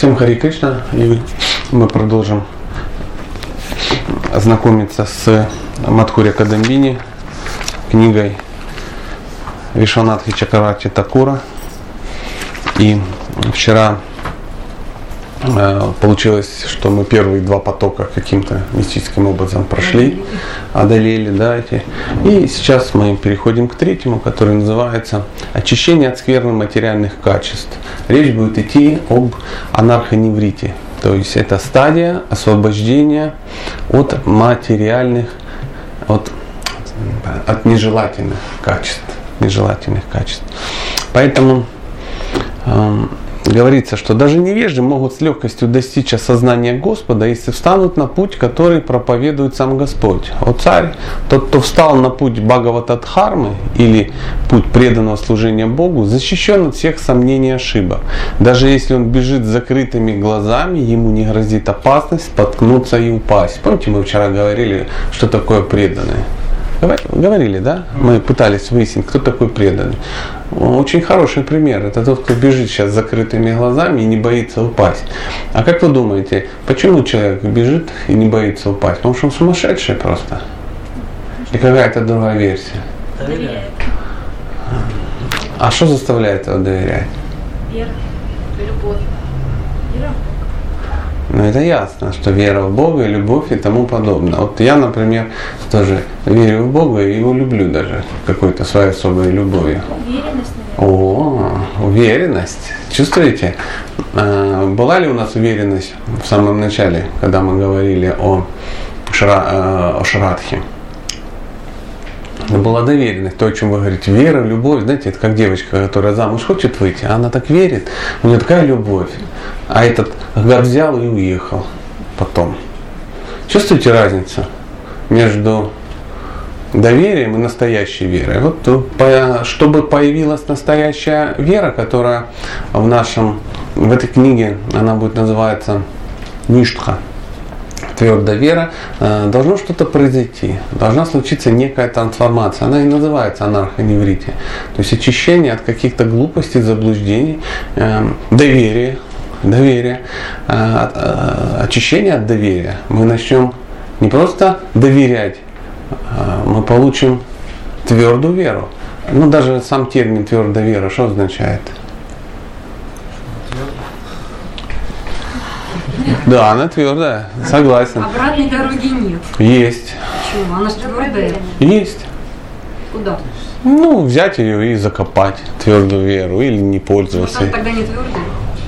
Всем Хари Кришна, и мы продолжим ознакомиться с Мадхурья Кадамбини, книгой Вишванатхи Чакраварти Такура. И вчера получилось, что мы первые два потока каким-то мистическим образом прошли, одолели, да, эти. И сейчас мы переходим к третьему, который называется «Очищение от скверны материальных качеств». Речь будет идти об анархоневрите, то есть это стадия освобождения от материальных, от нежелательных качеств. Поэтому говорится, что даже невежды могут с легкостью достичь осознания Господа, если встанут на путь, который проповедует сам Господь. О царь, тот, кто встал на путь Бхагавата-дхармы или путь преданного служения Богу, защищен от всех сомнений и ошибок. Даже если он бежит с закрытыми глазами, ему не грозит опасность споткнуться и упасть. Помните, мы вчера говорили, что такое преданный? Говорили, да? Мы пытались выяснить, кто такой преданный. Очень хороший пример. Это тот, кто бежит сейчас с закрытыми глазами и не боится упасть. А как вы думаете, почему человек бежит и не боится упасть? Потому что он сумасшедший просто. И какая-то другая версия. Доверяет. А что заставляет его доверять? Вера, любовь. Вера. Ну, это ясно, что вера в Бога, любовь и тому подобное. Вот я, например, тоже верю в Бога и его люблю даже какой-то своей особой любовью. Уверенность, наверное. О, уверенность. Чувствуете? Была ли у нас уверенность в самом начале, когда мы говорили о Шрадхе? Была доверенность, то, о чем вы говорите, вера, любовь, знаете, это как девочка, которая замуж хочет выйти, а она так верит, у нее такая любовь, а этот гад взял и уехал потом. Чувствуете разницу между доверием и настоящей верой? Вот чтобы появилась настоящая вера, которая в этой книге, она будет называться Ништха, твердая вера, должно что-то произойти, должна случиться некая трансформация. Она и называется анархоневрите. То есть очищение от каких-то глупостей, заблуждений, доверие, очищение от доверия. Мы начнем не просто доверять, мы получим твердую веру. Ну, даже сам термин твердая вера, что означает? Да, она твердая, согласен. Обратной дороги нет. Есть. Почему? Она же твердая. Есть. Куда? Ну, взять ее и закопать, твердую веру, или не пользоваться. Она тогда не твердая.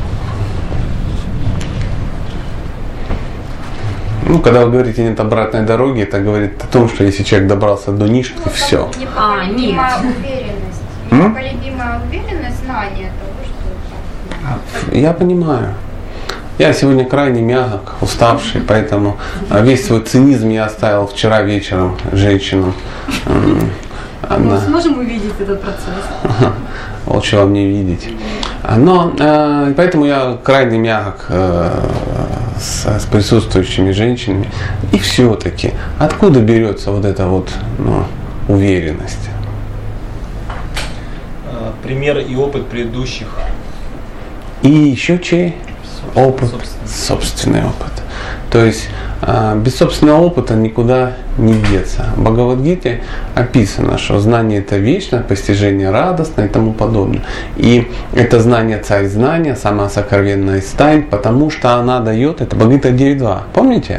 Ну, когда вы говорите нет обратной дороги, это говорит о том, что если человек добрался до нишки, все. Непоколебимая уверенность. Непоколебимая уверенность, знание того, что... Я понимаю. Я сегодня крайне мягок, уставший, поэтому весь свой цинизм я оставил вчера вечером женщинам. Мы сможем увидеть этот процесс? Лучше вам не видеть. Но поэтому я крайне мягок с присутствующими женщинами. И все-таки, откуда берется вот эта вот уверенность? Пример и опыт предыдущих. И еще чей? Опыт, собственный опыт. То есть без собственного опыта никуда не деться. В Бхагавад-гите описано, что знание это вечно, постижение радостно и тому подобное. И это знание царь знания, самая сокровенная из тайн, потому что она дает, это Бхагавад-гита 9.2. Помните?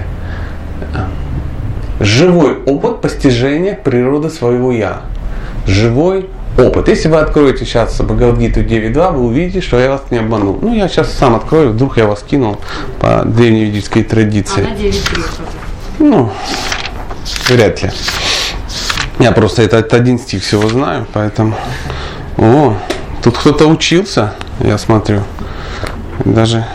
Живой опыт постижения природы своего я. Живой опыт. Если вы откроете сейчас Бхагавад-гиту 9.2, вы увидите, что я вас не обманул. Ну, я сейчас сам открою, вдруг я вас кинул по древневедической традиции. Она 9.3. Ну, вряд ли. Я просто этот один стих всего знаю, поэтому... О, тут кто-то учился, я смотрю. Даже...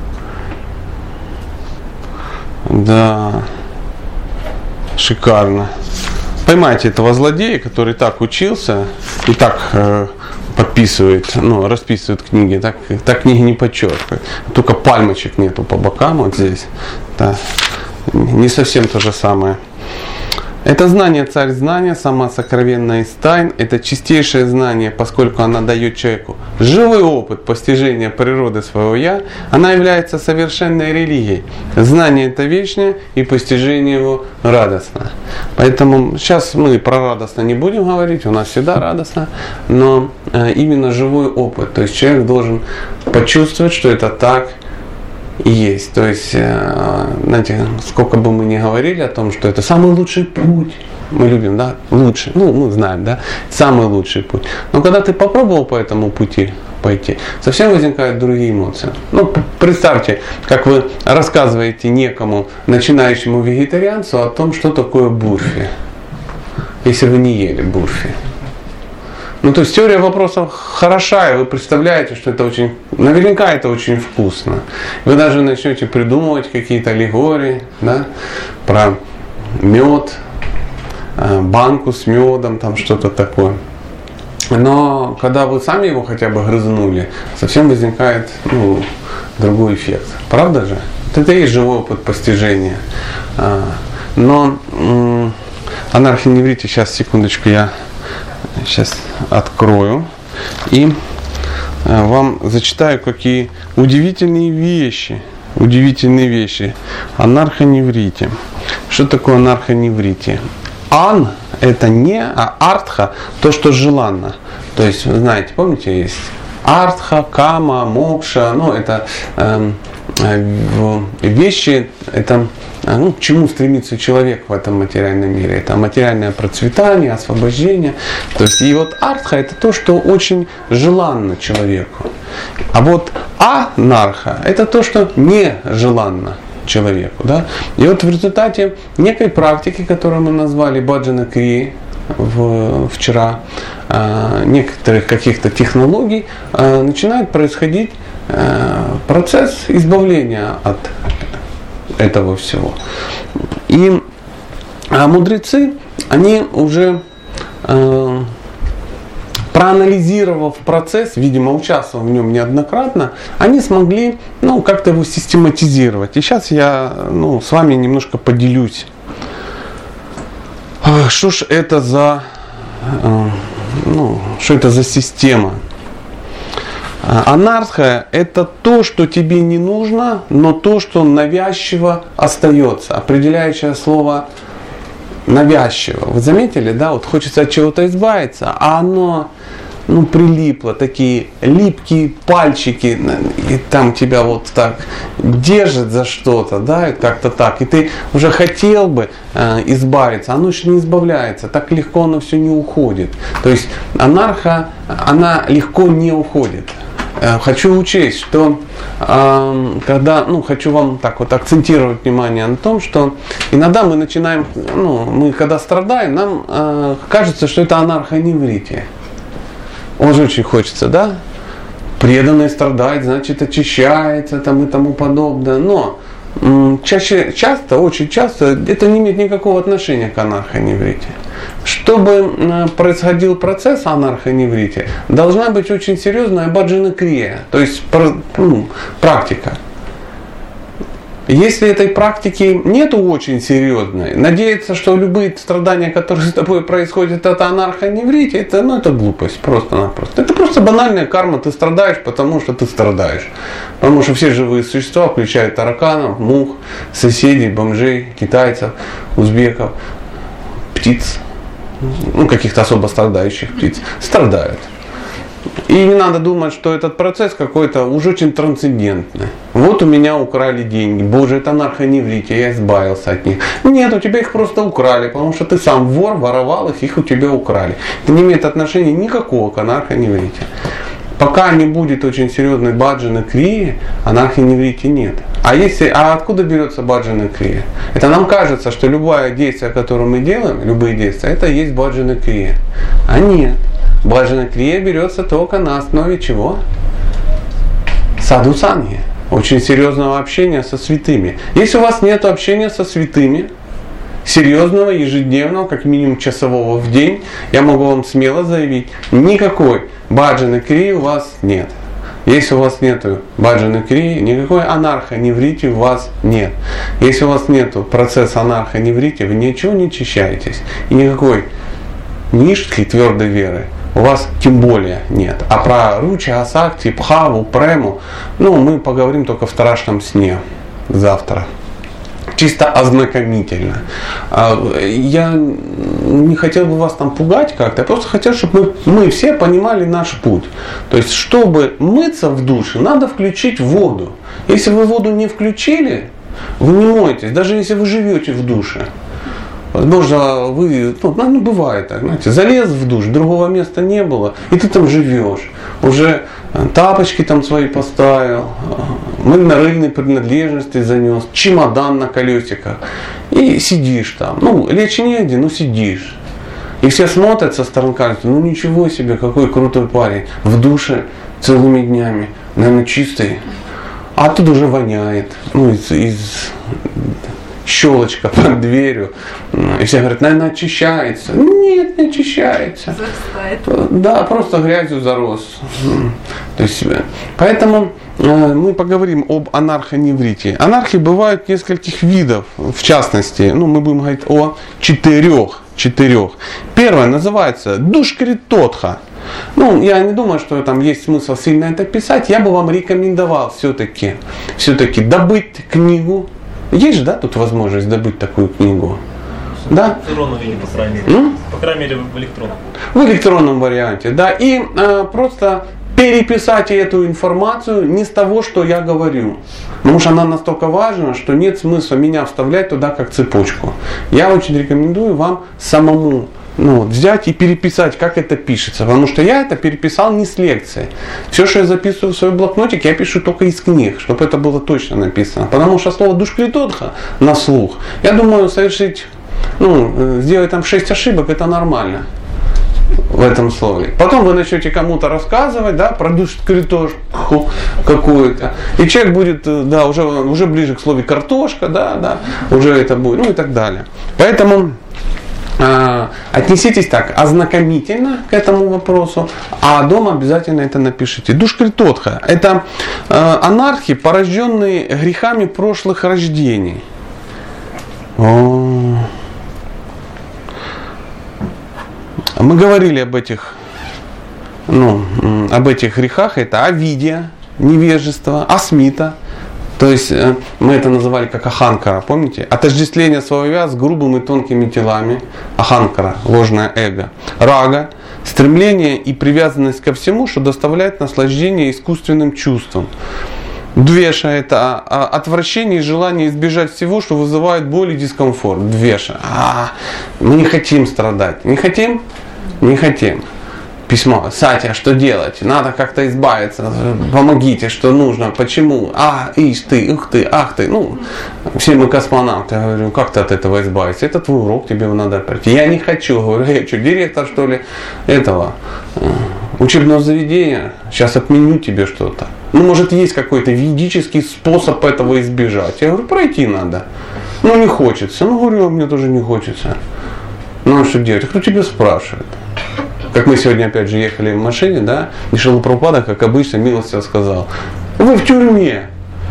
Да, шикарно. Поймайте этого злодея, который так учился и так подписывает, расписывает книги, так книги не подчеркивает. Только пальмочек нету по бокам вот здесь. Да. Не совсем то же самое. Это знание царь знания, сама сокровенная из тайн. Это чистейшее знание, поскольку она дает человеку живой опыт постижения природы своего я. Она является совершенной религией. Знание это вечное, и постижение его радостно. Поэтому сейчас мы про радостно не будем говорить, у нас всегда радостно, но именно живой опыт. То есть человек должен почувствовать, что это так и есть. То есть, знаете, сколько бы мы ни говорили о том, что это самый лучший путь, мы любим, да, лучший, мы знаем, да, самый лучший путь. Но когда ты попробовал по этому пути пойти, совсем возникают другие эмоции. Представьте, как вы рассказываете некому начинающему вегетарианцу о том, что такое бурфи, если вы не ели бурфи. То есть теория вопросов хороша, и вы представляете, что это очень, наверняка это очень вкусно. Вы даже начнете придумывать какие-то аллегории, да, про мед, банку с медом, там что-то такое. Но когда вы сами его хотя бы грызнули, совсем возникает другой эффект. Правда же? Это и есть живой опыт постижения. Но анархоневрите, сейчас, секундочку, я сейчас открою и вам зачитаю, какие удивительные вещи анархоневрите. Что такое анархоневрите? Ан это не, а артха то, что желанно. То есть, вы знаете, помните, есть артха, кама, мокша, это вещи, это к чему стремится человек в этом материальном мире. Это материальное процветание, освобождение. То есть, и вот артха это то, что очень желанно человеку. А вот анарха это то, что не желанно человеку. Да? И вот в результате некой практики, которую мы назвали баджана крии вчера, некоторых каких-то технологий, начинает происходить процесс избавления от этого всего. И мудрецы, они уже проанализировав процесс, видимо, участвовав в нем неоднократно, они смогли как-то его систематизировать. И сейчас я с вами немножко поделюсь, что ж это за система. Анарха это то, что тебе не нужно, но то, что навязчиво остается. Определяющее слово навязчиво. Вы заметили, да? Вот хочется от чего-то избавиться, а оно прилипло, такие липкие пальчики, и там тебя вот так держит за что-то, да, как-то так. И ты уже хотел бы избавиться, оно еще не избавляется, так легко оно все не уходит. То есть анарха, она легко не уходит. Хочу учесть, что когда, хочу вам так вот акцентировать внимание на том, что иногда мы начинаем, мы когда страдаем, нам кажется, что это анархоневрите. Он же очень хочется, да? Преданный страдает, значит очищается там и тому подобное. Но очень часто это не имеет никакого отношения к анархоневрите. Чтобы происходил процесс анархоневрите, должна быть очень серьезная баджана крия, то есть практика. Если этой практики нету очень серьезной, надеяться, что любые страдания, которые с тобой происходят, это анархоневрите, это глупость, просто-напросто. Это просто банальная карма, ты страдаешь, потому что ты страдаешь. Потому что все живые существа, включая тараканов, мух, соседей, бомжей, китайцев, узбеков, птиц, каких-то особо страдающих птиц, страдают. И не надо думать, что этот процесс какой-то уже очень трансцендентный. Вот у меня украли деньги. Боже, это анархоневрите, я избавился от них. Нет, у тебя их просто украли, потому что ты сам вор, воровал их у тебя украли. Это не имеет отношения никакого к анархоневрите. Пока не будет очень серьезной баджана крии, анархоневрите нет. А откуда берется баджана крия? Это нам кажется, что любое действие, которое мы делаем, любые действия, это и есть баджана крия. А нет. Баджана крия берется только на основе чего? Садхусанги. Очень серьезного общения со святыми. Если у вас нет общения со святыми, серьезного, ежедневного, как минимум часового в день, я могу вам смело заявить, никакой баджана крии у вас нет. Если у вас нету баджана крии, никакой анарха-неврити у вас нет. Если у вас нету процесса анарха-неврити, вы ничего не очищаетесь. И никакой ништхи, твердой веры, у вас тем более нет. А про ручи, асакти, пхаву, прему, мы поговорим только в страшном сне завтра. Чисто ознакомительно. Я не хотел бы вас там пугать как-то, я просто хотел, чтобы мы все понимали наш путь. То есть, чтобы мыться в душе, надо включить воду. Если вы воду не включили, вы не моетесь, даже если вы живете в душе. Возможно, вы, бывает так, знаете, залез в душ, другого места не было, и ты там живешь. Уже тапочки там свои поставил, мыльно-рыльные принадлежности занес, чемодан на колесиках. И сидишь там. Лечь негде, но сидишь. И все смотрят со стороны, кажется, ничего себе, какой крутой парень. В душе целыми днями, наверное, чистый. А тут уже воняет. Из щелочка под дверью. И все говорят, наверное, очищается. Нет, не очищается. Зарастает. Да, просто грязью зарос. То есть, поэтому мы поговорим об анархоневрите. Анархии бывают нескольких видов. В частности, мы будем говорить о четырех. Первое называется душкритотха. Я не думаю, что там есть смысл сильно это писать. Я бы вам рекомендовал все-таки добыть книгу. Есть же, да, тут возможность добыть такую книгу? Да? В электронном виде, по крайней мере. По крайней мере, в электронном. В электронном варианте, да. И просто переписать эту информацию не с того, что я говорю. Потому что она настолько важна, что нет смысла меня вставлять туда как цепочку. Я очень рекомендую вам самому взять и переписать, как это пишется. Потому что я это переписал не с лекции. Все, что я записываю в свой блокнотик, я пишу только из книг, чтобы это было точно написано. Потому что слово душкритотха на слух, я думаю, совершить, сделать там 6 ошибок, это нормально. В этом слове. Потом вы начнете кому-то рассказывать, да, про душкритотху какую-то. И человек будет, да, уже ближе к слову картошка, да, уже это будет, и так далее. Поэтому отнеситесь так ознакомительно к этому вопросу, а дома обязательно это напишите. Душкритотха – это анархи, порожденные грехами прошлых рождений. Мы говорили об этих грехах. Это авидия, невежество, асмита. То есть мы это называли как аханкара, помните? Отождествление своего я с грубыми и тонкими телами. Аханкара, ложное эго. Рага, стремление и привязанность ко всему, что доставляет наслаждение искусственным чувствам. Двеша – это отвращение и желание избежать всего, что вызывает боль и дискомфорт. Двеша. Мы не хотим страдать. Не хотим? Не хотим. Письмо. Сатя, что делать? Надо как-то избавиться. Помогите, что нужно. Почему? Ишь ты, ух ты, ах ты. Все мы космонавты. Я говорю, как ты от этого избавиться? Это твой урок, тебе его надо пройти. Я не хочу. Говорю, я что, директор, что ли, этого учебного заведения? Сейчас отменю тебе что-то. Может, есть какой-то ведический способ этого избежать. Я говорю, пройти надо. Не хочется. Говорю, мне тоже не хочется. Что делать? Кто тебя спрашивает? Как мы сегодня опять же ехали в машине, да, Шрила Прабхупада, как обычно, милостиво сказал: вы в тюрьме.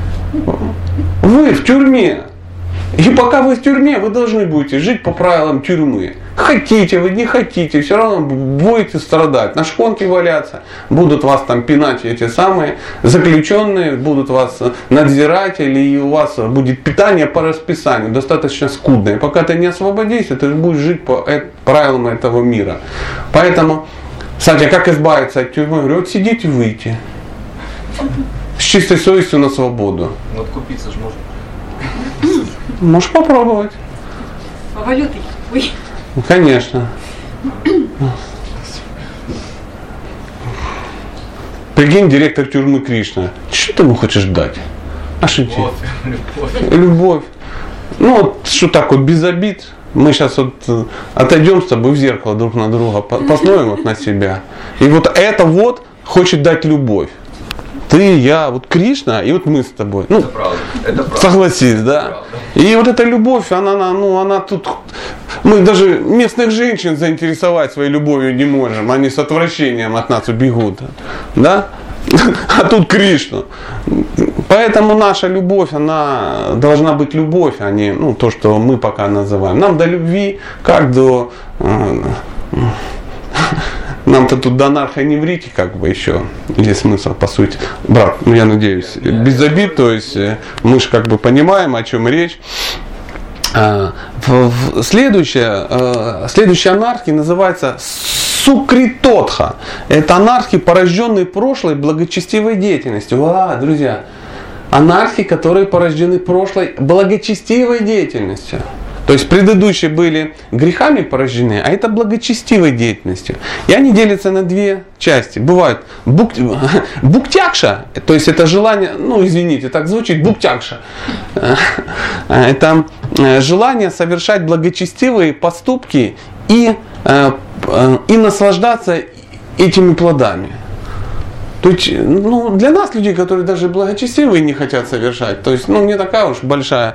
Вы в тюрьме. И пока вы в тюрьме, вы должны будете жить по правилам тюрьмы. Хотите вы, не хотите, все равно будете страдать. На шконке валяться, будут вас там пинать эти самые заключенные, будут вас надзирать, и у вас будет питание по расписанию, достаточно скудное. Пока ты не освободишься, ты будешь жить по правилам этого мира. Поэтому, Сатя, как избавиться от тюрьмы? Я говорю, сидеть и выйти. С чистой совестью на свободу. Купиться же можно. Можешь попробовать. А валютой? Ой. Конечно. Прикинь, директор тюрьмы Кришна. Что ты ему хочешь дать? Любовь. Что так без обид. Мы сейчас отойдем с тобой в зеркало друг на друга, посмотрим на себя. И это хочет дать любовь. Ты, я, Кришна, и мы с тобой. Это правда. Это правда. Согласись, да? Правда. И эта любовь, она тут... Мы даже местных женщин заинтересовать своей любовью не можем. Они с отвращением от нас убегут. Да? А тут Кришна. Поэтому наша любовь, она должна быть любовь, а не то, что мы пока называем. Нам до любви, как до... Нам-то тут до анархоневрики как бы еще есть смысл, по сути. Брат, я надеюсь, без обид, то есть мы же как бы понимаем, о чем речь. Следующая анархия называется сукритотха. Это анархии, порожденные прошлой благочестивой деятельностью. Друзья, анархии, которые порождены прошлой благочестивой деятельностью. То есть предыдущие были грехами порождены, а это благочестивой деятельностью. И они делятся на две части. Бывает буктякша, то есть это желание, извините, так звучит, буктякша. Это желание совершать благочестивые поступки и наслаждаться этими плодами. То есть, для нас, людей, которые даже благочестивые не хотят совершать, то есть, не такая уж большая,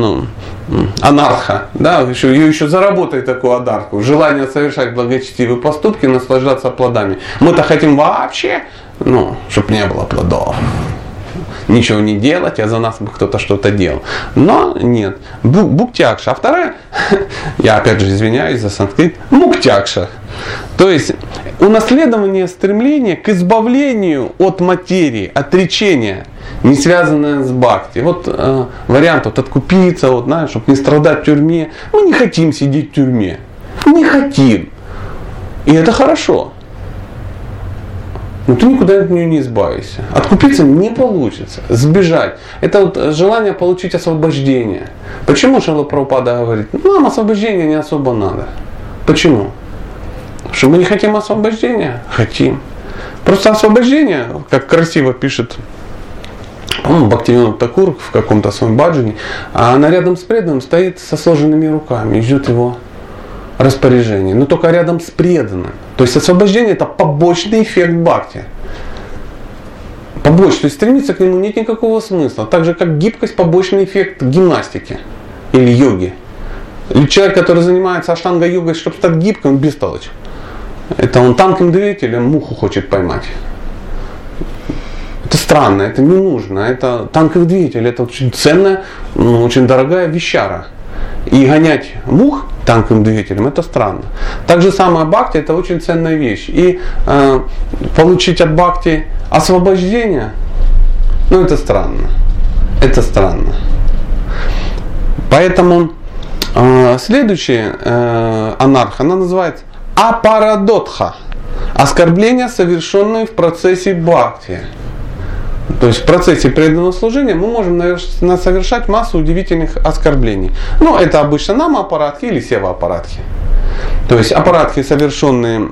анарха, да, еще заработает такую анарху, желание совершать благочестивые поступки, наслаждаться плодами. Мы-то хотим вообще, чтобы не было плодов. Ничего не делать, а за нас бы кто-то что-то делал. Но нет. Буктякша. А вторая, я опять же извиняюсь за санскрит, муктякша. То есть унаследование стремления к избавлению от материи, отречения, не связанное с бхакти. Вариант откупиться, чтобы не страдать в тюрьме. Мы не хотим сидеть в тюрьме. Не хотим. И это хорошо. Но ты никуда от нее не избавишься. Откупиться не получится. Сбежать. Это желание получить освобождение. Почему Шрила Прабхупада говорит, нам освобождение не особо надо. Почему? Потому что мы не хотим освобождения? Хотим. Просто освобождение, как красиво пишет, по-моему, Бхактивинода Такур в каком-то своем баджане, а она рядом с преданным стоит со сложенными руками и ждет его распоряжение, но только рядом с преданным. То есть освобождение это побочный эффект бхакти. Побочный, то есть стремиться к нему нет никакого смысла. Так же как гибкость побочный эффект гимнастики или йоги. Или человек, который занимается аштанга-йогой, чтобы стать гибким, он бестолочь. Это он танком двигателем муху хочет поймать. Это странно, это не нужно. Это танковый двигатель, это очень ценная, очень дорогая вещара. И гонять мух танковым двигателем это странно. Так же самое бхакти это очень ценная вещь. И получить от бхакти освобождение, это странно. Это странно. Поэтому следующая анарха, она называется апарадотха. Оскорбления, совершенные в процессе бхакти. То есть в процессе преданного служения мы можем совершать массу удивительных оскорблений. Это обычно нама-апарадхи или сева-апарадхи. То есть апарадхи, совершенные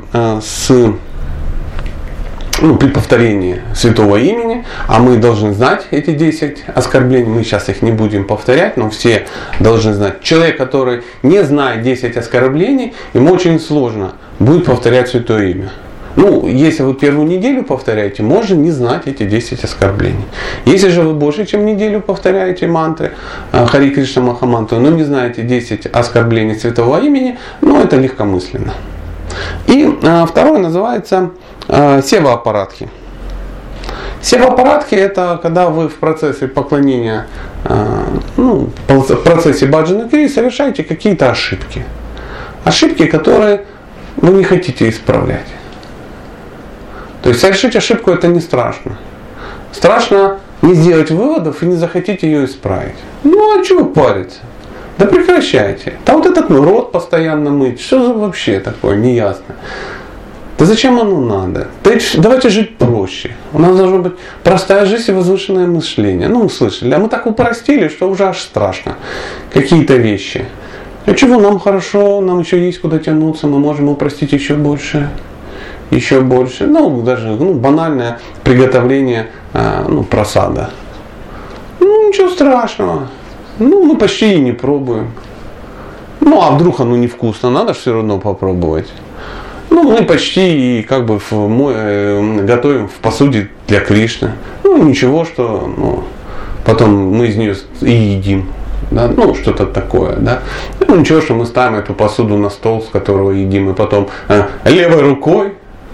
при повторении святого имени, а мы должны знать эти 10 оскорблений, мы сейчас их не будем повторять, но все должны знать. Человек, который не знает 10 оскорблений, ему очень сложно будет повторять святое имя. Если вы первую неделю повторяете, можно не знать эти 10 оскорблений. Если же вы больше, чем неделю повторяете мантры, Хари Кришна Махамантру, но не знаете 10 оскорблений святого имени, это легкомысленно. И второе называется сева-апарадхи. Сева-апарадхи это когда вы в процессе поклонения, в процессе баджана кри совершаете какие-то ошибки. Ошибки, которые вы не хотите исправлять. То есть совершить ошибку это не страшно. Страшно не сделать выводов и не захотите ее исправить. А чего париться? Да прекращайте. Да этот рот постоянно мыть. Что за вообще такое неясно? Да зачем оно надо? Давайте жить проще. У нас должна быть простая жизнь и возвышенное мышление. Мы слышали, а мы так упростили, что уже аж страшно. Какие-то вещи. А чего нам хорошо, нам еще есть куда тянуться, мы можем упростить еще больше. Еще больше, даже банальное приготовление просада. Ничего страшного. Мы почти и не пробуем. А вдруг оно невкусно, надо же все равно попробовать. Мы почти и готовим в посуде для Кришны. Ничего, что потом мы из нее и едим. Да? Что-то такое. Да? Ничего, что мы ставим эту посуду на стол, с которого едим, и потом левой рукой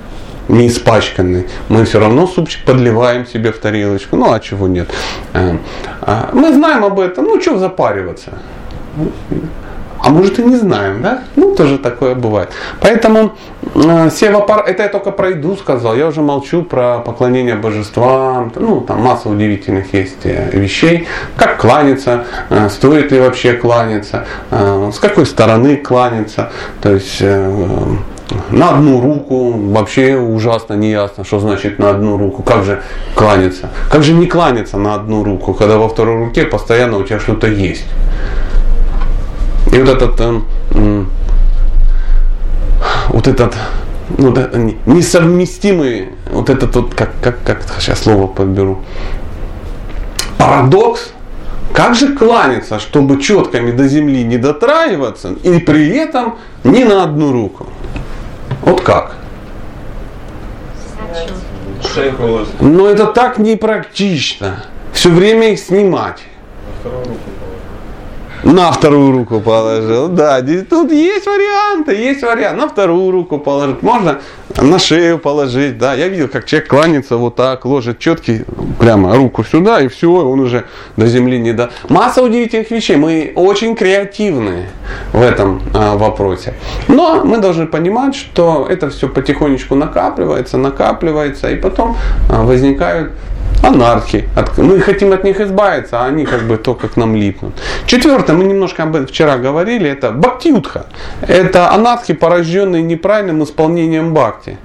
не испачканный, мы все равно супчик подливаем себе в тарелочку. Ну а чего нет? Мы знаем об этом, ну что запариваться? А может и не знаем, да? Ну, тоже такое бывает. Поэтому это я только про еду сказал. Я уже молчу про поклонение божествам. Ну, там масса удивительных есть вещей. Как кланяться, стоит ли вообще кланяться, с какой стороны кланяться. То есть на одну руку вообще ужасно неясно, что значит на одну руку. Как же кланяться? Как же не кланяться на одну руку, когда во второй руке постоянно у тебя что-то есть? И вот этот несовместимый, вот этот вот, как сейчас слово подберу, парадокс, как же кланяться, чтобы четками до земли не дотрагиваться и при этом не на одну руку? Вот как? Но это так непрактично. Все время их снимать. На вторую руку положил. Да, тут есть варианты. На вторую руку положить. Можно на шею положить. Да, я видел, как человек кланяется вот так, ложит четкий, прямо руку сюда, и все, он уже до земли не до. Масса удивительных вещей. Мы очень креативны в этом вопросе. Но мы должны понимать, что это все потихонечку накапливается, и потом возникают анархи. Мы хотим от них избавиться, а они как бы только к нам липнут. Четвертое, мы немножко об этом вчера говорили, это бхакти-юдха. Это анархи, порожденные неправильным исполнением бхакти.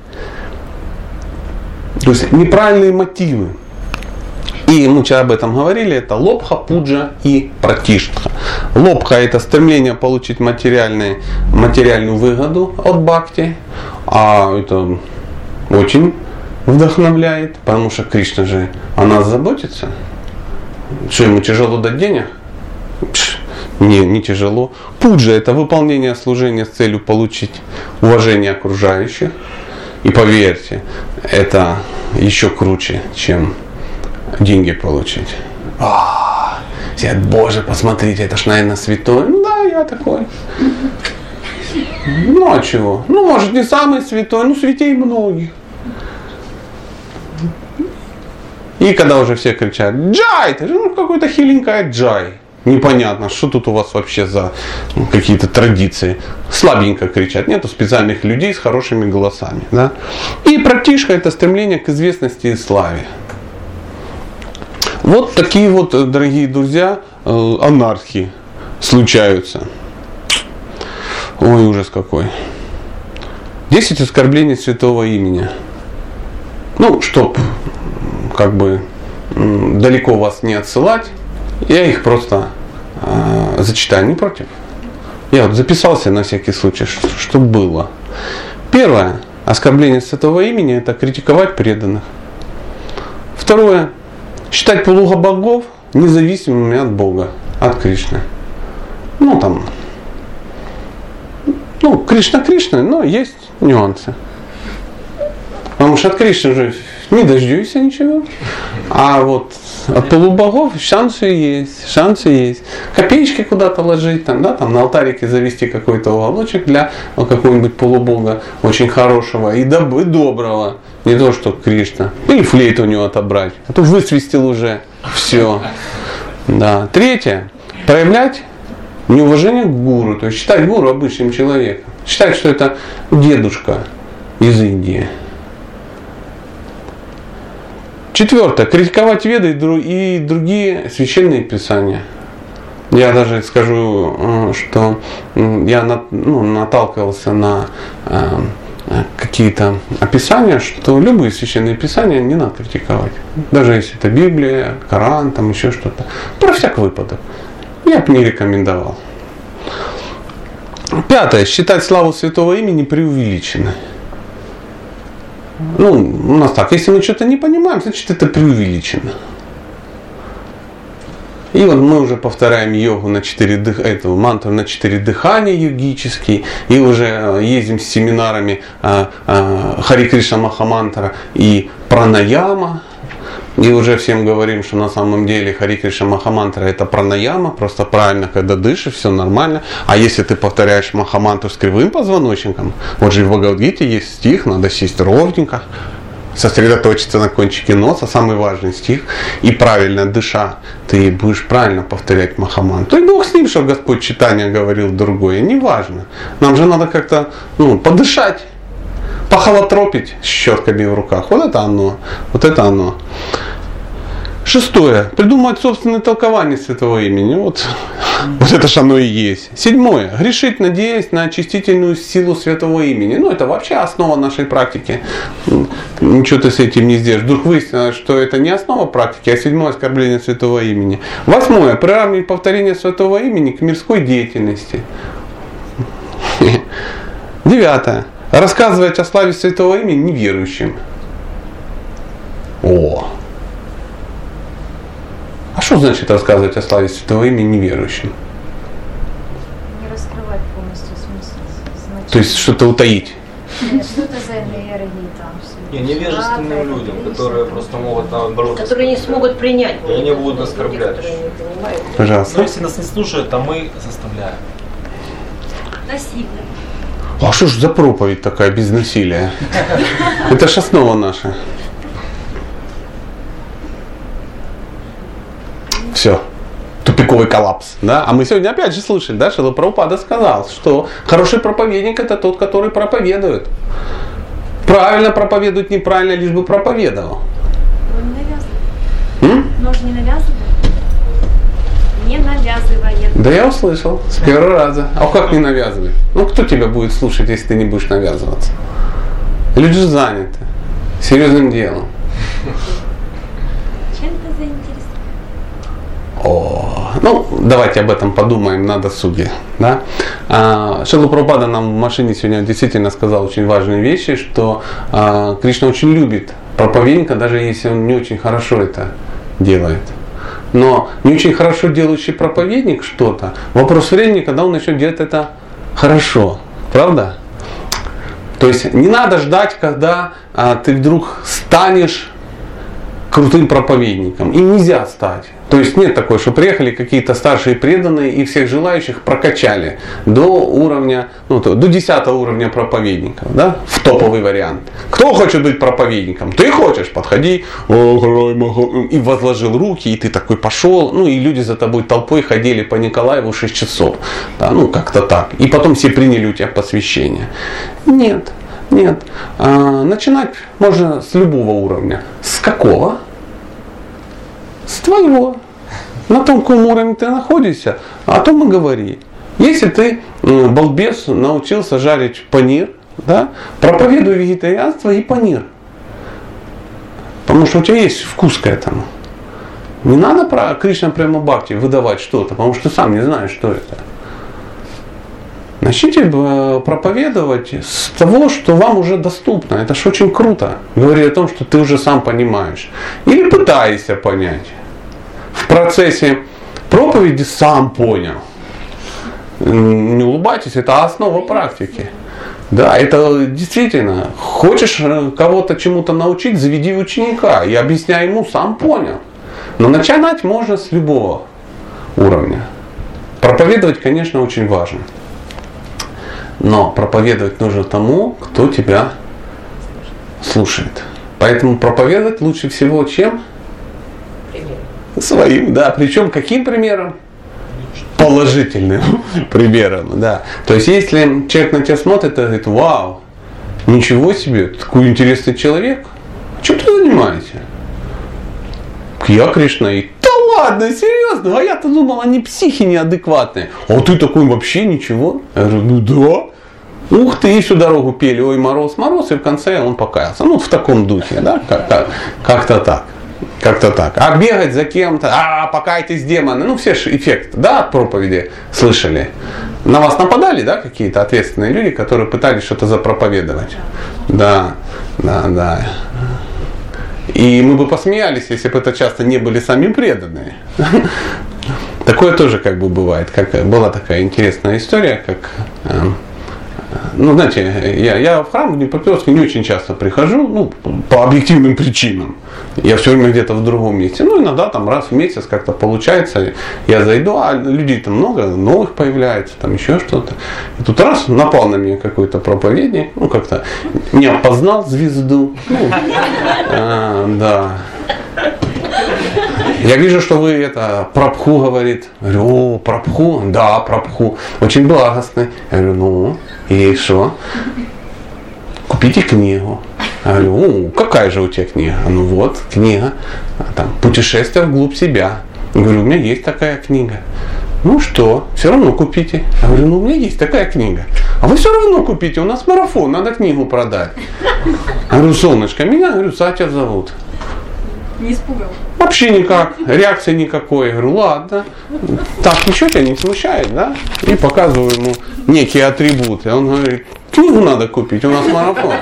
То есть неправильные мотивы. И мы вчера об этом говорили, это лобха, пуджа и пратиштха. Лобха — это стремление получить материальную выгоду от бхакти, а это очень вдохновляет, потому что Кришна же о нас заботится. Что, ему тяжело дать денег? Не тяжело. Пуджа — это выполнение служения с целью получить уважение окружающих. И поверьте, это еще круче, чем деньги получить. Боже, посмотрите, это ж, наверное, святой. Да, я такой. Ну а чего? Ну, может, не самый святой, но святей многих. И когда уже все кричат «Джай!», это же какой-то хиленькая джай. Непонятно, что тут у вас вообще за какие-то традиции. Слабенько кричат. Нету специальных людей с хорошими голосами. Да? И пратишха — это стремление к известности и славе. Вот такие вот, дорогие друзья, анархии случаются. Ой, ужас какой. 10 оскорблений святого имени. Ну, чтоб как бы далеко вас не отсылать, я их просто зачитаю, не против. Я вот записался на всякий случай, чтобы было. Первое. Оскорбление святого имени — это критиковать преданных. Второе. Считать полубогов независимыми от Бога, от Кришны. Ну там, Кришна, но есть нюансы. Потому что от Кришны же не дождешься ничего. А вот от полубогов шансы есть. Копеечки куда-то ложить, там на алтарике завести какой-то уголочек для какого-нибудь полубога очень хорошего и доброго. Не то, что Кришна. Или флейту у него отобрать. А то высвистел уже. Все. Да. Третье. Проявлять неуважение к гуру. То есть считать гуру обычным человеком. Считать, что это дедушка из Индии. Четвертое. Критиковать Веды и другие священные писания. Я даже скажу, что я наталкивался на какие-то описания, что любые священные писания не надо критиковать. Даже если это Библия, Коран, там еще что-то. Про всяк выпадок. Я бы не рекомендовал. Пятое. Считать славу святого имени преувеличенной. У нас так, если мы что-то не понимаем, значит это преувеличено. И вот мы уже повторяем йогу на 4 мантру на 4 дыхания йогические, и уже ездим с семинарами Хари Кришна Махамантра и пранаяма. И уже всем говорим, что на самом деле Хари Кришна Махамантра это пранаяма, просто правильно, когда дышишь, все нормально. А если ты повторяешь Махамантру с кривым позвоночником, вот же в Бхагавад-гите есть стих, надо сесть ровненько, сосредоточиться на кончике носа, самый важный стих, и правильно дыша, ты будешь правильно повторять Махамантру. И Бог с ним, что Господь Чайтанья говорил другое, неважно. Нам же надо как-то подышать, похолотропить с щетками в руках. Вот это оно. Вот это оно. 6. Придумать собственное толкование святого имени. Вот это ж оно и есть. 7. Грешить, надеясь на очистительную силу святого имени. Это вообще основа нашей практики. Ничего ты с этим не сделаешь. Вдруг выяснилось, что это не основа практики, а 7 оскорбление святого имени. 8. Приравнивать повторение святого имени к мирской деятельности. 9. Рассказывать о славе святого имени неверующим. А что значит рассказывать о славе святого имени неверующим? Не раскрывать полностью смысл. То есть что-то утаить? Нет, что-то за энергией там все. Невежественным людям, которые просто могут наоборот. Которые не смогут принять. И они будут оскорблять. Пожалуйста. Но если нас не слушают, то мы заставляем. Насильно. А что ж за проповедь такая без насилия? Это ж основа наша. Все. Тупиковый коллапс. Да? А мы сегодня опять же слышали, да, Шрила Прабхупада сказал, что хороший проповедник это тот, который проповедует. Правильно проповедует, неправильно, лишь бы проповедовал. Он не навязывает. Но же не навязывает. Не навязывает. Да я услышал с первого раза. А как не навязывает? Кто тебя будет слушать, если ты не будешь навязываться? Люди же заняты серьезным делом. Чем ты заинтересован? Давайте об этом подумаем на досуге. Да? Шрила Прабхупада нам в машине сегодня действительно сказал очень важные вещи, что Кришна очень любит проповедника, даже если он не очень хорошо это делает. Но не очень хорошо делающий проповедник что-то, вопрос времени, когда он начнет делать это хорошо. Правда? То есть не надо ждать, когда ты вдруг станешь крутым проповедником. Им нельзя стать. То есть нет такой, что приехали какие-то старшие преданные и всех желающих прокачали до уровня, до 10 уровня проповедников, да? В топовый вариант. Кто хочет быть проповедником? Ты хочешь, подходи, и возложил руки, и ты такой пошел, и люди за тобой толпой ходили по Николаеву 6 часов. Да? Как-то так. И потом все приняли у тебя посвящение. Нет. Начинать можно с любого уровня. С какого? С твоего. На том, каком уровне ты находишься, о том и говори. Если ты, балбес, научился жарить панир, да, проповедуй вегетарианство и панир. Потому что у тебя есть вкус к этому. Не надо про Кришна Према Бхакти выдавать что-то, потому что ты сам не знаешь, что это. Начните проповедовать с того, что вам уже доступно. Это ж очень круто. Говорить о том, что ты уже сам понимаешь. Или пытаешься понять. В процессе проповеди сам понял. Не улыбайтесь, это основа практики. Да, это действительно. Хочешь кого-то чему-то научить, заведи ученика и объясняй ему, сам понял. Но начинать можно с любого уровня. Проповедовать, конечно, очень важно. Но проповедовать нужно тому, кто тебя слушает. Поэтому проповедовать лучше всего чем? Примером. Своим, да. Причем каким примером? Положительным примером, да. То есть, если человек на тебя смотрит и говорит: вау, ничего себе, такой интересный человек, чем ты занимаешься? Я Кришна. И да ладно, серьезно, а я-то думал, они психи неадекватные. А ты такой вообще ничего? Я говорю, да. Ух ты, и всю дорогу пели: ой, мороз, мороз, и в конце он покаялся. В таком духе, да, как-то так. Как-то так. А бегать за кем-то, покайтесь, демоны, все же эффект, да, от проповеди слышали. На вас нападали, да, какие-то ответственные люди, которые пытались что-то запроповедовать. Да. И мы бы посмеялись, если бы это часто не были сами преданные. Такое тоже бывает. Была такая интересная история, как Ну, знаете, я в храм в Днепропетровске не очень часто прихожу, ну, по объективным причинам. Я все время где-то в другом месте. Ну, иногда там раз в месяц как-то получается, я зайду, а людей-то много, новых появляется, там еще что-то. И тут раз напал на меня какой-то проповедник, ну, как-то не опознал звезду. Ну, да. Я вижу, что вы это Прабху говорит. Я говорю, о, Прабху? Да, Прабху. Очень благостный. Я говорю, ну, и что? Купите книгу. Я говорю, какая же у тебя книга? Ну вот, книга. Там, «Путешествие вглубь себя». Я говорю, у меня есть такая книга. Ну что, все равно купите. Я говорю, ну у меня есть такая книга. А вы все равно купите, у нас марафон, надо книгу продать. Я говорю, солнышко, меня, говорю, Сатя зовут. Не испугал? Вообще никак, реакции никакой. Я говорю, ладно. Так, ничего тебя не смущает, да? И показываю ему некие атрибуты. Он говорит, книгу надо купить, у нас марафон.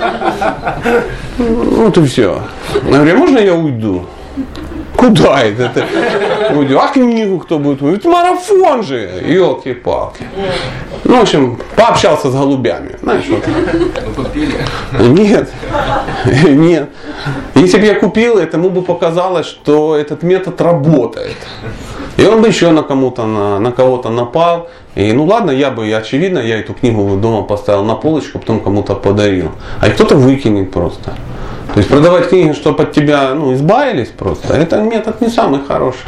Вот и все. Я говорю, можно я уйду? Куда это ты? Уйду. А книгу кто будет? Это марафон же! Елки-палки. Ну, в общем, пообщался с голубями. Знаешь, вот. Купили? Нет. Нет. Если бы я купил, этому бы показалось, что этот метод работает. И он бы еще на кого-то напал. И ну ладно, очевидно, я эту книгу дома поставил на полочку, потом кому-то подарил. А кто-то выкинет просто. То есть продавать книги, чтобы от тебя избавились просто, это метод не самый хороший.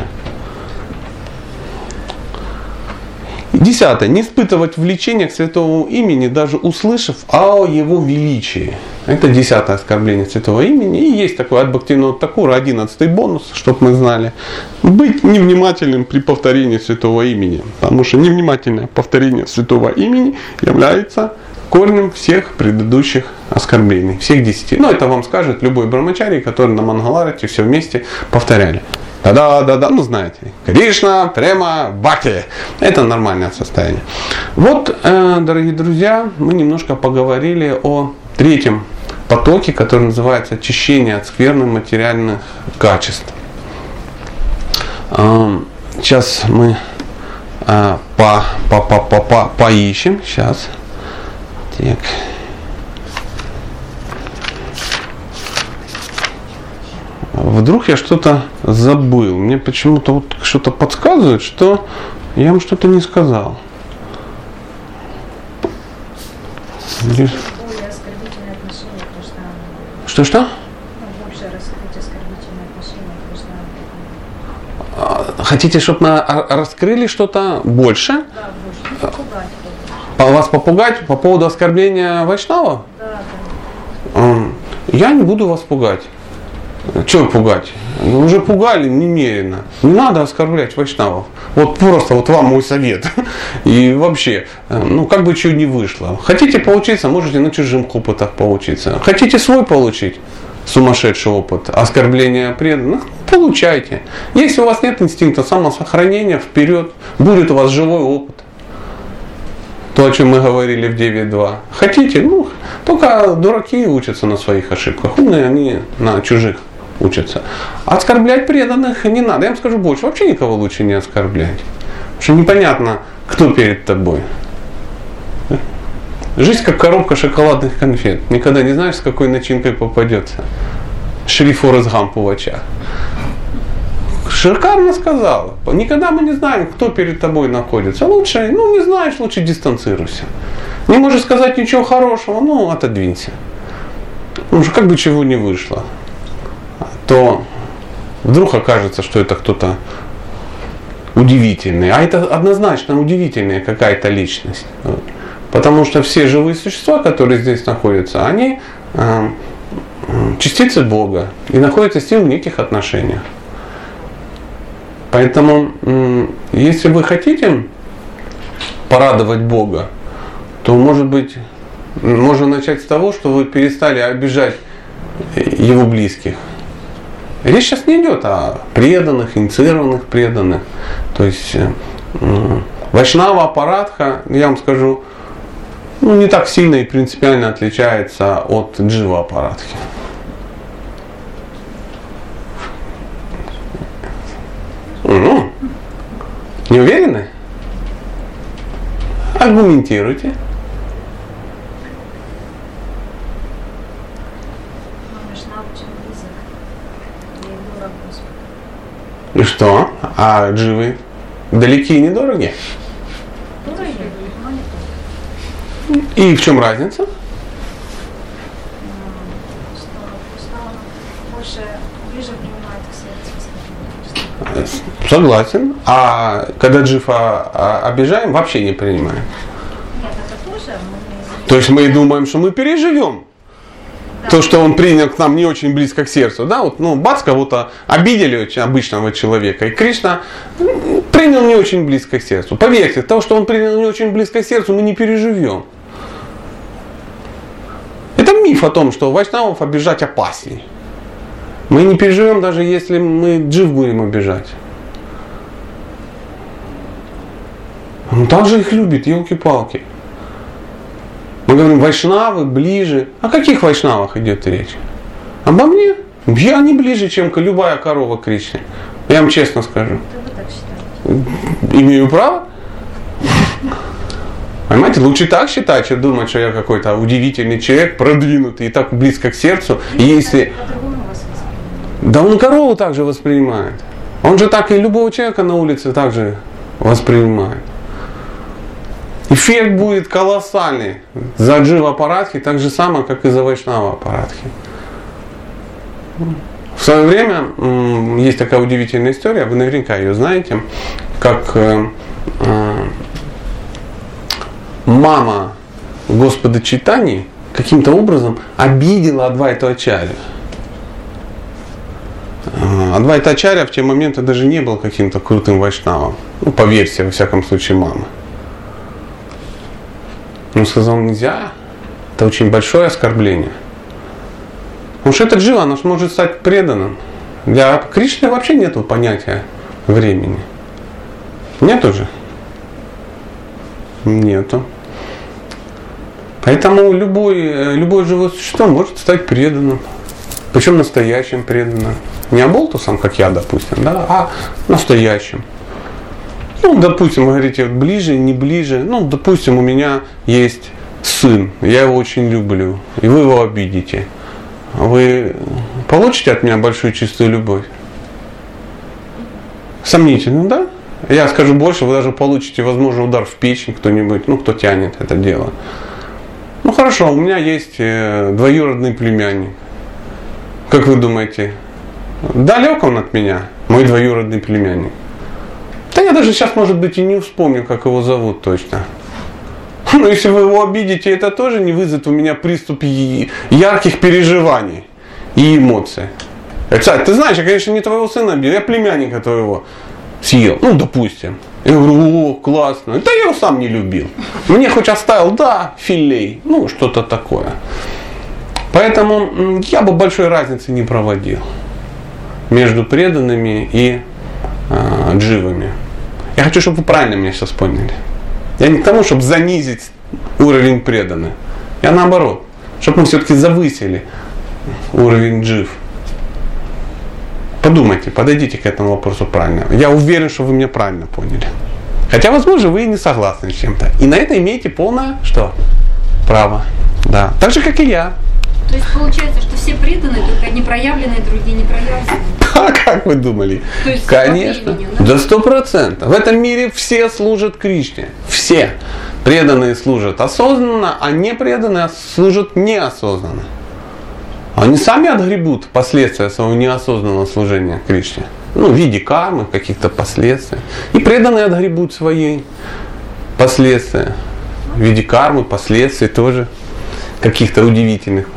10. Не испытывать влечения к святому имени, даже услышав о его величии. Это 10 оскорбление святого имени. И есть такой от Бхактивинода Такура 11 бонус, чтобы мы знали. Быть невнимательным при повторении святого имени. Потому что невнимательное повторение святого имени является корнем всех предыдущих оскорблений. Всех 10. Но это вам скажет любой брамачари, который на Мангаларате все вместе повторяли. Да-да, ну знаете, Кришна, Према, Бхакти. Это нормальное состояние. Вот, дорогие друзья, мы немножко поговорили о третьем потоке, который называется очищение от скверных материальных качеств. Сейчас мы поищем. Сейчас. Так. Вдруг я что-то забыл. Мне почему-то вот что-то подсказывает, что я вам что-то не сказал. Более оскорбительные отношения к Кришне. Что? Больше раскрыть оскорбительные отношения к Кришне. Хотите, чтобы раскрыли что-то больше? Да, больше. Попугать. Вас попугать по поводу оскорбления вайшнава? Да. Я не буду вас пугать. Чего пугать? Уже пугали немерено. Не надо оскорблять вайшнавов. Вот просто вот вам мой совет. И вообще, как бы чего не вышло. Хотите поучиться, можете на чужих опытах поучиться. Хотите свой получить? Сумасшедший опыт, оскорбления преданных, получайте. Если у вас нет инстинкта самосохранения, вперед, будет у вас живой опыт. То, о чем мы говорили в 9.2. Хотите? Только дураки учатся на своих ошибках. Умные они на чужих учатся. Оскорблять преданных не надо. Я вам скажу больше. Вообще никого лучше не оскорблять. Потому что непонятно, кто перед тобой. Жизнь как коробка шоколадных конфет. Никогда не знаешь, с какой начинкой попадется. Шри Форест Гамп в очах. Шикарно сказала. Никогда мы не знаем, кто перед тобой находится. Лучше, не знаешь, лучше дистанцируйся. Не можешь сказать ничего хорошего, отодвинься. Потому что как бы чего не вышло, то вдруг окажется, что это кто-то удивительный. А это однозначно удивительная какая-то личность. Потому что все живые существа, которые здесь находятся, они частицы Бога и находятся с ним в неких отношениях. Поэтому, если вы хотите порадовать Бога, то, может быть, можно начать с того, что вы перестали обижать Его близких. Речь сейчас не идет о преданных, инициированных преданных. То есть, Вайшнава Апарадха, я вам скажу, не так сильно и принципиально отличается от Джива Апарадхи. Не уверены? Аргументируйте. что? А дживы далеки и недорогие? И в чем разница? Согласен. А когда джифа обижаем, вообще не принимаем. Нет, это тоже. То есть мы думаем, что мы переживем. Да. То, что он принял к нам не очень близко к сердцу. Да, вот, бац, кого-то обидели очень обычного человека. И Кришна принял не очень близко к сердцу. Поверьте, того, что он принял не очень близко к сердцу, мы не переживем. Это миф о том, что вайшнавов обижать опасней. Мы не переживем, даже если мы джив будем обижать. Он также их любит, елки-палки. Мы говорим, вайшнавы ближе. О каких вайшнавах идет речь? Обо мне? Я не ближе, чем любая корова Кришне. Я вам честно скажу. Это вы так считаете? Имею право? Понимаете, лучше так считать, чем думать, что я какой-то удивительный человек, продвинутый и так близко к сердцу. И если... Да он корову также воспринимает. Он же так и любого человека на улице также воспринимает. Эффект будет колоссальный за джива апаратхи, так же самое, как и за вайшнава апаратхи. В свое время есть такая удивительная история, вы наверняка ее знаете, как мама Господа Чайтаньи каким-то образом обидела Адвайта Ачарью. Адвайта Ачарья в те моменты даже не был каким-то крутым вайшнавом. По версии, во всяком случае, мамы. Он сказал, нельзя. Это очень большое оскорбление. Потому что это джива, она может стать преданным. Для Кришны вообще нету понятия времени. Нету же? Нету. Поэтому любое живое существо может стать преданным. Причем настоящим преданным. Не оболтусом, как я, допустим, да, а настоящим. Допустим, вы говорите, ближе, не ближе. Допустим, у меня есть сын, я его очень люблю, и вы его обидите. Вы получите от меня большую чистую любовь? Сомнительно, да? Я скажу больше, вы даже получите, возможно, удар в печень кто-нибудь, кто тянет это дело. Хорошо, у меня есть двоюродный племянник. Как вы думаете, далек он от меня, мой двоюродный племянник? Да я даже сейчас, может быть, и не вспомню, как его зовут точно. Если вы его обидите, это тоже не вызовет у меня приступ ярких переживаний и эмоций. Царь, ты знаешь, я, конечно, не твоего сына обидел, я племянника твоего съел. Допустим. Я говорю, классно. Да я его сам не любил. Мне хоть оставил, да, филей. Что-то такое. Поэтому я бы большой разницы не проводил между преданными и дживами. Я хочу, чтобы вы правильно меня сейчас поняли. Я не к тому, чтобы занизить уровень преданных. Я наоборот, чтобы мы все-таки завысили уровень джив. Подумайте, подойдите к этому вопросу правильно. Я уверен, что вы меня правильно поняли. Хотя, возможно, вы и не согласны с чем-то. И на это имеете полное право. Да. Так же, как и я. То есть получается, что все преданные, только одни проявленные, другие не проявленные. А как вы думали? То есть конечно. Времени, да? До 100%. В этом мире все служат Кришне. Все. Преданные служат осознанно, а непреданные служат неосознанно. Они сами отгребут последствия своего неосознанного служения Кришне. В виде кармы, каких-то последствий. И преданные отгребут свои последствия. В виде кармы, последствий тоже каких-то удивительных.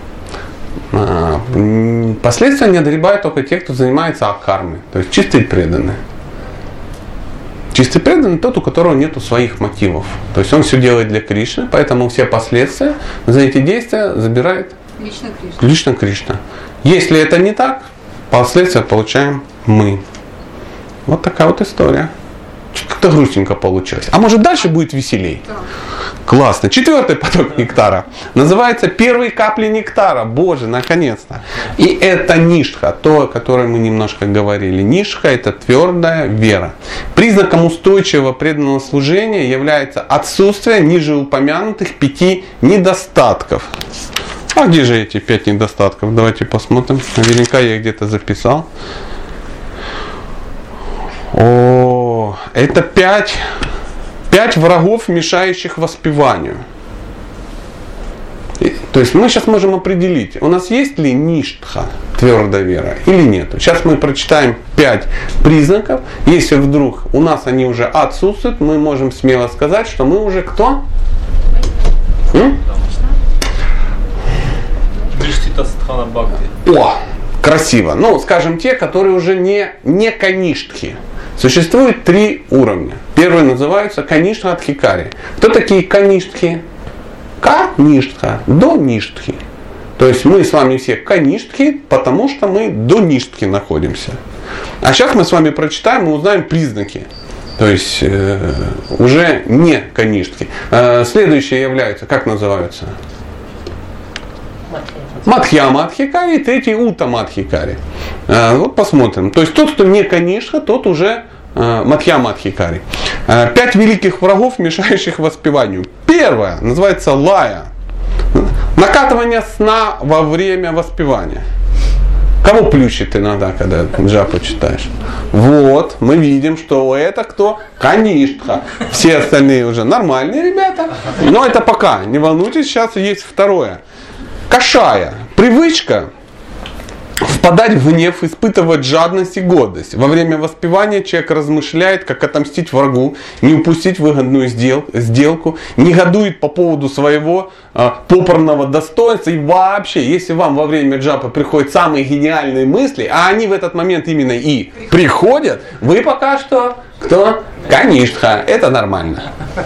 Последствия не отгребают только те, кто занимается акармой. То есть чистые преданные. Чистый преданный тот, у которого нет своих мотивов. То есть он все делает для Кришны, поэтому все последствия за эти действия забирает лично Кришна. Если это не так, последствия получаем мы. Вот такая вот история. Как-то грустненько получилось. А может дальше будет веселей? Да. Классно. 4-й поток нектара. Называется первые капли нектара. Боже, наконец-то. И это ништха, то, о котором мы немножко говорили. Ништха — это твердая вера. Признаком устойчивого преданного служения является отсутствие ниже упомянутых 5 недостатков. А где же эти 5 недостатков? Давайте посмотрим. Наверняка я их где-то записал. О, это 5 врагов, мешающих воспеванию. То есть мы сейчас можем определить, у нас есть ли ништха, твердая вера, или нет. Сейчас мы прочитаем 5 признаков. Если вдруг у нас они уже отсутствуют, мы можем смело сказать, что мы уже кто? Ништита Стхана Бхакти. О, красиво. Ну, скажем, те, которые уже не каништхи. Существует 3 уровня. Первый называется каништха адхикари. Кто такие каништхи? Каништха, до ништхи. То есть мы с вами все каништхи, потому что мы до ништхи находимся. А сейчас мы с вами прочитаем и узнаем признаки. То есть уже не каништхи. Следующие являются, как называются? Мадхьяма адхикари, и третий Уттама адхикари. Вот посмотрим. То есть тот, кто не каништха, тот уже Мадхьяма адхикари. 5 великих врагов, мешающих воспеванию. Первое называется лая. Накатывание сна во время воспевания. Кого плющит иногда, когда джапу читаешь? Вот, мы видим, что это кто? Каништха. Все остальные уже нормальные ребята. Но это пока, не волнуйтесь, сейчас есть второе. Кашая. Привычка впадать в гнев, испытывать жадность и гордость. Во время воспевания человек размышляет, как отомстить врагу, не упустить выгодную сделку, негодует по поводу своего попорного достоинства. И вообще, если вам во время джапа приходят самые гениальные мысли, а они в этот момент именно и приходят, вы пока что кто? Каништха. Это нормально.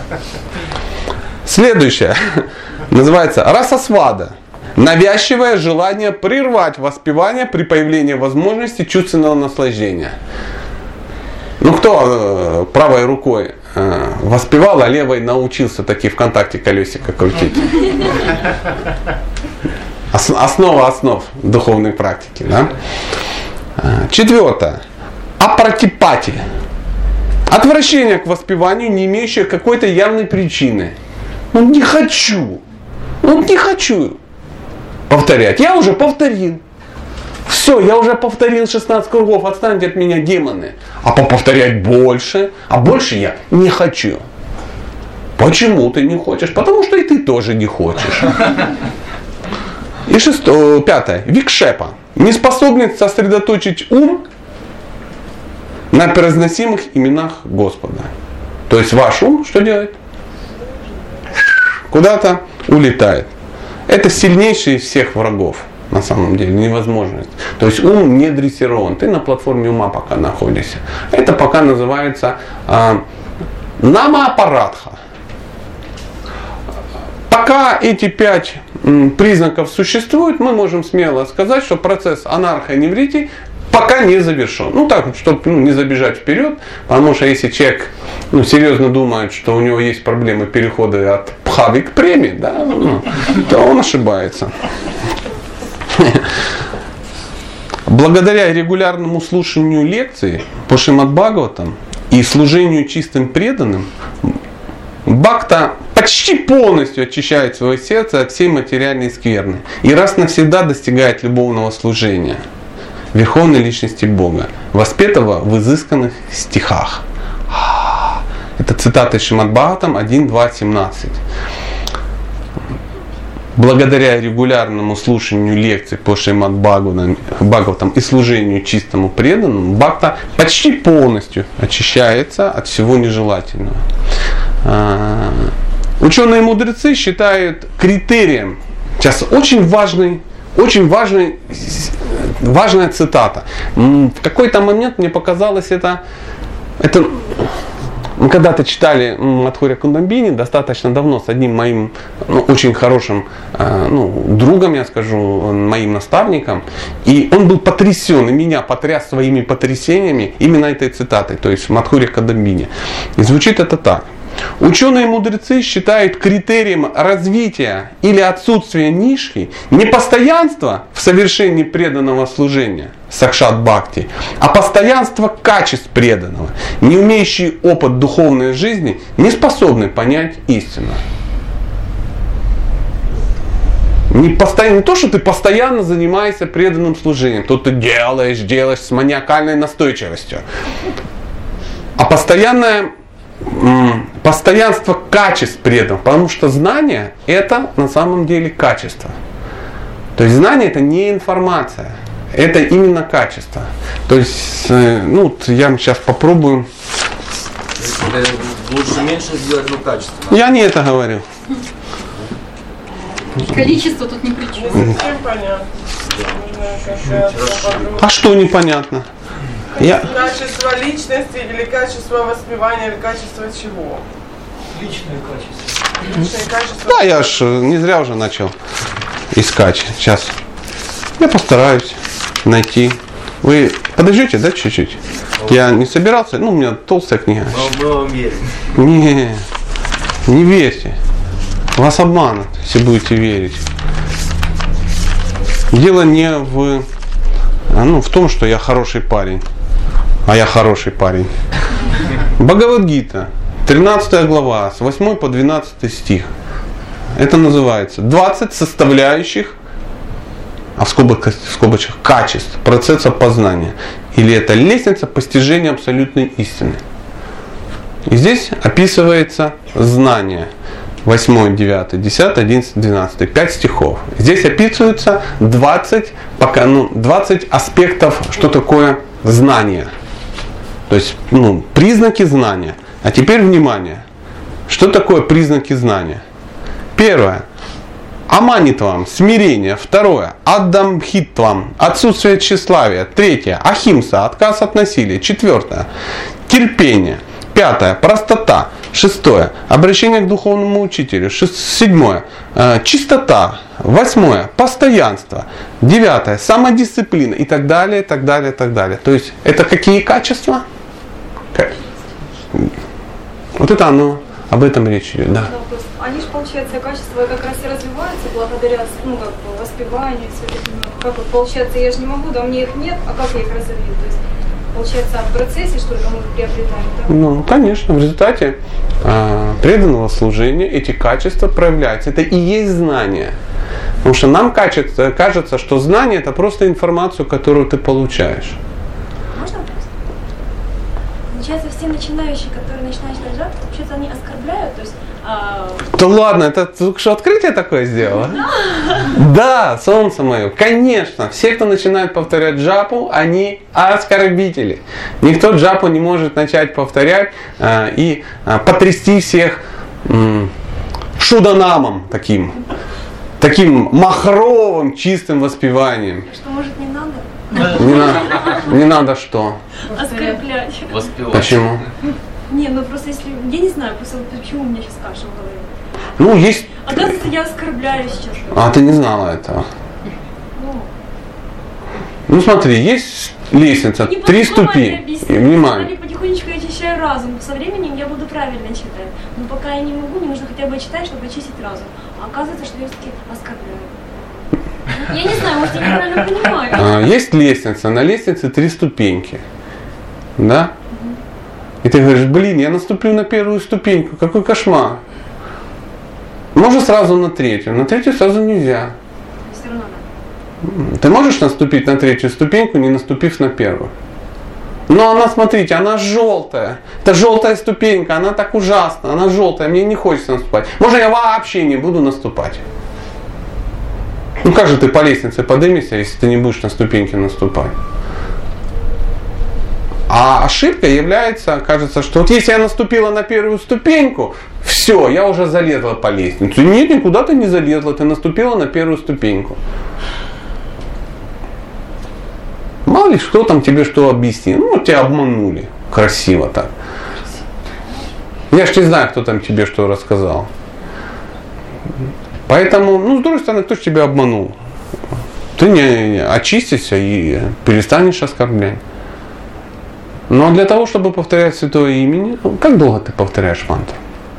Следующее называется расасвада. Навязчивое желание прервать воспевание при появлении возможности чувственного наслаждения. Ну кто правой рукой воспевал, а левой научился таки ВКонтакте колесико крутить? Основа основ духовной практики. Да? 4. Апратипати. Отвращение к воспеванию, не имеющее какой-то явной причины. Ну не хочу. Повторять. Я уже повторил. Все, я уже повторил 16 кругов, отстаньте от меня, демоны. А повторять больше, а больше я не хочу. Почему ты не хочешь? Потому что и ты тоже не хочешь. И 5. Викшепа. Неспособность сосредоточить ум на произносимых именах Господа. То есть ваш ум что делает? Куда-то улетает. Это сильнейший из всех врагов, на самом деле, невозможность. То есть ум не дрессирован, ты на платформе ума пока находишься. Это пока называется намапарадха. Пока эти 5 признаков существуют, мы можем смело сказать, что процесс анархоневритии пока не завершен. Ну так, чтобы не забежать вперед, потому что если человек серьезно думает, что у него есть проблемы перехода от пхави к преми, да, то он ошибается. Благодаря регулярному слушанию лекций по Шримад-Бхагаватам и служению чистым преданным, бхакта почти полностью очищает свое сердце от всей материальной скверны и раз навсегда достигает любовного служения Верховной Личности Бога, воспетого в изысканных стихах. Это цитата из Шримад-Бхагаватам 1.2.17. Благодаря регулярному слушанию лекций по Шримад-Бхагаватам и служению чистому преданному, бхакта почти полностью очищается от всего нежелательного. Ученые-мудрецы считают критерием, сейчас очень важная цитата. В какой-то момент мне показалось это мы когда-то читали Мадхурья Кудамбини достаточно давно с одним моим очень хорошим другом, я скажу, моим наставником. И он был потрясен, и меня потряс своими потрясениями именно этой цитатой, то есть Мадхурья Кудамбини. И звучит это так. Ученые-мудрецы считают критерием развития или отсутствия нишхи не постоянство в совершении преданного служения, сакшат бхакти, а постоянство качеств преданного, не имеющий опыт духовной жизни, не способны понять истину. Не то, что ты постоянно занимаешься преданным служением, то ты делаешь с маниакальной настойчивостью. А постоянство качеств преданных, потому что знание это на самом деле качество. То есть знание это не информация, это именно качество. То есть, я сейчас попробую. Лучше меньше сделать, но качественно. Я не это говорю. Количество тут ни при чем. А что непонятно? Качество личности или качество воспевания, или качество чего? Личное качество. Личные качества. Да, я ж не зря уже начал искать. Сейчас я постараюсь найти. Вы подождете, да, чуть-чуть? Я не собирался, у меня толстая книга. Мы вам верим. Не верьте. Вас обманут, если будете верить. Дело не в том, что я хороший парень, а я хороший парень. Бхагавад-гита, 13 глава, с 8 по 12 стих. Это называется 20 составляющих, в скобочках, качеств процесса познания. Или это лестница постижения абсолютной истины. И здесь описывается знание. 8, 9, 10, 11, 12, 5 стихов. Здесь описываются 20 аспектов, что такое знание. То есть признаки знания. А теперь внимание. Что такое признаки знания? Первое. Аманитвам, смирение. Второе. Аддамбхитвам, отсутствие тщеславия. Третье. Ахимса, отказ от насилия. Четвертое. Терпение. Пятое. Простота. Шестое. Обращение к духовному учителю. Седьмое. Чистота. Восьмое. Постоянство. Девятое. Самодисциплина. И так далее, и так далее, и так далее. То есть это какие качества? Вот это оно. Об этом речь идет, да. Они же, получается, качества как раз и развиваются благодаря воспеванию. Получается, я же не могу, да, мне их нет, а как я их разовью? То есть, получается, в процессе что-то мы приобретаем, да? Конечно, в результате преданного служения эти качества проявляются. Это и есть знание. Потому что нам кажется, что знание это просто информацию, которую ты получаешь. Можно вопрос? Получается, все начинающие, которые начинают читать жаб, вообще-то они оскорбляют, то есть... Да ладно, это только что открытие такое сделало? Да, солнце мое, конечно. Все, кто начинает повторять джапу, они оскорбители. Никто джапу не может начать повторять и потрясти всех шуданамом таким махровым, чистым воспеванием. Что, может, не надо? Не надо что? Оскорблять. Воспевать. Почему? Не, просто если... Я не знаю, просто почему у меня сейчас каша в голове. Есть... Оказывается, я оскорбляю сейчас. А ты не знала этого? Смотри, есть лестница, 3 ступени. Внимание. Потихонечку я очищаю разум. Со временем я буду правильно читать. Но пока я не могу, мне нужно хотя бы читать, чтобы очистить разум. А оказывается, что я все-таки оскорбляю. Я не знаю, может, я неправильно понимаю. Есть лестница, на лестнице 3 ступеньки. Да? И ты говоришь, я наступлю на 1 ступеньку, какой кошмар. Можно сразу на 3-ю, на 3-ю сразу нельзя. Все равно надо. Ты можешь наступить на 3-ю ступеньку, не наступив на 1-ю? Но она, смотрите, она желтая. Это желтая ступенька, она так ужасна, она желтая, мне не хочется наступать. Можно я вообще не буду наступать? Как же ты по лестнице поднимешься, если ты не будешь на ступеньки наступать? А ошибка является, кажется, что вот если я наступила на 1-ю ступеньку, все, я уже залезла по лестнице. Нет, никуда ты не залезла, ты наступила на 1-ю ступеньку. Мало ли, кто там тебе что объяснил. Тебя обманули. Красиво так. Я ж не знаю, кто там тебе что рассказал. Поэтому, с другой стороны, кто ж тебя обманул? Ты не очистишься и перестанешь оскорблять. Но для того, чтобы повторять святое имя, как долго ты повторяешь мантру?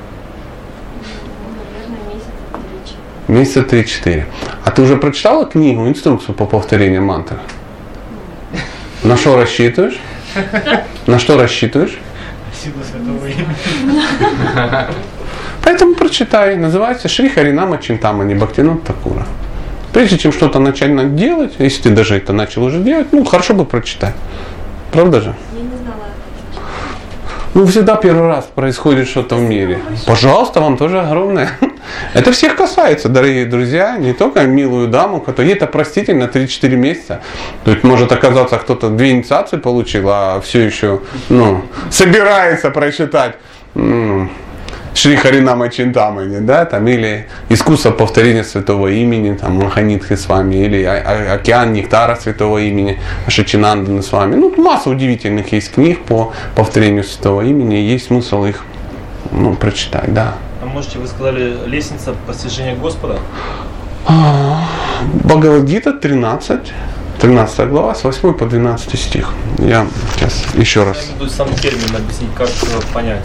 Наверное, Месяца 3-4. А ты уже прочитала книгу, инструкцию по повторению мантры? На что рассчитываешь? На что рассчитываешь? Сила святого имени. Поэтому прочитай. Называется Шри Харинама Чинтамани Бхактинат Такура. Прежде чем что-то начать делать, если ты даже это начал уже делать, хорошо бы прочитать. Правда же? Я не знала. Ну, всегда первый раз происходит что-то в мире. Пожалуйста, вам тоже огромное. Это всех касается, дорогие друзья, не только милую даму, которая ей это простительно 3-4 месяца. То есть может оказаться, кто-то 2 инициации получил, а все еще собирается прочитать Шри Харинама Чинтамани, да, там, или искусство повторения святого имени, там, Маханитхи с вами, или океан нектара святого имени, Шачинанданы с вами. Ну, масса удивительных есть книг по повторению святого имени, есть смысл их прочитать, да. А можете, вы сказали, лестница постижения Господа? Бхагавад-гита 13 глава, с 8 по 12 стих. Я сейчас еще раз. Я буду сам термин объяснить, как понять.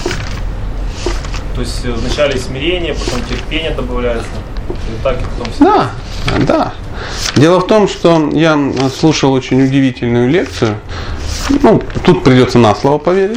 То есть вначале смирение, потом терпение добавляется. И так, и потом... Да. Дело в том, что я слушал очень удивительную лекцию. Тут придется на слово поверить.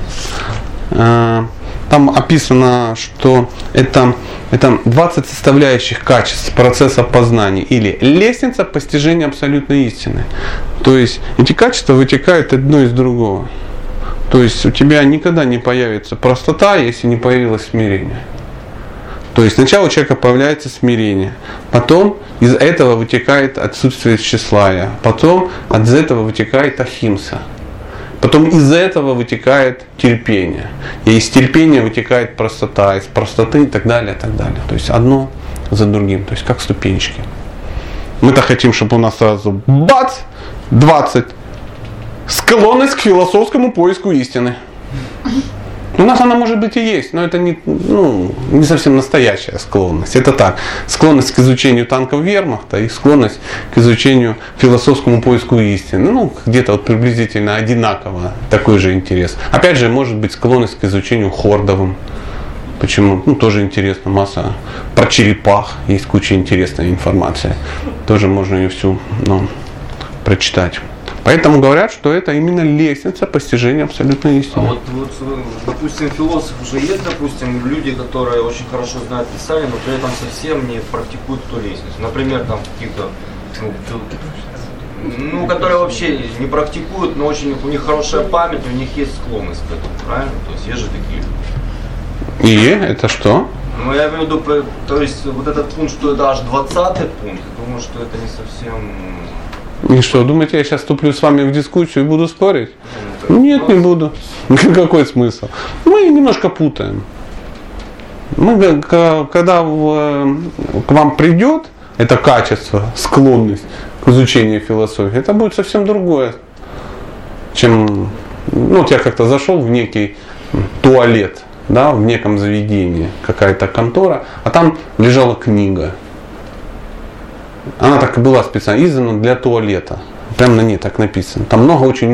Там описано, что это 20 составляющих качеств процесса познания или лестница постижения абсолютной истины. То есть эти качества вытекают одно из другого. То есть у тебя никогда не появится простота, если не появилось смирение. То есть сначала у человека появляется смирение, потом из этого вытекает отсутствие тщеславия, потом из этого вытекает ахимса, потом из этого вытекает терпение, и из терпения вытекает простота, из простоты и так далее, и так далее. То есть одно за другим, то есть как ступенечки. Мы-то хотим, чтобы у нас сразу бац, 20. Склонность к философскому поиску истины. У нас она может быть и есть, но это не совсем настоящая склонность. Это так. Склонность к изучению танков вермахта и склонность к изучению философскому поиску истины. Где-то приблизительно одинаково такой же интерес. Опять же, может быть склонность к изучению хордовым. Почему? Тоже интересно. Масса про черепах. Есть куча интересной информации. Тоже можно ее всю прочитать. Поэтому говорят, что это именно лестница постижения абсолютной истины. А вот, допустим, философ уже есть, допустим, люди, которые очень хорошо знают Писание, но при этом совсем не практикуют эту лестницу. Например, там какие-то, которые вообще не практикуют, но очень у них хорошая память, у них есть склонность к этому, правильно? То есть есть же такие люди. И это что? Я имею в виду, то есть вот этот пункт, что это аж 20-й пункт, я думаю, что это не совсем... И что, думаете, я сейчас вступлю с вами в дискуссию и буду спорить? Нет, не буду. Какой смысл? Мы немножко путаем. Когда к вам придет это качество, склонность к изучению философии, это будет совсем другое, чем... я как-то зашел в некий туалет, да, в неком заведении, какая-то контора, а там лежала книга. Она так и была специально издана для туалета. Прямо на ней так написано. Там много очень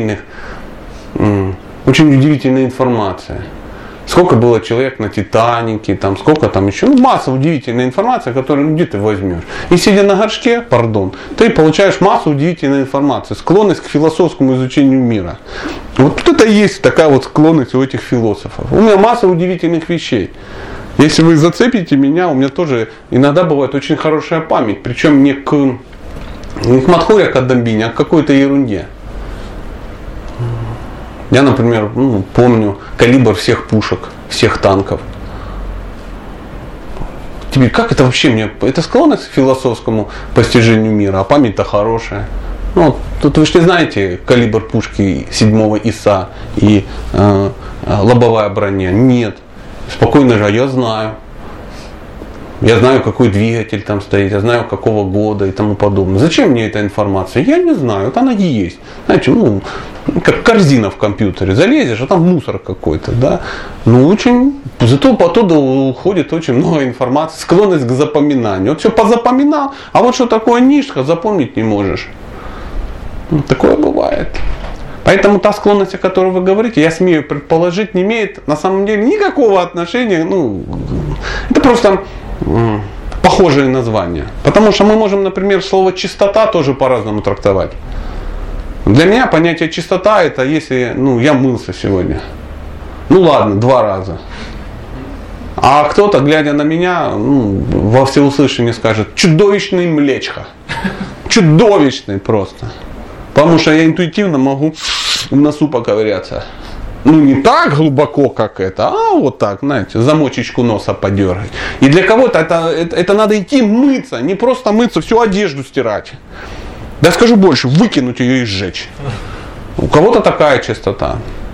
удивительной информации. Сколько было человек на Титанике, там сколько там еще. Масса удивительной информации, которую где ты возьмешь. И сидя на горшке, ты получаешь массу удивительной информации. Склонность к философскому изучению мира. Вот это и есть такая вот склонность у этих философов. У меня масса удивительных вещей. Если вы зацепите меня, у меня тоже иногда бывает очень хорошая память. Причем не к Мадхурья Кадамбине, а к какой-то ерунде. Я, например, помню калибр всех пушек, всех танков. Тебе как это вообще мне? Это склонность к философскому постижению мира, а память-то хорошая. Тут вы же не знаете калибр пушки 7-го ИСа и лобовая броня. Нет. Спокойно же, я знаю. Я знаю, какой двигатель там стоит, я знаю, какого года и тому подобное. Зачем мне эта информация? Я не знаю, вот она и есть. Знаете, как корзина в компьютере. Залезешь, а там мусор какой-то, да. Зато оттуда уходит очень много информации, склонность к запоминанию. Вот все позапоминал, а вот что такое нишка, запомнить не можешь. Такое бывает. Поэтому та склонность, о которой вы говорите, я смею предположить, не имеет на самом деле никакого отношения. Это просто похожие названия. Потому что мы можем, например, слово чистота тоже по-разному трактовать. Для меня понятие чистота это если я мылся сегодня. Ладно, 2 раза. А кто-то, глядя на меня, во всеуслышание скажет: чудовищный млечха. Чудовищный просто. Потому что я интуитивно могу в носу поковыряться. Ну, не так глубоко, как это, а вот так, знаете, замочечку носа подергать. И для кого-то это надо идти мыться, не просто мыться, всю одежду стирать. Да скажу больше, выкинуть ее и сжечь. У кого-то такая чистота.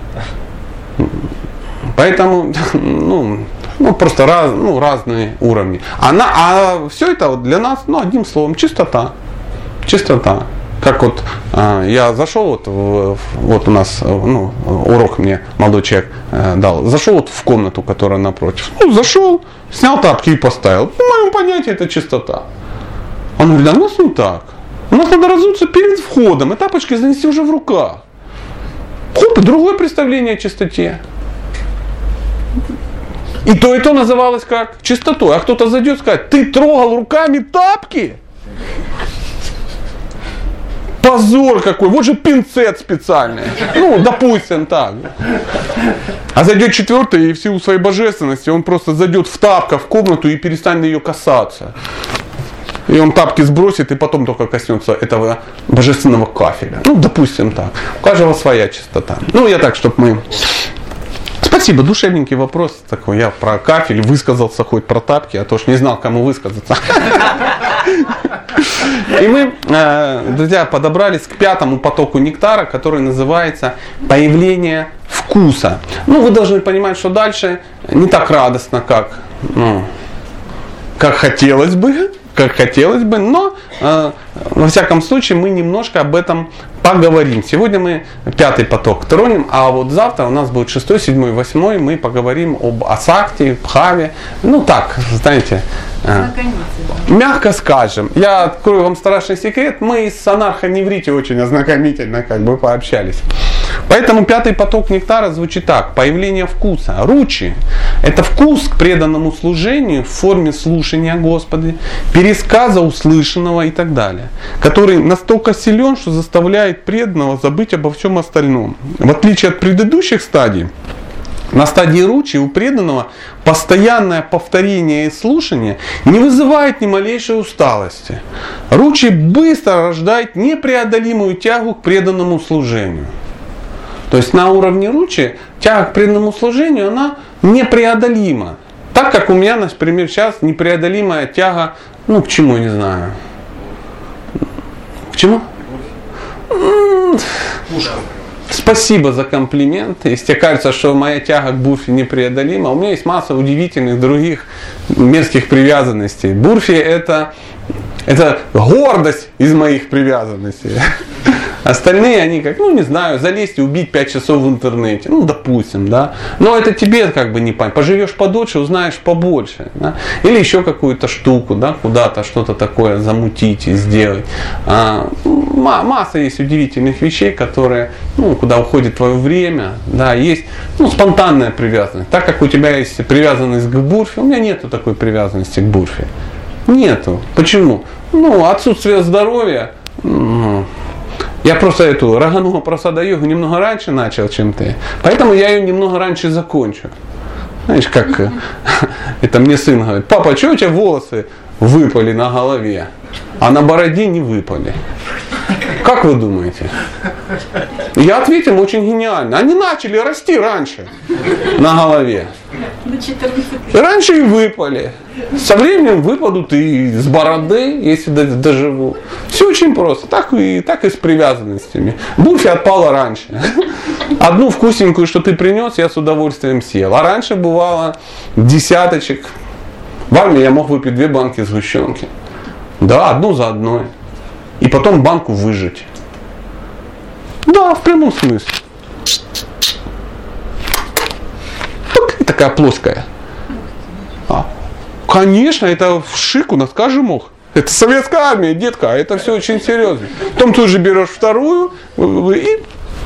Поэтому, просто разные уровни. А все это вот для нас, одним словом, чистота. Чистота. Как вот я зашел, вот у нас урок мне молодой человек дал, зашел вот в комнату, которая напротив. Зашел, снял тапки и поставил. По моему понятию это чистота. Он говорит, у нас не так. У нас надо разуться перед входом, и тапочки занести уже в руках. Хоп, и другое представление о чистоте. И то называлось как? Чистотой. А кто-то зайдет и скажет, ты трогал руками тапки? Позор какой, вот же пинцет специальный. Допустим так. А зайдет четвертый, и в силу своей божественности он просто зайдет в тапках в комнату и перестанет ее касаться. И он тапки сбросит, и потом только коснется этого божественного кафеля. Допустим так. У каждого своя чистота. Я так, чтобы мы... Спасибо, душевненький вопрос такой. Я про кафель высказался, хоть про тапки, а то ж не знал, кому высказаться. И мы, друзья, подобрались к 5-му потоку нектара, который называется «Появление вкуса». Вы должны понимать, что дальше не так радостно, как хотелось бы, но во всяком случае мы немножко об этом поговорим. Сегодня мы 5-й поток тронем, а вот завтра у нас будет 6-й, 7-й, 8-й, мы поговорим об Асакти, Бхаве. Так, знаете, мягко скажем. Я открою вам страшный секрет, мы с Анархо-Неврити очень ознакомительно пообщались. Поэтому 5-й поток нектара звучит так. Появление вкуса. Ручи – это вкус к преданному служению в форме слушания Господа, пересказа услышанного и так далее, который настолько силен, что заставляет преданного забыть обо всем остальном. В отличие от предыдущих стадий, на стадии ручи у преданного постоянное повторение и слушание не вызывает ни малейшей усталости. Ручи быстро рождает непреодолимую тягу к преданному служению. То есть на уровне ручи тяга к преданному служению, она непреодолима. Так как у меня, например, сейчас непреодолимая тяга, к чему, я не знаю. К чему? Спасибо за комплимент. Если тебе кажется, что моя тяга к бурфе непреодолима, у меня есть масса удивительных других мерзких привязанностей. Бурфи это гордость из моих привязанностей. Остальные, они не знаю, залезть и убить 5 часов в интернете. Допустим, да. Но это тебе не понять. Поживешь подольше, узнаешь побольше. Да? Или еще какую-то штуку, да, куда-то что-то такое замутить и сделать. Масса есть удивительных вещей, которые, куда уходит твое время. Да, есть спонтанная привязанность. Так как у тебя есть привязанность к бурфе, у меня нету такой привязанности к бурфе. Нету. Почему? Отсутствие здоровья. Я просто эту Рагануга Прасада-йогу немного раньше начал, чем ты. Поэтому я ее немного раньше закончу. Знаешь, как это мне сын говорит, папа, что у тебя волосы выпали на голове, а на бороде не выпали? Как вы думаете? Я ответил очень гениально. Они начали расти раньше на голове. Раньше и выпали. Со временем выпадут и с бороды, если доживу. Все очень просто. Так и с привязанностями. Бурфи отпала раньше. Одну вкусненькую, что ты принес, я с удовольствием съел. А раньше бывало десяточек. В армии я мог выпить 2 банки сгущенки. Да, одну за одной. И потом банку выжать. Да, в прямом смысле. И такая плоская. Конечно, это в шик у нас каждый мог. Это советская армия, детка, это все очень серьезно. Потом тут же берешь вторую и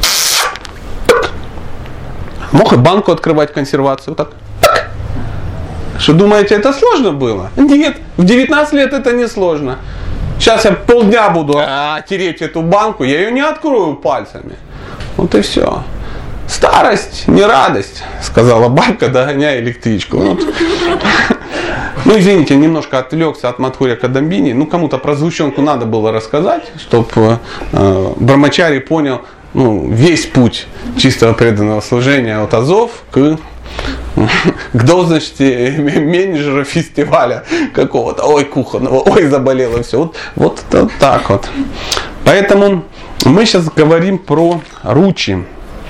мог и банку открывать, консервацию. Так. Что думаете, это сложно было? Нет, в 19 лет это не сложно. Сейчас я полдня буду тереть эту банку, я ее не открою пальцами. Вот и все. Старость не радость, сказала бабка, догоняя электричку. Извините, немножко отвлекся от Мадхурья Кадамбини. Кому-то про сгущенку надо было рассказать, чтобы Брамачари понял весь путь чистого преданного служения от азов к должности менеджера фестиваля какого-то. Ой, кухонного, ой, заболело все. Вот так вот. Поэтому мы сейчас говорим про ручи.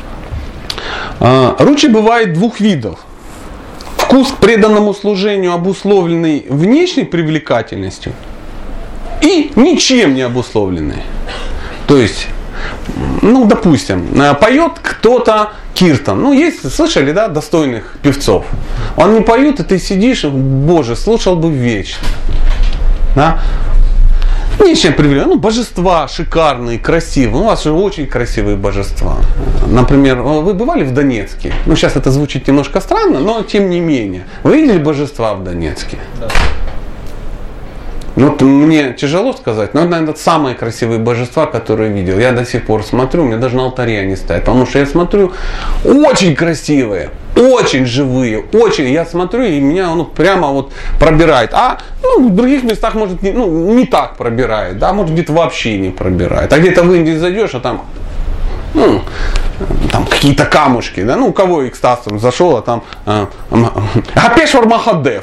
Ручи бывает двух видов. Вкус к преданному служению, обусловленный внешней привлекательностью, и ничем не обусловленный. То есть, допустим, поет кто-то киртан. Есть, слышали, да, достойных певцов. Он не поет, и ты сидишь, боже, слушал бы вечно. Да? Ничем привлекательно. Божества шикарные, красивые. У вас же очень красивые божества. Например, вы бывали в Донецке? Сейчас это звучит немножко странно, но тем не менее. Вы видели божества в Донецке? Да. Мне тяжело сказать, но это, наверное, самые красивые божества, которые я видел. Я до сих пор смотрю, у меня даже на алтаре они стоят. Потому что я смотрю, очень красивые, очень живые, очень. Я смотрю, и меня прямо пробирает. А в других местах, может, не так пробирает, да, может, где-то вообще не пробирает. А где-то в Индии зайдешь, а там какие-то камушки, да, у кого экстаз там зашел, а там Гапешвар Махадев.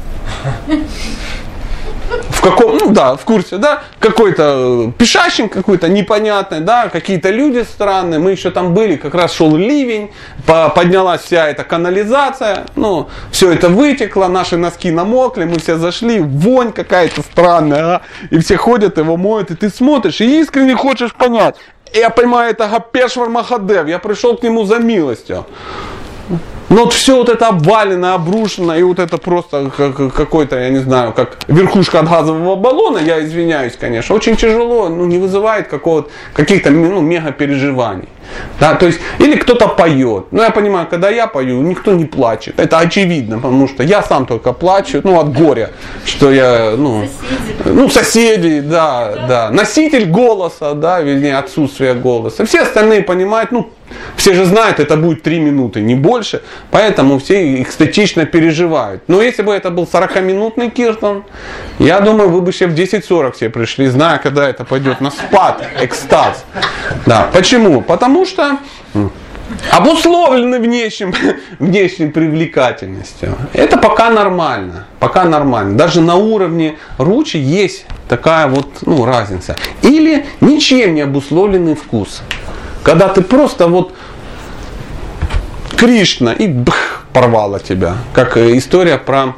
В каком, в курсе, да, какой-то пешащин какой-то непонятный, да, какие-то люди странные, мы еще там были, как раз шел ливень, поднялась вся эта канализация, все это вытекло, наши носки намокли, мы все зашли, вонь какая-то странная, и все ходят, его моют, и ты смотришь, и искренне хочешь понять, я понимаю, это Гапешвар Махадев, я пришел к нему за милостью. Все это обвалено, обрушено, и это просто какой-то, я не знаю, как верхушка от газового баллона, я извиняюсь, конечно, очень тяжело, не вызывает каких-то мега переживаний. Да, то есть, или кто-то поет. Я понимаю, когда я пою, никто не плачет. Это очевидно, потому что я сам только плачу, от горя, что я, соседи, да, носитель голоса, да, вернее, отсутствие голоса. Все остальные понимают, все же знают, это будет 3 минуты, не больше, поэтому все экстатично переживают. Но если бы это был 40-минутный киртан, я думаю, вы бы еще в 10:40 все пришли, зная, когда это пойдет на спад, экстаз. Да. Почему? Потому что обусловлены внешней привлекательностью. Это пока нормально. Даже на уровне ручи есть такая разница. Или ничем не обусловленный вкус. Когда ты просто Кришна и порвала тебя. Как история про...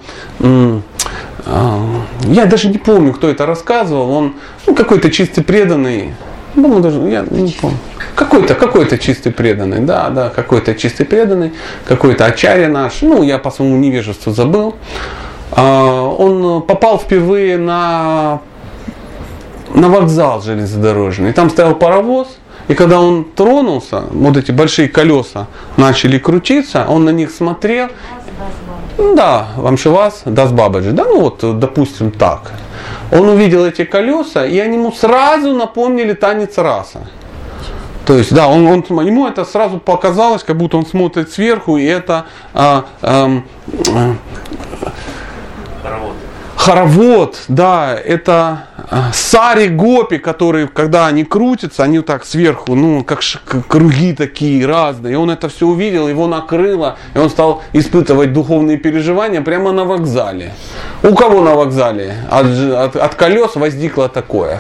я даже не помню, кто это рассказывал. Он какой-то чистый преданный. Я не помню. Какой-то чистый преданный. Да, какой-то чистый преданный. Какой-то ачарья наш. Я по своему невежеству забыл. Он попал впервые на вокзал железнодорожный. И там стоял паровоз. И когда он тронулся, эти большие колеса начали крутиться, он на них смотрел. Да, Вамшивас, Дасбабаджи, допустим так. Он увидел эти колеса, и они ему сразу напомнили танец раса. То есть, да, ему это сразу показалось, как будто он смотрит сверху, и это хоровод, да, это сари гопи, которые, когда они крутятся, они так сверху, как круги такие разные. И он это все увидел, его накрыло, и он стал испытывать духовные переживания прямо на вокзале. У кого на вокзале? От колес возникло такое.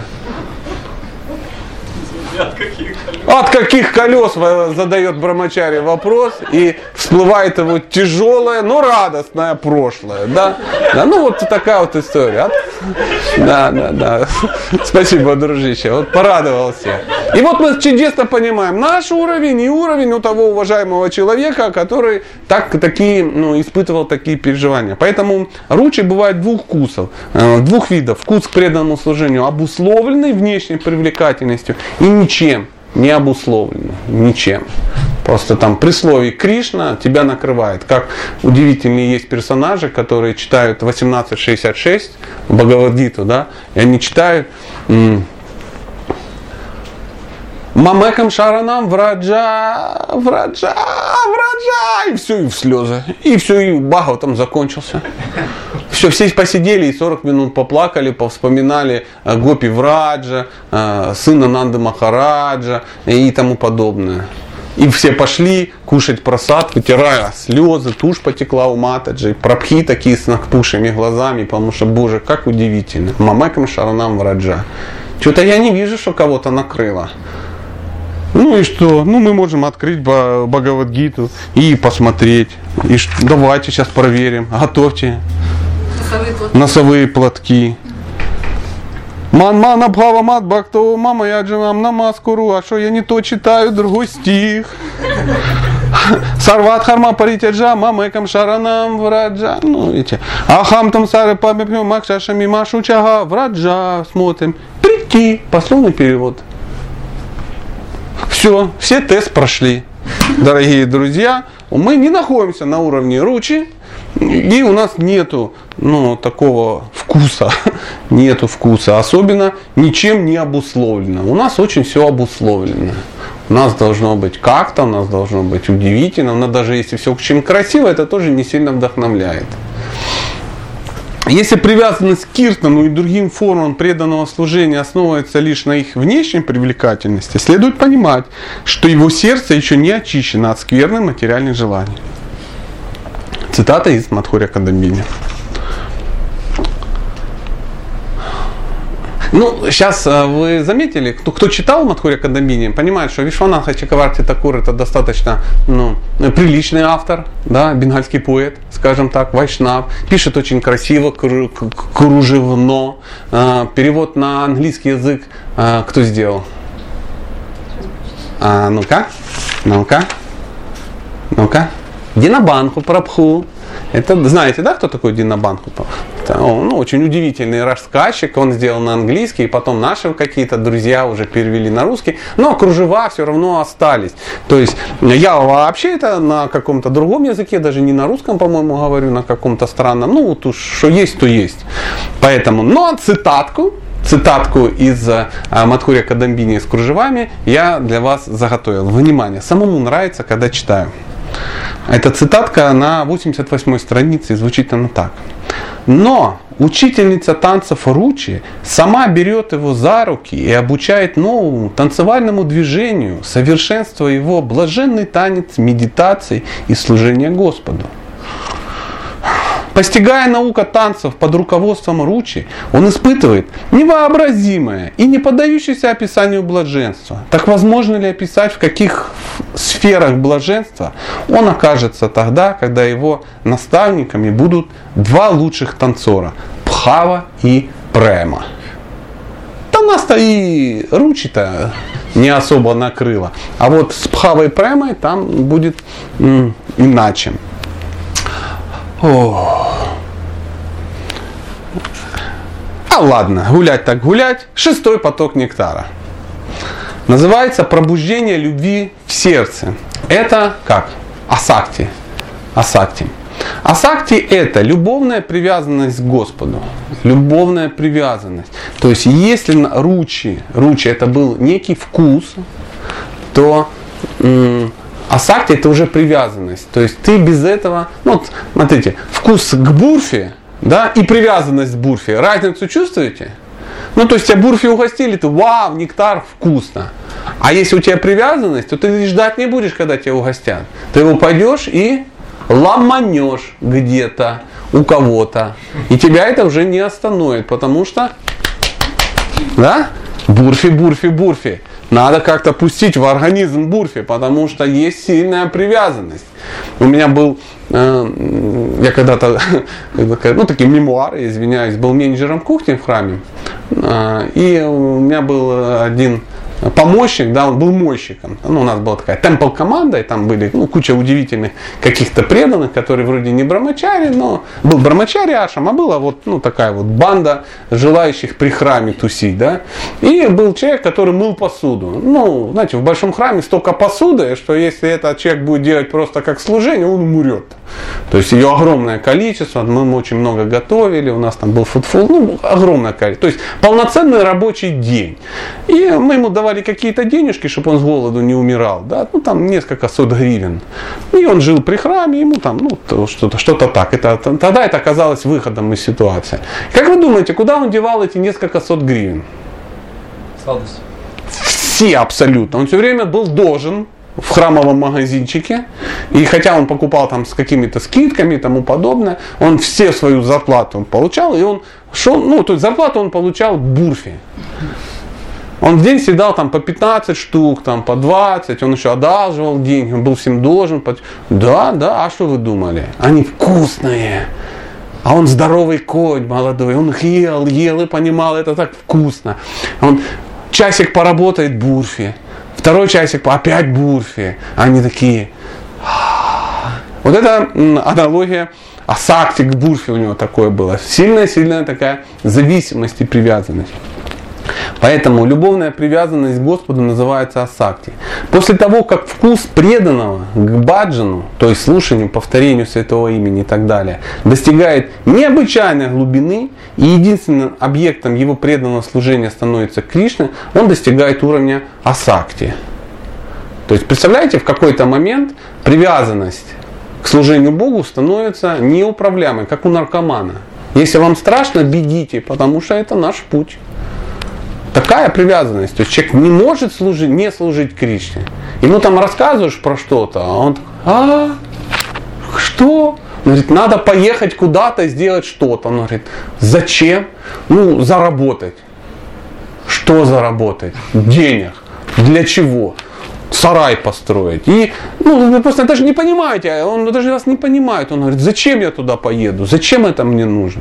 От каких колес задает Брамачари вопрос, и всплывает его тяжелое, но радостное прошлое. Да? Такая история. Да. Спасибо, дружище. Порадовался. И мы чудесно понимаем, наш уровень и уровень у того уважаемого человека, который испытывал такие переживания. Поэтому ручи бывают двух вкусов, двух видов. Вкус к преданному служению обусловленный внешней привлекательностью и ничем не обусловлено, ничем. Просто при слове Кришна тебя накрывает. Как удивительные есть персонажи, которые читают 1866 Бхагавад-гиту, да, и они читают Мамекам Шаранам враджа, и все, и в слезы. И все, и Бхагаватам закончился. все посидели и 40 минут поплакали, повспоминали Гопи Враджа, сына Нанды Махараджа и тому подобное. И все пошли кушать просад, вытирая слезы, тушь потекла у Матаджи, прабхи такие с напухшими глазами, потому что, боже, как удивительно. Мамекам Шаранам Враджа. Что-то я не вижу, что кого-то накрыло. Ну и что? Ну мы можем открыть Бхагавад-гиту и посмотреть. И давайте сейчас проверим. Готовьте носовые платки. Ман Бхава Мат Бхакто Мама Яджанам Намаскуру. А что я не то читаю, другой стих. Сарват Харма Паритяджа Мамекам Шаранам Враджа. Ну видите. Ахам там сары памятью Макшашами Машучага Враджа. Смотрим. Прийти. Пословный перевод. Все тест прошли, дорогие друзья. Мы не находимся на уровне ручи, и у нас нету такого вкуса, особенно ничем не обусловлено. У нас очень все обусловлено. У нас должно быть как-то, у нас должно быть удивительно, но даже если все очень красиво, это тоже не сильно вдохновляет. Если привязанность к киртану и другим формам преданного служения основывается лишь на их внешней привлекательности, следует понимать, что его сердце еще не очищено от скверных материальных желаний. Цитата из Мадхурья Кадамбини. Сейчас вы заметили, кто читал Мадхурья Кадамбини, понимает, что Вишванатха Чакраварти Такур это достаточно приличный автор, да, бенгальский поэт, скажем так, вайшнав, пишет очень красиво, кружевно. Перевод на английский язык кто сделал? Ну-ка. Динабанху Прабху. Это знаете, да, кто такой Динабанху? Очень удивительный рассказчик, он сделал на английский, и потом наши какие-то друзья уже перевели на русский, но кружева все равно остались. То есть я вообще это на каком-то другом языке, даже не на русском, по-моему, говорю, на каком-то странном, вот уж что есть, то есть. Поэтому, цитатку из Мадхурья Кадамбини с кружевами я для вас заготовил. Внимание, самому нравится, когда читаю. Эта цитатка на 88-й странице, звучит она так. Но учительница танцев Ручи сама берет его за руки и обучает новому танцевальному движению, совершенствуя его блаженный танец медитации и служения Господу. Постигая наука танцев под руководством Ручи, он испытывает невообразимое и не поддающееся описанию блаженства. Так возможно ли описать, в каких сферах блаженства он окажется тогда, когда его наставниками будут два лучших танцора – Бхава и Према? Да нас-то и Ручи-то не особо накрыло. А вот с Бхавой и Премой там будет иначе. Ладно, гулять так гулять. 6-й поток нектара. Называется пробуждение любви в сердце. Это как? Асакти. Асакти это любовная привязанность к Господу. Любовная привязанность. То есть если Ручи это был некий вкус, то асакти это уже привязанность. То есть ты без этого, смотрите, вкус к бурфе, да, и привязанность к бурфе. Разницу чувствуете? То есть тебя бурфи угостили, ты вау, нектар, вкусно. А если у тебя привязанность, то ты ждать не будешь, когда тебя угостят. Ты его пойдешь и ломанешь где-то у кого-то. И тебя это уже не остановит, потому что, да, бурфи. Надо как-то пустить в организм бурфи, потому что есть сильная привязанность. У меня был, я когда-то, такие мемуары, извиняюсь, был менеджером кухни в храме. И у меня был один помощник, да, он был мойщиком. У нас была такая темпл-команда, и там были куча удивительных каких-то преданных, которые вроде не брамачари, но был брамачари ашрам, а была такая банда желающих при храме тусить, да. И был человек, который мыл посуду. Знаете, в большом храме столько посуды, что если этот человек будет делать просто как служение, он умрет. То есть ее огромное количество, мы очень много готовили, у нас там был фудфул, огромное количество. То есть полноценный рабочий день. И мы ему давали давали какие-то денежки, чтобы он с голоду не умирал, да, ну там несколько сот гривен. И он жил при храме, ему там, ну, что-то так. Тогда это оказалось выходом из ситуации. Как вы думаете, куда он девал эти несколько сот гривен? Сладость. Все абсолютно. Он все время был должен в храмовом магазинчике. И хотя он покупал там с какими-то скидками и тому подобное, он все свою зарплату получал. И он шел, ну, то есть зарплату он получал в бурфе. Он в день съедал там по 15 штук, там по 20, он еще одалживал деньги, он был всем должен. Да, а что вы думали? Они вкусные. А он здоровый конь молодой, он их ел и понимал, это так вкусно. Он часик поработает в бурфе, второй часик опять в бурфе. Они такие. Вот это аналогия асакти к бурфе у него такое было. Сильная такая зависимость и привязанность. Поэтому любовная привязанность к Господу называется асакти. После того, как вкус преданного к баджану, то есть слушанию, повторению святого имени и так далее, достигает необычайной глубины, и единственным объектом его преданного служения становится Кришна, он достигает уровня асакти. То есть, представляете, в какой-то момент привязанность к служению Богу становится неуправляемой, как у наркомана. Если вам страшно, бегите, потому что это наш путь. Такая привязанность. То есть человек не может не служить Кришне. Ему там рассказываешь про что-то, а он что? Он говорит, надо поехать куда-то, сделать что-то. Он говорит, зачем? Ну, заработать. Что заработать? Денег. Для чего? Сарай построить. И, ну, вы просто даже не понимаете, он даже вас не понимает. Он говорит, зачем я туда поеду? Зачем это мне нужно?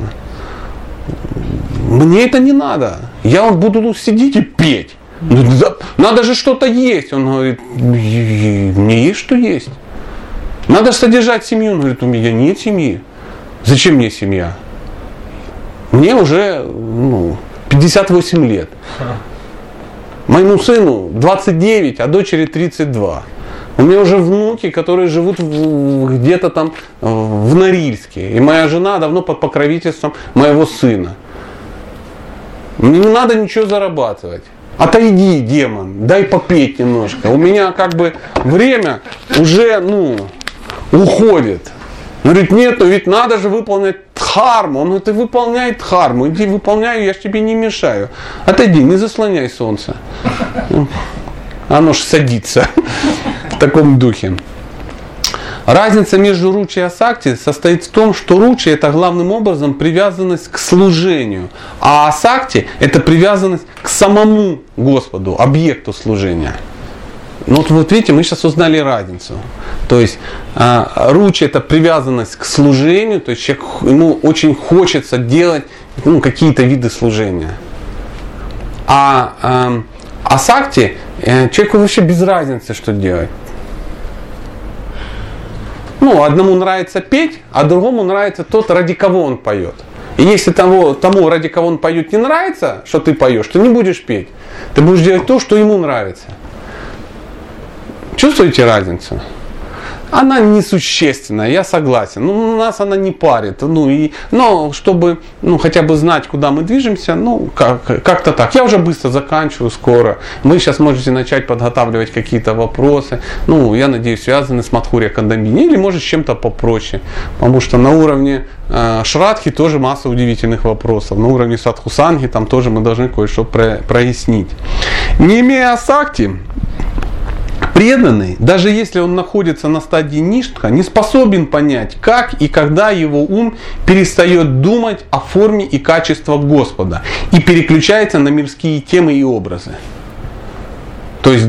Мне это не надо. Я вот буду сидеть и петь. Надо же что-то есть. Он говорит, мне есть что есть. Надо содержать семью. Он говорит, у меня нет семьи. Зачем мне семья? Мне уже 58 лет. Моему сыну 29, а дочери 32. У меня уже внуки, которые живут где-то там в Норильске. И моя жена давно под покровительством моего сына. Мне не надо ничего зарабатывать. Отойди, демон, дай попеть немножко. У меня как бы время уже уходит. Он говорит, нет, ведь надо же выполнять дхарму. Он говорит, выполняй дхарму. Иди выполняй, я ж тебе не мешаю. Отойди, не заслоняй солнце. Оно ж садится в таком духе. Разница между ручи и асакти состоит в том, что ручи это главным образом привязанность к служению, а асакти это привязанность к самому Господу, объекту служения. Ну вот видите, мы сейчас узнали разницу. То есть ручи это привязанность к служению, то есть ему очень хочется делать какие-то виды служения. А асакти человеку вообще без разницы, что делать. Одному нравится петь, а другому нравится тот, ради кого он поет. И если тому, ради кого он поет, не нравится, что ты поешь, ты не будешь петь. Ты будешь делать то, что ему нравится. Чувствуете разницу? Она несущественная, я согласен. Нас она не парит. Но чтобы хотя бы знать, куда мы движемся, как-то так. Я уже быстро заканчиваю, скоро. Вы сейчас можете начать подготавливать какие-то вопросы. Я надеюсь, связанные с Мадхурья Кандамини или может с чем-то попроще. Потому что на уровне Шрадхи тоже масса удивительных вопросов. На уровне Садхусанги там тоже мы должны кое-что прояснить. Не имея асакти, преданный, даже если он находится на стадии ништха, не способен понять, как и когда его ум перестает думать о форме и качестве Господа и переключается на мирские темы и образы. То есть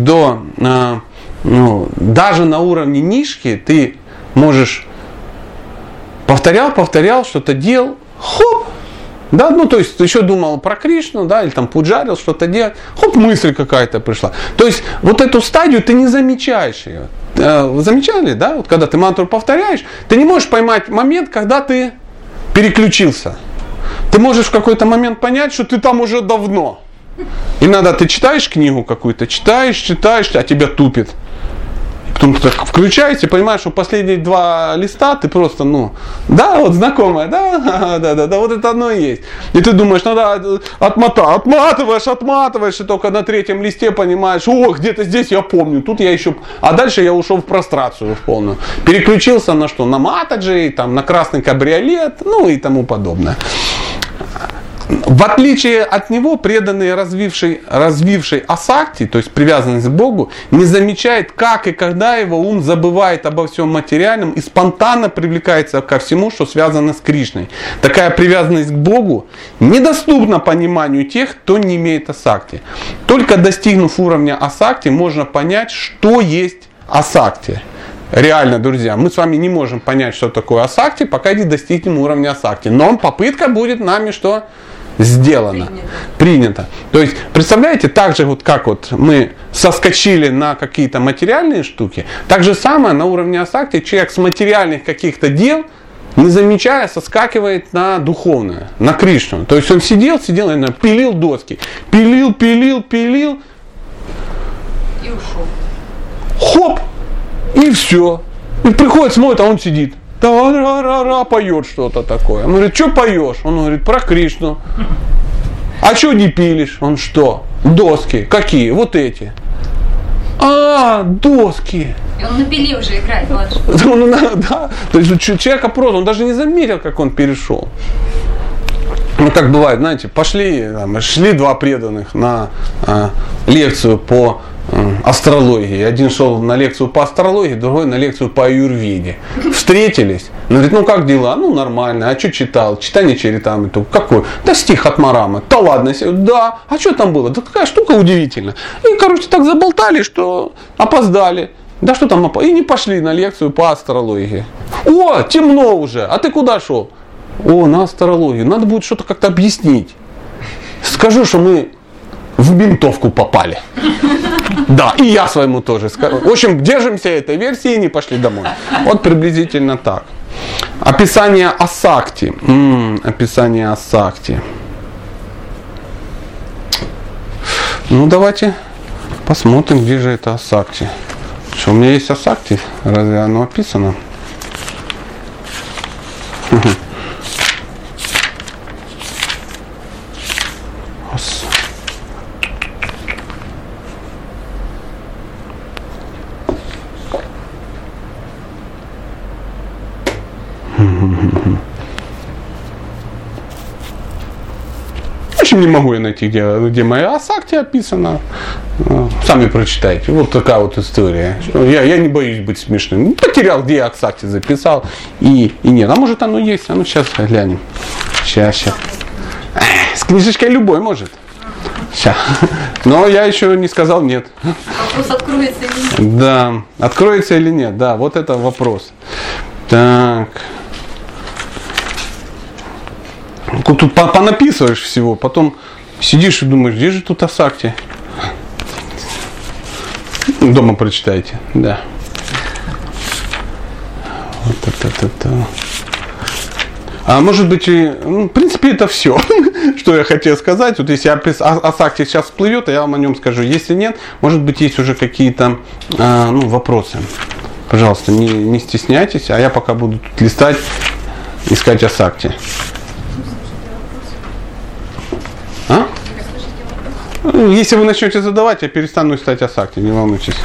даже на уровне нишки ты можешь повторял, что-то делал, хоп, да, то есть еще думал про Кришну, да, или там пуджарил, что-то делать, хоп, мысль какая-то пришла. То есть вот эту стадию ты не замечаешь ее. Вы замечали, да? Вот когда ты мантру повторяешь, ты не можешь поймать момент, когда ты переключился. Ты можешь в какой-то момент понять, что ты там уже давно. И ты читаешь книгу какую-то, читаешь, а тебя тупит. Потом так включаете, понимаешь, что последние 2 листа ты просто, да, вот знакомое, да, вот это оно и есть. И ты думаешь, надо отматываешь, и только на 3-м листе понимаешь, где-то здесь я помню, тут я еще, а дальше я ушел в прострацию в полную. Переключился на что? На Матаджи, там, на красный кабриолет, и тому подобное. В отличие от него, преданный развивший асакти, то есть привязанность к Богу, не замечает, как и когда его ум забывает обо всем материальном и спонтанно привлекается ко всему, что связано с Кришной. Такая привязанность к Богу недоступна пониманию тех, кто не имеет асакти. Только достигнув уровня асакти, можно понять, что есть асакти. Реально, друзья, мы с вами не можем понять, что такое асакти, пока не достигнем уровня асакти. Но попытка будет нами что? Сделано. Принято. То есть, представляете, так же, как мы соскочили на какие-то материальные штуки, так же самое на уровне асакти человек с материальных каких-то дел, не замечая, соскакивает на духовное, на Кришну. То есть он сидел, наверное, пилил доски. Пилил. И ушел. Хоп! И все. И приходит, смотрит, а он сидит. Поет что-то такое. Он говорит, что поешь? Он говорит, про Кришну. А что не пилишь? Он что? Доски. Какие? Вот эти. Доски. И он на пиле уже играет, младший. Да. То есть человека просто, он даже не заметил, как он перешел. Как бывает, знаете, шли 2 преданных на лекцию по астрологии. Один шел на лекцию по астрологии, другой на лекцию по аюрведе. Встретились. Он говорит, как дела? Нормально. А что читал? Читание Чаритамриту. Какой? Да стих от Марамы. Да ладно. Да. А что там было? Да какая штука удивительная. И, так заболтали, что опоздали. Да что там? И не пошли на лекцию по астрологии. Темно уже. А ты куда шел? На астрологию. Надо будет что-то как-то объяснить. Скажу, что мы в ментовку попали. Да, и я своему тоже скажу. В общем, держимся этой версии и не пошли домой. Вот приблизительно так. Описание асакти. Описание асакти. Давайте посмотрим, где же это асакти. Что, у меня есть асакти? Разве оно описано? Не могу я найти, где моя асакти описана. Сами прочитайте. Вот такая вот история. Я не боюсь быть смешным. Потерял, где я асакти записал. И нет. А может оно есть? Сейчас глянем. Сейчас. С книжечкой любой может. Сейчас. Но я еще не сказал нет. Вопрос, откроется или нет. Да. Откроется или нет. Да, вот это вопрос. Так. Тут понаписываешь всего, потом сидишь и думаешь, где же тут асакти? Дома прочитайте, да. Вот это. А может быть, в принципе, это все, что я хотел сказать. Вот если асакти сейчас всплывет, я вам о нем скажу. Если нет, может быть, есть уже какие-то вопросы. Пожалуйста, не стесняйтесь, а я пока буду тут листать, искать асакти. Если вы начнете задавать, я перестану читать асакти, не волнуйтесь.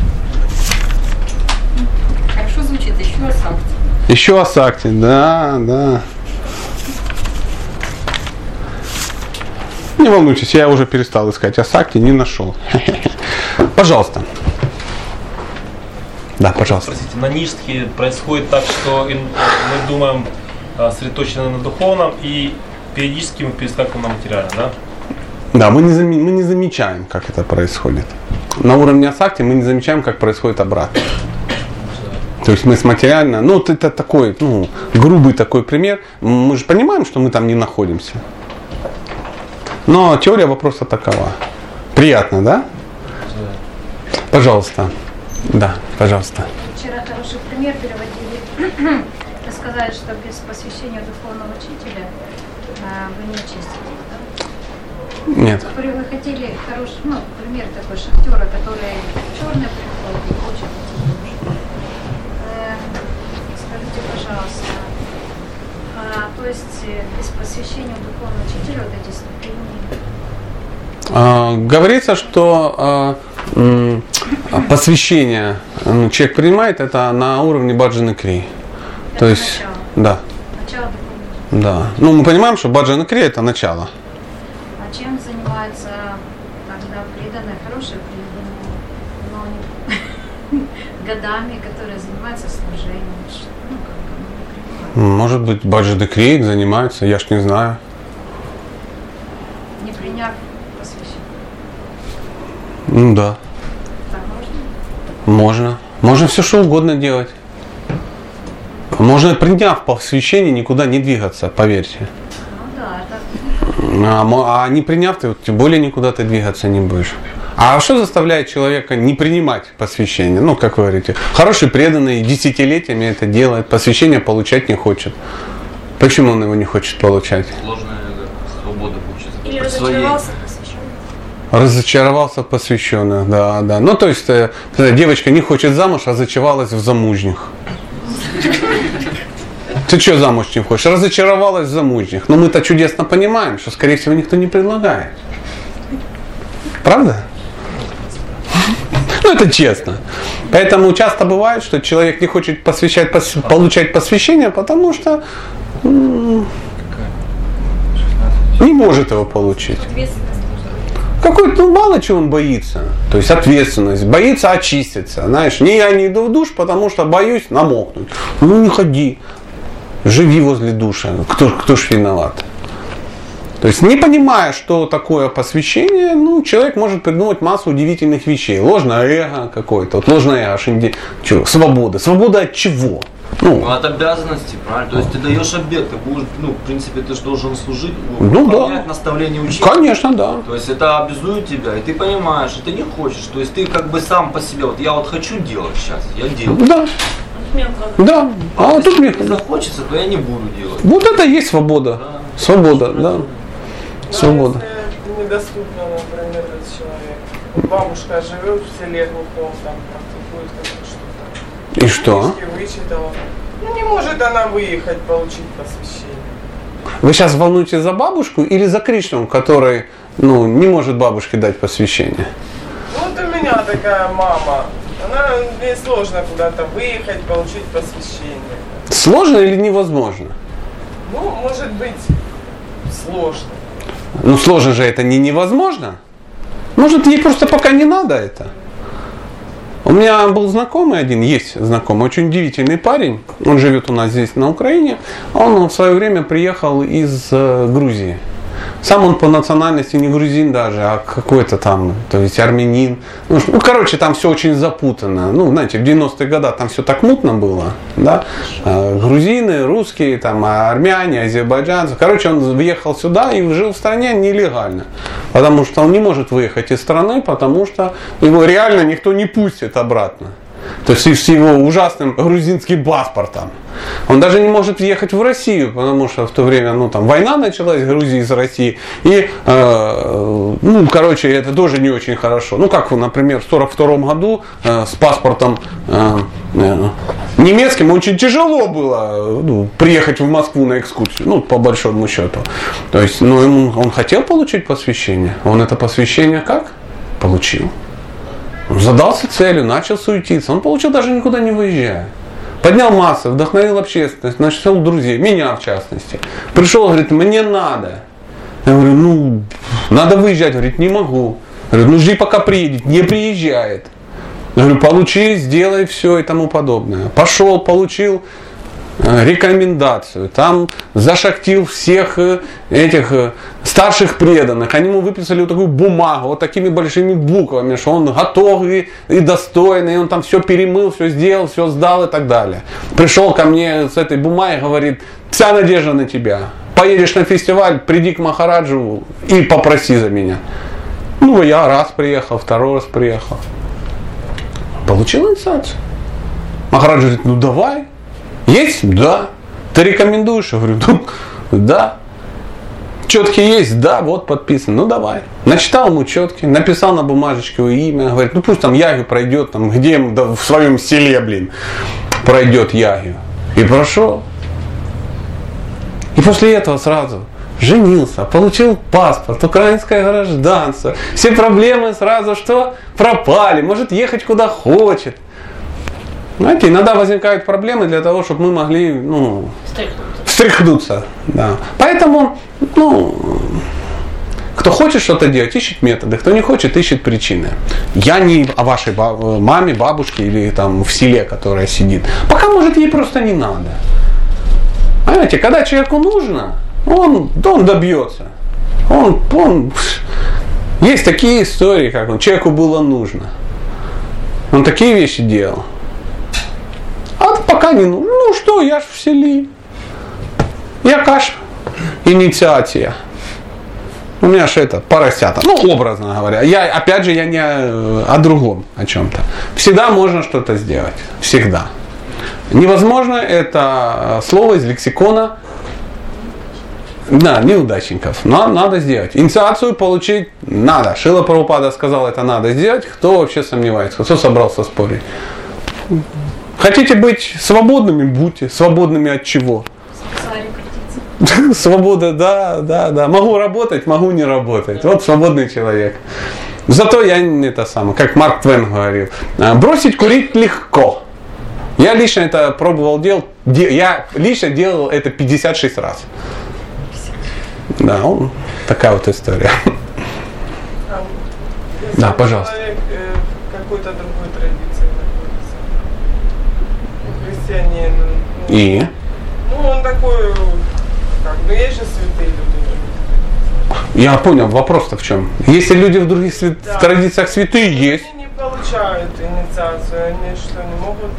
Хорошо звучит, еще асакти. Еще асакти, да. Не волнуйтесь, я уже перестал искать асакти, не нашел. Пожалуйста. Да, пожалуйста. Простите, на нижске происходит так, что мы думаем сосредоточенно на духовном и периодически мы перескакиваем на материальное, да? Да, мы не замечаем, как это происходит. На уровне асакти мы не замечаем, как происходит обратно. То есть мы с материально, это такой, грубый такой пример. Мы же понимаем, что мы там не находимся. Но теория вопроса такова. Приятно, да? Пожалуйста. Да, пожалуйста. Вчера хороший пример переводили. Вы сказали, что без посвящения духовного учителя вы не очиститесь, да? Нет. Вы хотели хороший, пример такой шахтера, который черный приходит и хочет идти. пожалуйста. То есть без посвящения духовного учителя вот эти ступени. Говорится, что посвящение человек принимает это на уровне баджаны кри. Это То есть, начало. да. Начало духовного. Да. Ну, мы понимаем, что баджана кри это начало. А чем занимается тогда преданные, хорошие преданные, но они годами, которые занимаются служением? Ну, как бы, не принимают. Может быть, баджана кри занимаются, я ж не знаю. Не приняв посвящение. Ну да. Так можно? Можно. Можно все что угодно делать. Можно, приняв посвящение, никуда не двигаться, поверьте. Ну да, это А не приняв, ты тем более никуда ты двигаться не будешь. А что заставляет человека не принимать посвящение? Ну, как вы говорите, хороший преданный десятилетиями это делает, посвящение получать не хочет. Почему он его не хочет получать? Сложная свобода получится. Или По своей. разочаровался в посвященном. Разочаровался в посвященных, да, да. Ну, то есть, девочка не хочет замуж, разочаровалась в замужних. Ты что замуж не хочешь? Разочаровалась в замужних. Но мы-то чудесно понимаем, что, скорее всего, никто не предлагает. Правда? Ну, это честно. Поэтому часто бывает, что человек не хочет получать посвящение, потому что не может его получить. Ответственность нужна. Какой-то, мало чего он боится. То есть ответственность. Боится очиститься. Знаешь, я не иду в душ, потому что боюсь намокнуть. Ну не ходи. Живи возле душа. Кто ж виноват? То есть, не понимая, что такое посвящение, человек может придумать массу удивительных вещей. Ложное эго какое-то. Вот ложное эго, свобода. Свобода от чего? От обязанностей, правильно? То есть ты даешь обет, ты будешь, в принципе, ты же должен служить, выполнять наставления учителя. Конечно, да. То есть это обязует тебя, и ты понимаешь, и ты не хочешь. То есть ты как бы сам по себе, вот я вот хочу делать сейчас, я делаю. Да. Да. А если тут мне не захочется, то я не буду делать. Вот это и есть свобода. Да. Свобода, да. Свобода. Если недоступно, например, этот человек. Бабушка живет в селе глухом, там практикует что-то. И что? Книжки вычитала. Не может она выехать, получить посвящение. Вы сейчас волнуетесь за бабушку или за Кришну, который не может бабушке дать посвящение? Вот у меня такая мама. Ей сложно куда-то выехать, получить посвящение. Сложно или невозможно? Может быть, сложно. Сложно же это не невозможно. Может, ей просто пока не надо это. У меня был знакомый один, есть знакомый, очень удивительный парень. Он живет у нас здесь на Украине. Он в свое время приехал из Грузии. Сам он по национальности не грузин даже, а какой-то там, то есть армянин. Там все очень запутано. Знаете, в 90-е годы там все так мутно было. Да? Грузины, русские, там, армяне, азербайджанцы. Он въехал сюда и жил в стране нелегально. Потому что он не может выехать из страны, потому что его реально никто не пустит обратно. То есть с его ужасным грузинским паспортом. Он даже не может въехать в Россию, потому что в то время война началась в Грузии с Россией. И, это тоже не очень хорошо. Как, например, в 1942 году с паспортом немецким очень тяжело было приехать в Москву на экскурсию, по большому счету. То есть, он хотел получить посвящение. Он это посвящение как? Получил. Он задался целью, начал суетиться. Он получил, даже никуда не выезжая. Поднял массы, вдохновил общественность, нашел друзей, меня в частности. Пришел, говорит, мне надо. Я говорю, надо выезжать. Говорит, не могу. Я говорю, жди, пока приедет. Не приезжает. Я говорю, получи, сделай все и тому подобное. Пошел, получил рекомендацию, там зашахтил всех этих старших преданных, они ему выписали вот такую бумагу, вот такими большими буквами, что он готовый и достойный, он там все перемыл, все сделал, все сдал и так далее. Пришел ко мне с этой бумагой, говорит, вся надежда на тебя, поедешь на фестиваль, приди к Махараджу и попроси за меня. Я раз приехал, второй раз приехал. Получил инициацию. Махарадж говорит, давай. Есть? Да. Ты рекомендуешь? Я говорю, да. Четки есть? Да, вот подписан. Давай. Начитал ему четки, написал на бумажечке его имя. Говорит, пусть там ягью пройдет, где в своем селе, пройдет ягью. И прошел. И после этого сразу женился, получил паспорт, украинское гражданство. Все проблемы сразу что? Пропали. Может ехать куда хочет. Знаете, иногда возникают проблемы для того, чтобы мы могли встряхнуться. Да. Поэтому, кто хочет что-то делать, ищет методы. Кто не хочет, ищет причины. Я не о вашей маме, бабушке или там в селе, которая сидит. Пока, может, ей просто не надо. Понимаете, когда человеку нужно, он добьется. Есть такие истории, как человеку было нужно. Он такие вещи делал. А пока не нужно. Ну что, я ж в селе. Яка ж инициация. У меня ж это, поросята. Образно говоря. Опять же, я не о другом, о чем-то. Всегда можно что-то сделать. Всегда. Невозможно это слово из лексикона неудачников. Но надо сделать. Инициацию получить надо. Шрила Прабхупада сказал, это надо сделать. Кто вообще сомневается? Кто собрался спорить? Хотите быть свободными? Будьте. Свободными от чего? Свобода, да. Могу работать, могу не работать. Вот свободный человек. Зато я как Марк Твен говорил, бросить курить легко. Я лично это пробовал делать. Я лично делал это 56 раз. Да, такая вот история. Да, пожалуйста. Человек какой-то другой традиции находится. Христианин. И? Он такой, есть же святые люди. Я понял, вопрос-то в чем? Если люди в других традициях святые, есть. Они не получают инициацию, они что, не могут?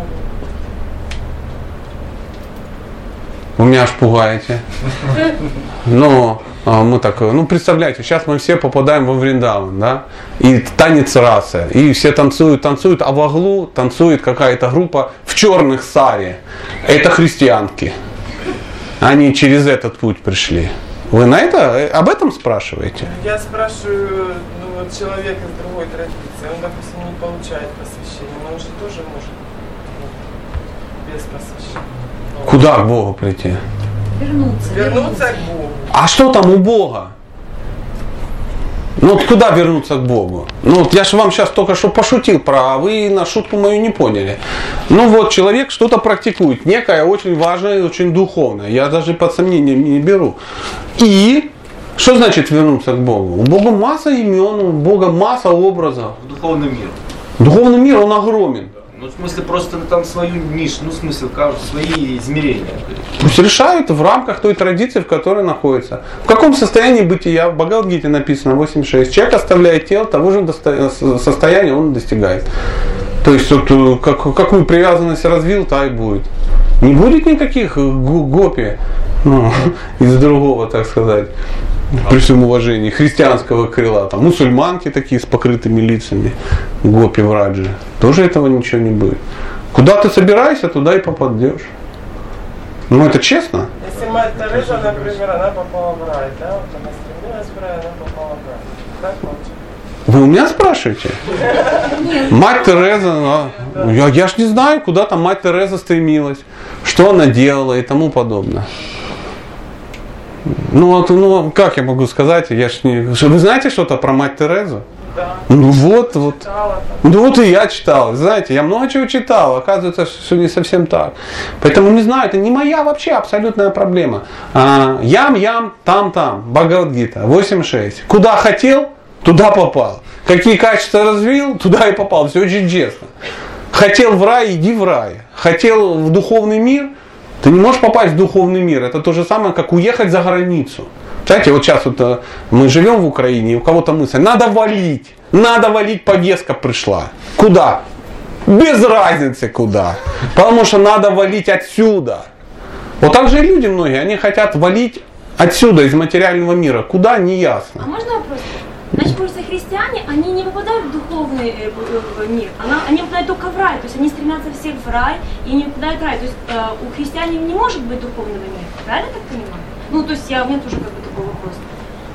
Вы меня аж пугаете. Но мы так, представляете, сейчас мы все попадаем во Вриндаван, да? И танец расы. И все танцуют, а в углу танцует какая-то группа в черных саре. Это христианки. Они через этот путь пришли. Вы об этом спрашиваете? Я спрашиваю, человек из другой традиции, он, допустим, не получает посвящение, но он же тоже может без посвящения. Куда к Богу прийти? Вернуться к Богу. А что там у Бога? Куда вернуться к Богу? Я же вам сейчас только что пошутил а вы на шутку мою не поняли. Человек что-то практикует, некое очень важное и очень духовное. Я даже под сомнение не беру. И что значит вернуться к Богу? У Бога масса имен, у Бога масса образов. Духовный мир. Духовный мир, он огромен. В смысле, просто там свою нишу, свои измерения. Пусть решают в рамках той традиции, в которой находится. В каком состоянии бытия, в Бхагавад-гите написано 8.6. Человек оставляет тело, того же состояния он достигает. То есть, какую привязанность развил, та и будет. Не будет никаких гопи, из другого, так сказать, при всем уважении, христианского крыла. Там мусульманки такие с покрытыми лицами, гопи в раджи. Тоже этого ничего не будет. Куда ты собираешься, туда и попадешь. Это честно. Если мать Тереза, например, она попала в рай, да? Она стремилась в рай, она попала в рай. Так получилось? Вы у меня спрашиваете? Мать Тереза, я ж не знаю, куда там мать Тереза стремилась, что она делала и тому подобное. Как я могу сказать? Вы знаете что-то про мать Терезу? Да. И я читал. Знаете, я много чего читал. Оказывается, что не совсем так. Поэтому не знаю, это не моя вообще абсолютная проблема. Ям, там. Бхагавад-гита 8.6. Куда хотел, туда попал. Какие качества развил, туда и попал. Все очень честно. Хотел в рай, иди в рай. Хотел в духовный мир, ты не можешь попасть в духовный мир. Это то же самое, как уехать за границу. Знаете, сейчас мы живем в Украине, и у кого-то мысль, надо валить, повестка пришла. Куда? Без разницы куда. Потому что надо валить отсюда. Вот так же и люди многие, они хотят валить отсюда, из материального мира. Куда, не ясно. А можно вопрос? Значит, просто христиане, они не попадают в духовный мир, они попадают только в рай, то есть они стремятся все в рай и не попадают в рай. То есть у христиан не может быть духовного мира, правильно так понимаю? То есть у меня тоже такой вопрос.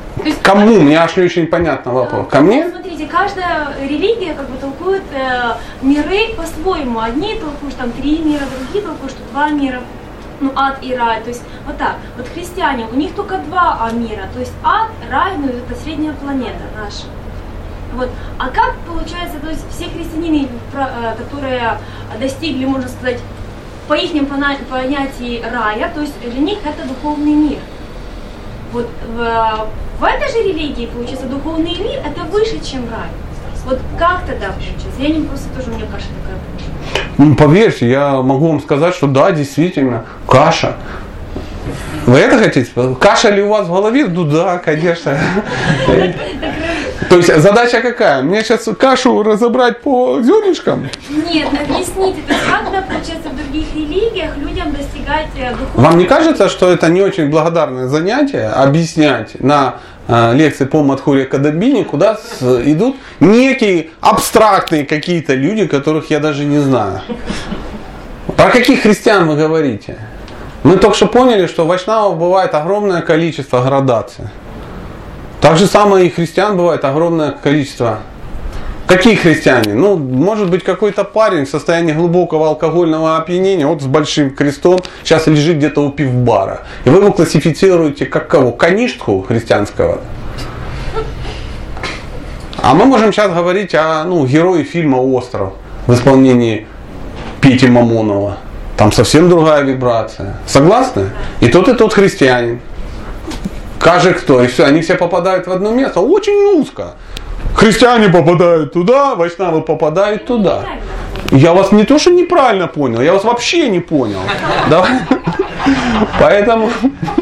Кому? Мне аж не очень понятно вопрос. Ко мне? Смотрите, каждая религия как бы толкует миры по-своему. Одни толкуют, что там 3 мира, другие толкуют, что 2 мира. Ну, ад и рай, то есть вот так. Вот христиане, у них только 2 мира, то есть ад, рай, ну это средняя планета наша. Вот. А как получается, то есть все христиане, которые достигли, можно сказать, по их понятии рая, то есть для них это духовный мир. Вот в этой же религии, получается, духовный мир это выше, чем рай. Вот как тогда получается? Я не просто тоже, у меня каша такая получилась. Ну, поверьте, я могу вам сказать, что да, действительно, каша. Вы это хотите? Каша ли у вас в голове? Ну да, конечно. То есть задача какая? Мне сейчас кашу разобрать по зернышкам? Нет, объясните, то есть как тогда получается в других религиях людям достигать духовного? Вам не кажется, что это не очень благодарное занятие объяснять на лекции по Мадхурья Кадамбини, куда идут некие абстрактные какие-то люди, которых я даже не знаю? Про каких христиан вы говорите? Мы только что поняли, что вайшнавов бывает огромное количество градаций. Так же самое и христиан бывает огромное количество. Какие христиане? Ну, может быть, какой-то парень в состоянии глубокого алкогольного опьянения, вот с большим крестом, сейчас лежит где-то у пивбара. И вы его классифицируете как кого? Каништху христианского. А мы можем сейчас говорить о герое фильма «Остров» в исполнении Пети Мамонова. Там совсем другая вибрация. Согласны? И тот христианин. Каждый кто. И все, они все попадают в одно место. Очень узко. Христиане попадают туда, вайшнавы попадают туда. Я вас не то, что неправильно понял, я вас вообще не понял. Да? Поэтому...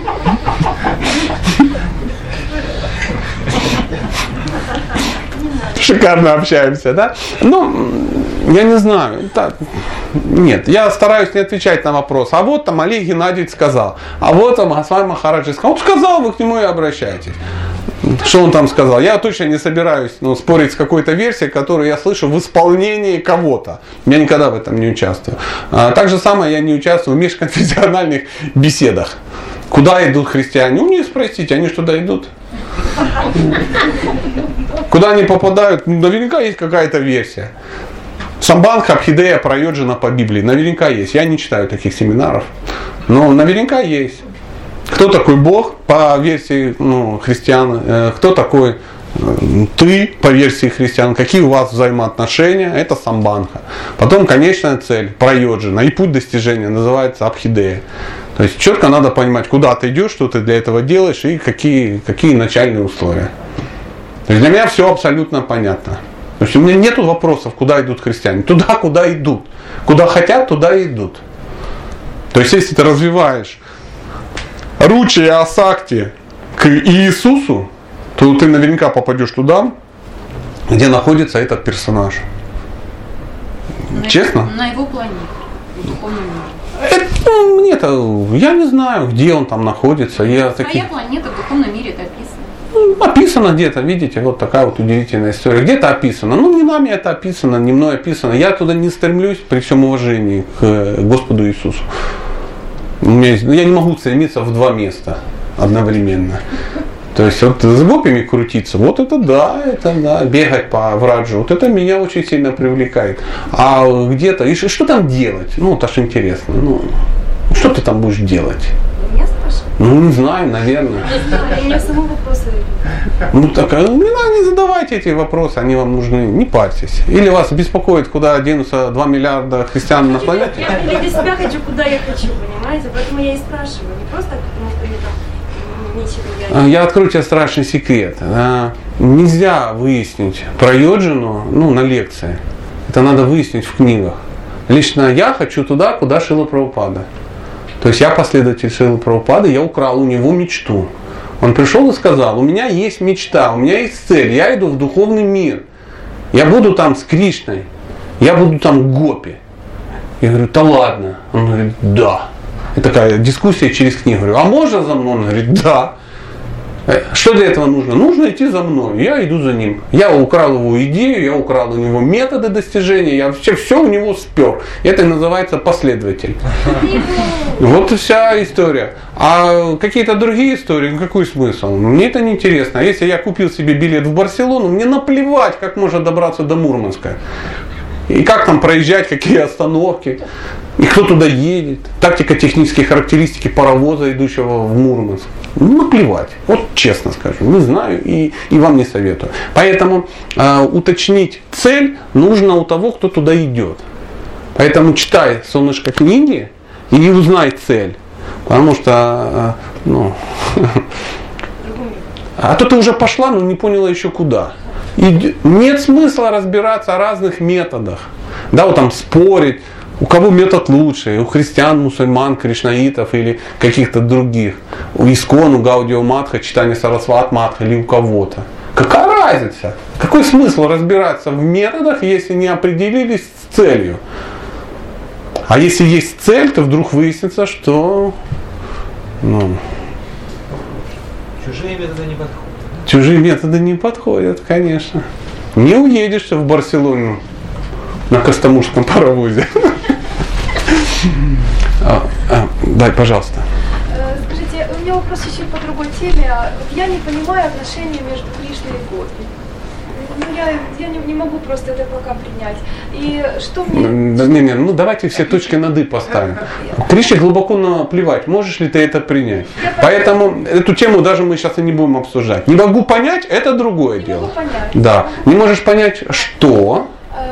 Шикарно общаемся, да? Ну, я не знаю. Так, нет, я стараюсь не отвечать на вопрос. А вот там Олег Геннадьевич сказал. А вот там Госвами Махараджи сказал. Он сказал, вы к нему и обращаетесь. Что он там сказал? Я точно не собираюсь спорить с какой-то версией, которую я слышу в исполнении кого-то. Я никогда в этом не участвую. Так же самое я не участвую в межконфессиональных беседах. Куда идут христиане? У них спросите, они что туда идут? Куда они попадают? Наверняка есть какая-то версия. Самбанха, Абхидея, Прайоджана по Библии. Наверняка есть. Я не читаю таких семинаров. Но наверняка есть. Кто такой Бог по версии христиан? Кто такой ты по версии христиан? Какие у вас взаимоотношения? Это самбанха. Потом конечная цель, прайоджана. И путь достижения называется Абхидея. То есть четко надо понимать, куда ты идешь, что ты для этого делаешь и какие начальные условия. То есть для меня все абсолютно понятно. То есть у меня нет вопросов, куда идут христиане. Туда, куда идут. Куда хотят, туда и идут. То есть если ты развиваешь ручи и асакти к Иисусу, то ты наверняка попадешь туда, где находится этот персонаж. Честно? На его планете, в духовном мире. Мне-то, я не знаю, где он там находится. Своя планета в духовном мире это описано. Описано где-то, видите, вот такая вот удивительная история. Где-то описано. Не нами это описано, не мной описано. Я туда не стремлюсь при всем уважении к Господу Иисусу. Я не могу стремиться в 2 места одновременно. То есть вот с гопами крутиться, вот это да, бегать по Враджу, вот это меня очень сильно привлекает. А где-то, и что там делать? Это ж интересно. Что ты там будешь делать? Меня спрашивают? Не знаю, наверное. У меня самого вопроса. Не задавайте эти вопросы, они вам нужны, не парьтесь. Или вас беспокоит, куда денутся 2 миллиарда христиан на планете? Я для себя хочу, куда я хочу, понимаете? Поэтому я и спрашиваю. Не просто, потому что мне там ничего я открою тебе страшный секрет. Нельзя выяснить про йоджину на лекции. Это надо выяснить в книгах. Лично я хочу туда, куда Шрила Прабхупада. То есть я последователь Шрилы Прабхупады, я украл у него мечту. Он пришел и сказал, у меня есть мечта, у меня есть цель, я иду в духовный мир. Я буду там с Кришной, я буду там гопи. Я говорю, да ладно. Он говорит, да. И такая дискуссия через книгу. Говорю, а можно за мной? Он говорит, да. Что для этого нужно? Нужно идти за мной. Я иду за ним. Я украл его идею, я украл у него методы достижения, я вообще все у него спер. Это называется последователь. Вот и вся история. А какие-то другие истории, какой смысл? Мне это не интересно. А если я купил себе билет в Барселону, мне наплевать, как можно добраться до Мурманска. И как там проезжать, какие остановки, и кто туда едет, тактика, технические характеристики паровоза, идущего в Мурманск. Наплевать, вот честно скажу, не знаю и вам не советую. Поэтому уточнить цель нужно у того, кто туда идет. Поэтому читай, солнышко, книги и узнай цель. Потому что, а то ты уже пошла, но не поняла еще куда. И нет смысла разбираться о разных методах. Да, вот там спорить, у кого метод лучше, у христиан, мусульман, кришнаитов или каких-то других. У Искон, у Гаудио Матха, читания Сарасват Матха или у кого-то. Какая разница? Какой смысл разбираться в методах, если не определились с целью? А если есть цель, то вдруг выяснится, что чужие методы не подходят. Чужие методы не подходят, конечно. Не уедешь в Барселону на Костомукшском паровозе. Дай, пожалуйста. Скажите, у меня вопрос чуть-чуть по другой теме. Я не понимаю отношения между Кришной и Гопи. Я не могу просто это пока принять. И что мне... давайте все точки над «и» поставим. Кришне глубоко наплевать, можешь ли ты это принять. Поэтому эту тему даже мы сейчас и не будем обсуждать. Не могу понять, это другое дело. Могу понять. Да. Не можешь понять, что?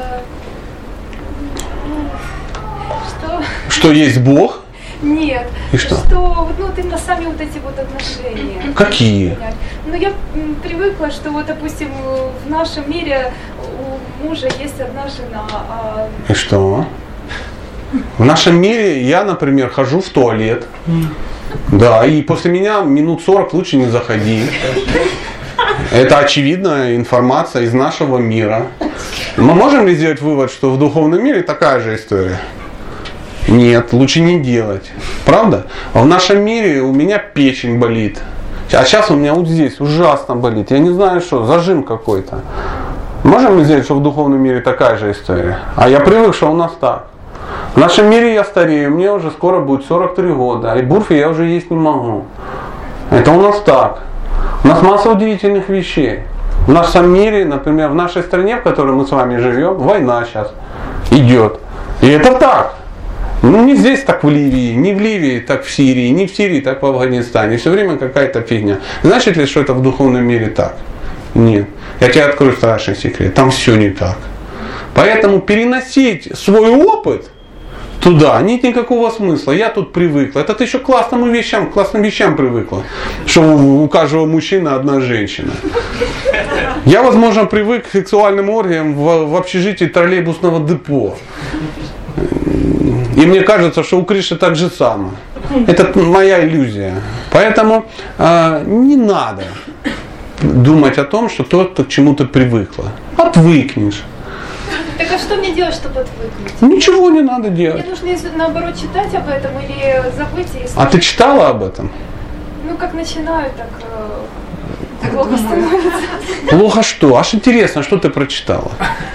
Что есть Бог? Нет. И что? Именно сами вот эти вот отношения. Какие? Я привыкла, что вот, допустим, в нашем мире у мужа есть одна жена. И что? В нашем мире я, например, хожу в туалет. Да, и после меня минут 40 лучше не заходи. Это очевидная информация из нашего мира. Мы можем ли сделать вывод, что в духовном мире такая же история? Нет, лучше не делать. Правда? А в нашем мире у меня печень болит. А сейчас у меня вот здесь ужасно болит. Я не знаю что, зажим какой-то. Можем ли сделать, что в духовном мире такая же история? А я привык, что у нас так. В нашем мире я старею, мне уже скоро будет 43 года. И бурфи я уже есть не могу. Это у нас так. У нас масса удивительных вещей. В нашем мире, например, в нашей стране, в которой мы с вами живем, война сейчас идет. И это так. Не здесь, так в Ливии, не в Ливии, так в Сирии, не в Сирии, так в Афганистане. Все время какая-то фигня. Значит ли, что это в духовном мире так? Нет. Я тебе открою страшный секрет. Там все не так. Поэтому переносить свой опыт туда нет никакого смысла. Я тут привыкла. Это ты еще к классным вещам привыкла. Что у каждого мужчины одна женщина. Я, возможно, привык к сексуальным оргиям в общежитии троллейбусного депо. И мне кажется, что у Кришны так же самое. Это моя иллюзия. Поэтому не надо думать о том, что кто-то к чему-то привыкла. Отвыкнешь. Так а что мне делать, чтобы отвыкнуть? Ничего не надо делать. Мне нужно, наоборот, читать об этом или забыть. А ты читала об этом? Как начинаю, так плохо становится. Плохо что? Аж интересно, что ты прочитала?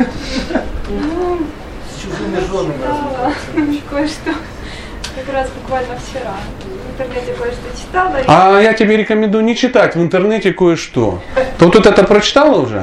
Читала кое-что. Как раз буквально вчера. В интернете кое-что читала. А я тебе рекомендую не читать в интернете кое-что. Ты вот это прочитала уже?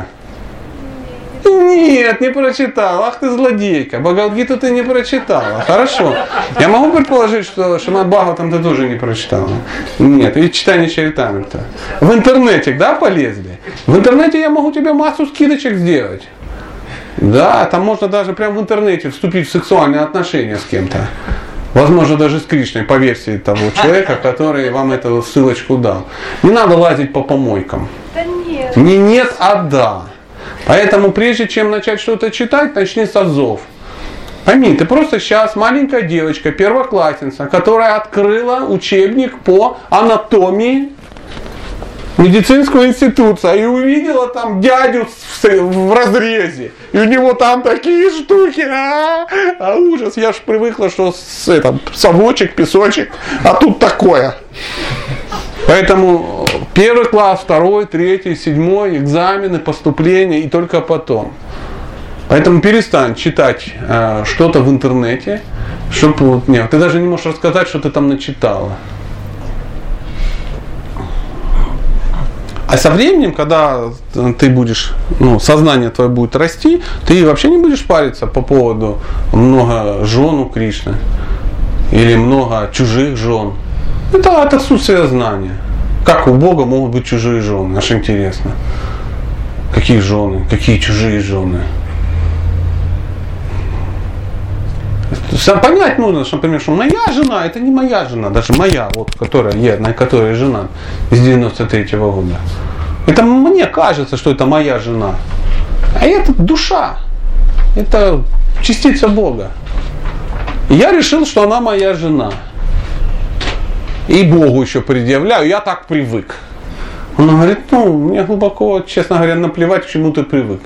Нет, не прочитала. Ах ты злодейка. Бхагавад-гиту ты не прочитала. Хорошо. Я могу предположить, что Шримад Бхагаватам ты тоже не прочитала. Нет, и читание Чаритамрита. В интернете, да, полезли? В интернете я могу тебе массу скидочек сделать. Да, там можно даже прямо в интернете вступить в сексуальные отношения с кем-то. Возможно, даже с Кришной, по версии того человека, который вам эту ссылочку дал. Не надо лазить по помойкам. Да нет. Не нет, а да. Поэтому прежде чем начать что-то читать, начни с азов. Пойми, ты просто сейчас маленькая девочка, первоклассница, которая открыла учебник по анатомии медицинскую институцию и увидела там дядю в разрезе. И у него там такие штуки. А ужас, я ж привыкла, что совочек, песочек, а тут такое. Поэтому 1 класс, 2, 3, 7, экзамены, поступление и только потом. Поэтому перестань читать что-то в интернете, чтобы нет, ты даже не можешь рассказать, что ты там начитала. А со временем, когда ты будешь, сознание твое будет расти, ты вообще не будешь париться по поводу много жен у Кришны или много чужих жен. Это от отсутствия знания. Как у Бога могут быть чужие жены? Аж интересно. Какие жены? Какие чужие жены? Понять нужно, что, например, что моя жена, это не моя жена, даже моя, вот, на которой я жена с 93-го года. Это мне кажется, что это моя жена. А это душа. Это частица Бога. И я решил, что она моя жена. И Богу еще предъявляю, я так привык. Он говорит, мне глубоко, честно говоря, наплевать, к чему ты привык.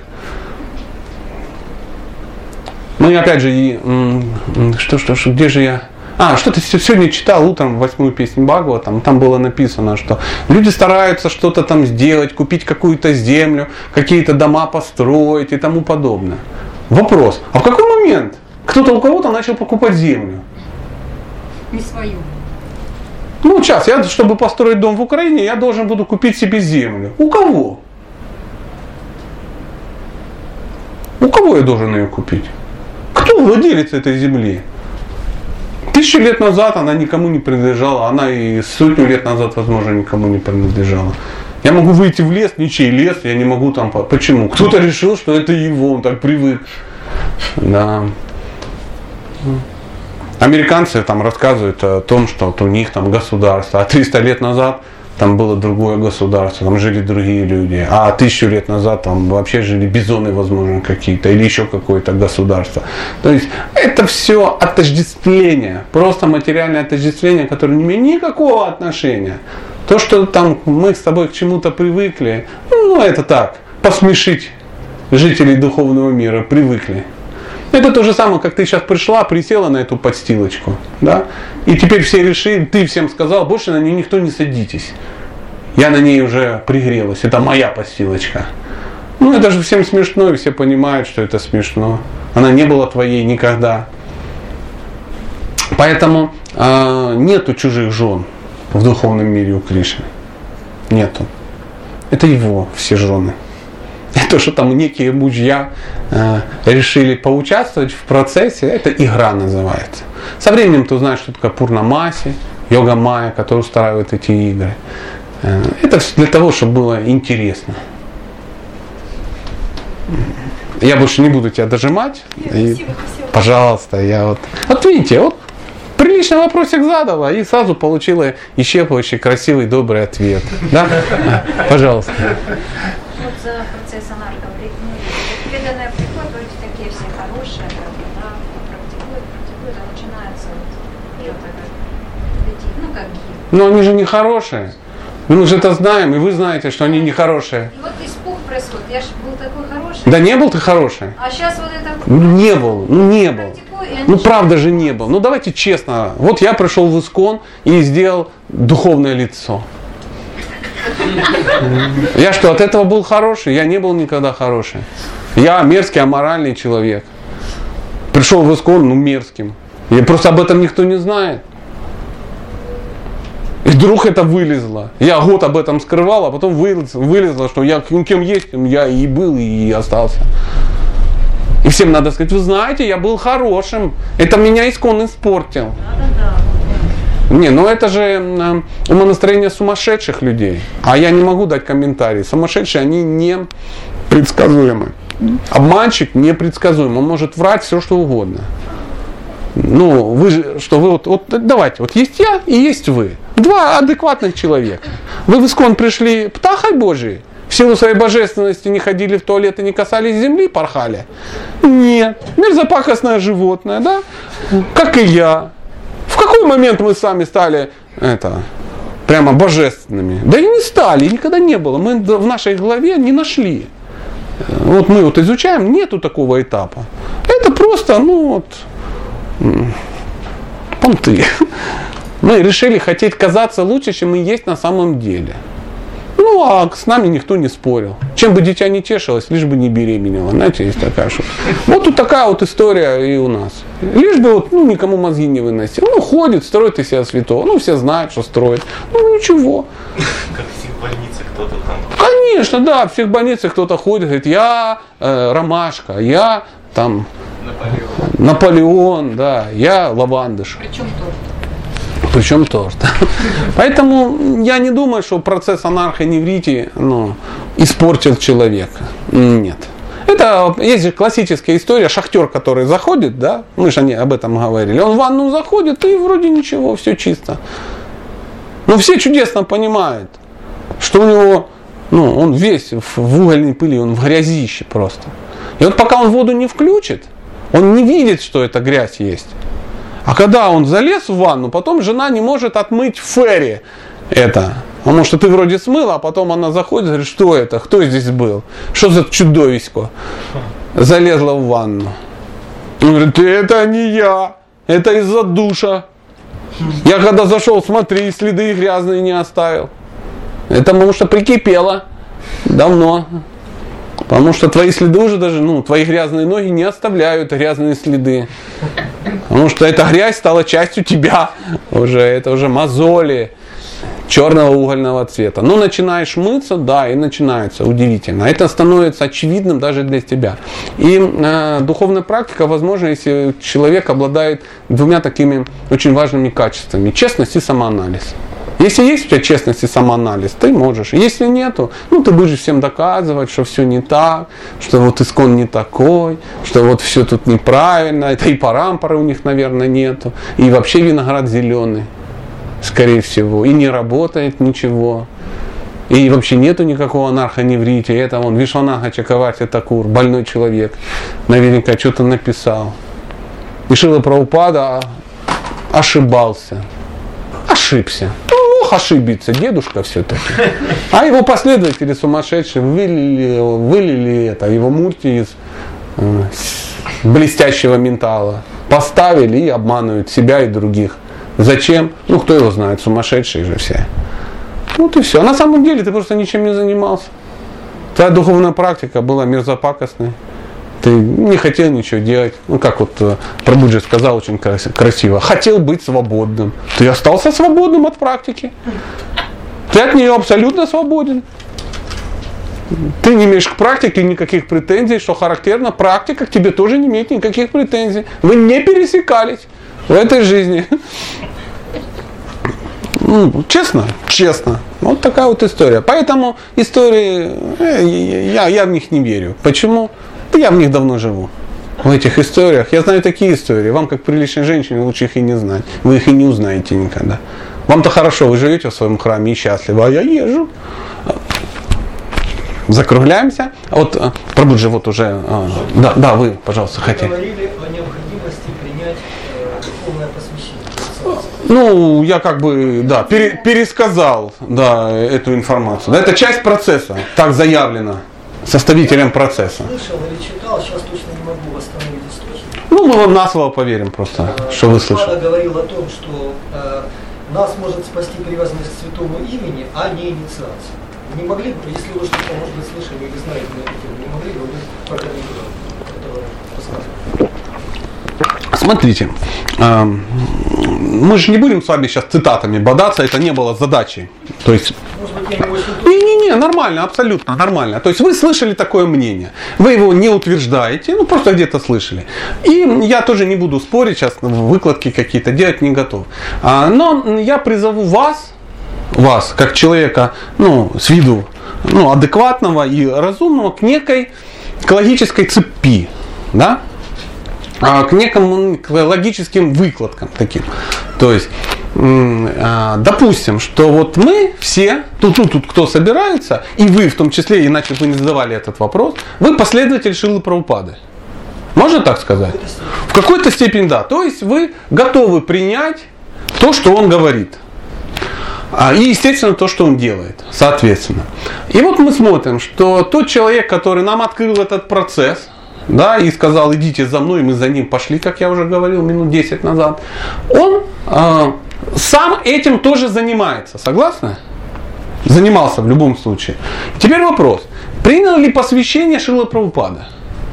Ну и опять же, где же я? Что-то сегодня читал утром 8-ю песню Бхагавата, там было написано, что люди стараются что-то там сделать, купить какую-то землю, какие-то дома построить и тому подобное. Вопрос, а в какой момент кто-то у кого-то начал покупать землю? Не свою. Сейчас, чтобы построить дом в Украине, я должен буду купить себе землю. У кого? У кого я должен ее купить? Кто владелец этой земли? 1000 лет назад она никому не принадлежала, она и 100 лет назад, возможно, никому не принадлежала. Я могу выйти в лес, ничей лес, я не могу там... Почему? Кто-то решил, что это его, он так привык. Да. Американцы там рассказывают о том, что вот у них там государство, а 300 лет назад там было другое государство, там жили другие люди, а 1000 лет назад там вообще жили бизоны, возможно, какие-то, или еще какое-то государство. То есть это все отождествление, просто материальное отождествление, которое не имеет никакого отношения. То, что там мы с тобой к чему-то привыкли, это так, посмешить жителей духовного мира, привыкли. Это то же самое, как ты сейчас пришла, присела на эту подстилочку, да? И теперь все решили, ты всем сказал, больше на нее никто не садитесь. Я на ней уже пригрелась, это моя подстилочка. Это же всем смешно, и все понимают, что это смешно. Она не была твоей никогда. Поэтому нету чужих жен в духовном мире у Кришны. Нету. Это его все жены. То, что там некие мужья решили поучаствовать в процессе, это игра называется. Со временем ты узнаешь, что такое Пурнамаси, йога майя, которые устраивают эти игры. Это для того, чтобы было интересно. Я больше не буду тебя дожимать. Спасибо. Пожалуйста, Вот видите, приличный вопросик задала и сразу получила исчерпывающий, красивый, добрый ответ. Да? Пожалуйста. Вот за процесс анархо-прикнуть. Преданные приходят, вроде такие все хорошие, практикуют, а начинается как гид. Но они же не хорошие. Мы же это знаем, и вы знаете, что они не хорошие. И вот испуг происходит. Я же был такой хороший. Да не был ты хороший. А сейчас вот это... Не был. Правда же не был. Давайте честно. Вот я пришел в Искон и сделал духовное лицо. Я что, от этого был хороший? Я не был никогда хороший. Я мерзкий, аморальный человек. Пришел в Искон, мерзким. И просто об этом никто не знает. И вдруг это вылезло. Я год об этом скрывал, а потом вылезло, что я кем есть, я и был, и остался. И всем надо сказать, вы знаете, я был хорошим. Это меня Искон испортил. Это же умонастроение сумасшедших людей. А я не могу дать комментарий. Сумасшедшие, они не предсказуемы. Обманщик непредсказуем. Он может врать все, что угодно. Давайте, есть я и есть вы. Два адекватных человека. Вы в Искон пришли птахой Божией? В силу своей божественности не ходили в туалет и не касались земли, порхали? Нет. Мерзопакостное животное, да? Как и я. В какой момент мы сами стали прямо божественными? Да и не стали, и никогда не было. Мы в нашей голове не нашли. Мы изучаем, нету такого этапа. Это просто, понты. Мы решили хотеть казаться лучше, чем мы есть на самом деле. Ну, а с нами никто не спорил. Чем бы дитя не тешилось, лишь бы не беременела. Знаете, есть такая штука. Вот тут такая вот история и у нас. Лишь бы вот, ну, никому мозги не выносил. Ну, ходит, строит из себя святого. Ну, все знают, что строит. Ну, ничего. Как в психбольнице кто-то там. Конечно, да, в психбольницах кто-то ходит, говорит, я ромашка, я там Наполеон, да, я лавандыш. Причем торт. Поэтому я не думаю, что процесс анархоневритии испортил человека. Нет. Это есть же классическая история, шахтер, который заходит, да, мы же об этом говорили, он в ванну заходит и вроде ничего, все чисто. Но все чудесно понимают, что у него, он весь в угольной пыли, он в грязище просто. И вот пока он воду не включит, он не видит, что эта грязь есть. А когда он залез в ванну, потом жена не может отмыть ферри это. Потому что ты вроде смыл, а потом она заходит и говорит, что это, кто здесь был? Что за чудовисько залезла в ванну? Он говорит, это не я, это из-за душа. Я когда зашел, смотри, следы грязные не оставил. Это потому что прикипело давно. Потому что твои следы уже даже, твои грязные ноги не оставляют грязные следы. Потому что эта грязь стала частью тебя. Это уже мозоли черного угольного цвета. Ну, начинаешь мыться, да, и начинается удивительно. Это становится очевидным даже для тебя. И духовная практика возможна, если человек обладает двумя такими очень важными качествами. Честность и самоанализ. Если есть у тебя честность и самоанализ, ты можешь. Если нету, ты будешь всем доказывать, что все не так, что вот искон не такой, что вот все тут неправильно, это и парампоры у них, наверное, нету, и вообще виноград зеленый, скорее всего, и не работает ничего, и вообще нету никакого анархоневрития, это он, Вишванага Чакраварти Такур, больной человек, наверняка что-то написал. И Шрила Прабхупада ошибался. Ошибся. Мог ошибиться, дедушка все-таки. А его последователи сумасшедшие вылили его мурти из блестящего ментала. Поставили и обманывают себя и других. Зачем? Кто его знает, сумасшедшие же все. Вот и все. А на самом деле ты просто ничем не занимался. Твоя духовная практика была мерзопакостной. Ты не хотел ничего делать. Как вот Прабхуджи сказал очень красиво. Хотел быть свободным. Ты остался свободным от практики. Ты от нее абсолютно свободен. Ты не имеешь к практике никаких претензий, что характерно. Практика к тебе тоже не имеет никаких претензий. Вы не пересекались в этой жизни. Честно? Честно. Вот такая вот история. Поэтому истории, я в них не верю. Почему? Я в них давно живу. В этих историях. Я знаю такие истории. Вам, как приличной женщине, лучше их и не знать. Вы их и не узнаете никогда. Вам-то хорошо, вы живете в своем храме и счастливы, а я езжу. Закругляемся. Вот Прабхуджи вот уже... Да, вы, пожалуйста, хотите. Вы говорили о необходимости принять духовное посвящение. Я пересказал, эту информацию. Это часть процесса, так заявлено. Составителем процесса. Слышал или читал, сейчас точно не могу восстановить источник. Мы вам на слово поверим просто, что вы слышали. Папа говорил о том, что нас может спасти привязанность к святому имени, а не инициация. Не могли бы, если вы что-то, может быть, слышали или знаете на эту тему, не могли бы вы прокомментировать это высказывание? Смотрите, мы же не будем с вами сейчас цитатами бодаться, это не было задачей. То есть, не, нормально, абсолютно нормально. То есть вы слышали такое мнение, вы его не утверждаете, просто где-то слышали. И я тоже не буду спорить сейчас, выкладки какие-то делать не готов. Но я призову вас, как человека, с виду, адекватного и разумного, к некой логической цепи, да? К неким логическим выкладкам таким. То есть, допустим, что вот мы все, тут кто собирается, и вы в том числе, иначе вы не задавали этот вопрос, вы последователь Шрилы Прабхупады. Можно так сказать? В какой-то степени да. То есть вы готовы принять то, что он говорит. И, естественно, то, что он делает, соответственно. И вот мы смотрим, что тот человек, который нам открыл этот процесс, и сказал, идите за мной, и мы за ним пошли, как я уже говорил минут 10 назад, он сам этим тоже занимается. Согласны? Занимался в любом случае. Теперь вопрос. Принял ли посвящение Шрила Прабхупада?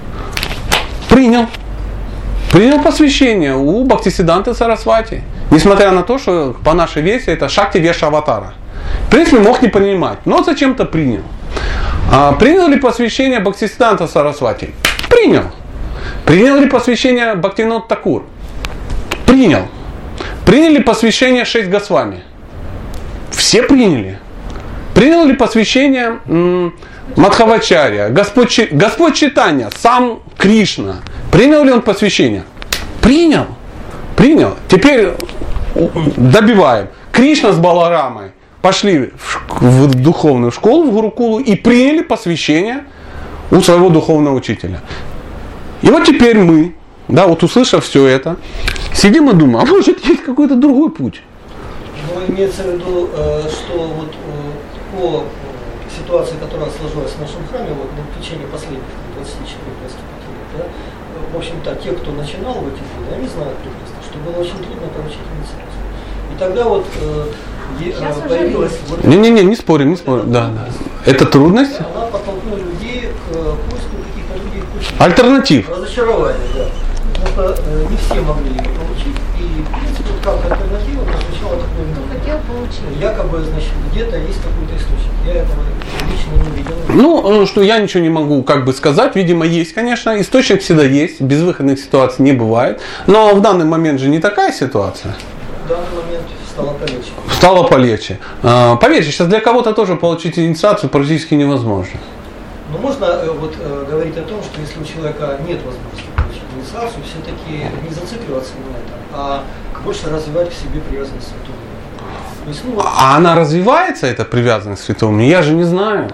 Принял. Принял посвящение у Бхактисиддханты Сарасвати. Несмотря на то, что по нашей версии это Шакти Веша Аватара. В принципе, мог не принимать, но зачем-то принял. Принял ли посвящение Бхактисиддханта Сарасвати? Принял. Принял ли посвящение Бхактивинода Такур? Принял. Приняли посвящение 6 Госвами? Все приняли. Принял ли посвящение Мадхавачарья, Господь Чайтанья, сам Кришна? Принял ли он посвящение? Принял. Принял. Теперь добиваем. Кришна с Баларамой пошли в духовную школу, в Гурукулу, и приняли посвящение у своего духовного учителя. И вот теперь мы, да, вот услышав все это, сидим и думаем, а может есть какой-то другой путь? Ну, имеется в виду, что вот по ситуации, которая сложилась в нашем храме, вот в течение последних 24-25 лет, да, в общем-то, те, кто начинал в эти годы, они знают прекрасно, что было очень трудно получить инициацию. И тогда вот появилась... Вот не спорим, да. Это трудность? Она подтолкнула людей к поиску каких-то других путей. Альтернатив. Разочарование, да. Потому что не все могли его получить, и, в принципе, как альтернатива прозвучало такое, хотел получить. Якобы, значит, где-то есть какой-то источник. Я этого лично не видел. Ну, что я ничего не могу как бы сказать, видимо, есть, конечно, источник всегда есть, безвыходных ситуаций не бывает, но в данный момент же не такая ситуация. В данный момент стало полегче. Стало полегче. Поверьте, сейчас для кого-то тоже получить инициацию практически невозможно. Но можно говорить о том, что если у человека нет возможности получить инициацию, все-таки не зацикливаться на этом, а больше развивать в себе привязанность к святому. То есть, А она развивается, эта привязанность к святому? Я же не знаю.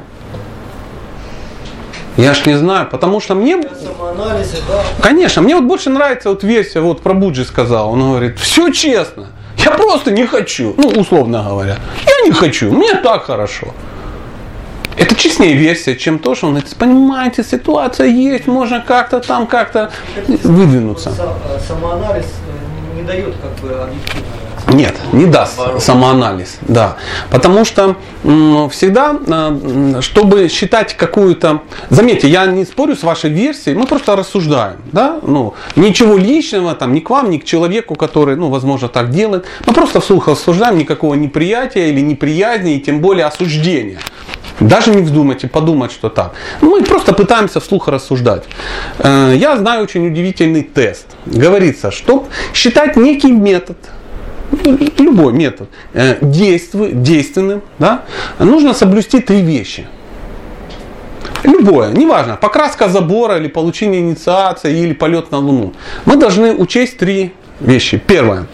Я ж не знаю, потому что мне... Самоанализы, да. Конечно, мне вот больше нравится вот версия, вот про Буджи сказал, он говорит, все честно, я просто не хочу, ну, условно говоря, я не хочу, мне так хорошо. Это честнее версия, чем то, что он говорит, понимаете, ситуация есть, можно как-то там, как-то выдвинуться. Самоанализ не дает как бы объективно. Нет, не даст самоанализ, да. Потому что всегда, чтобы считать какую-то... Заметьте, я не спорю с вашей версией, мы просто рассуждаем, да? Ну, ничего личного, там, ни к вам, ни к человеку, который, ну, возможно, так делает. Мы просто вслух рассуждаем, никакого неприятия или неприязни, и тем более осуждения. Даже не вздумайте подумать, что так. Мы просто пытаемся вслух рассуждать. Я знаю очень удивительный тест. Говорится, чтобы считать некий метод, любой метод действенным, да, нужно соблюсти 3 вещи. Любое, неважно, покраска забора или получение инициации или полет на Луну. Мы должны учесть 3 вещи. Первое.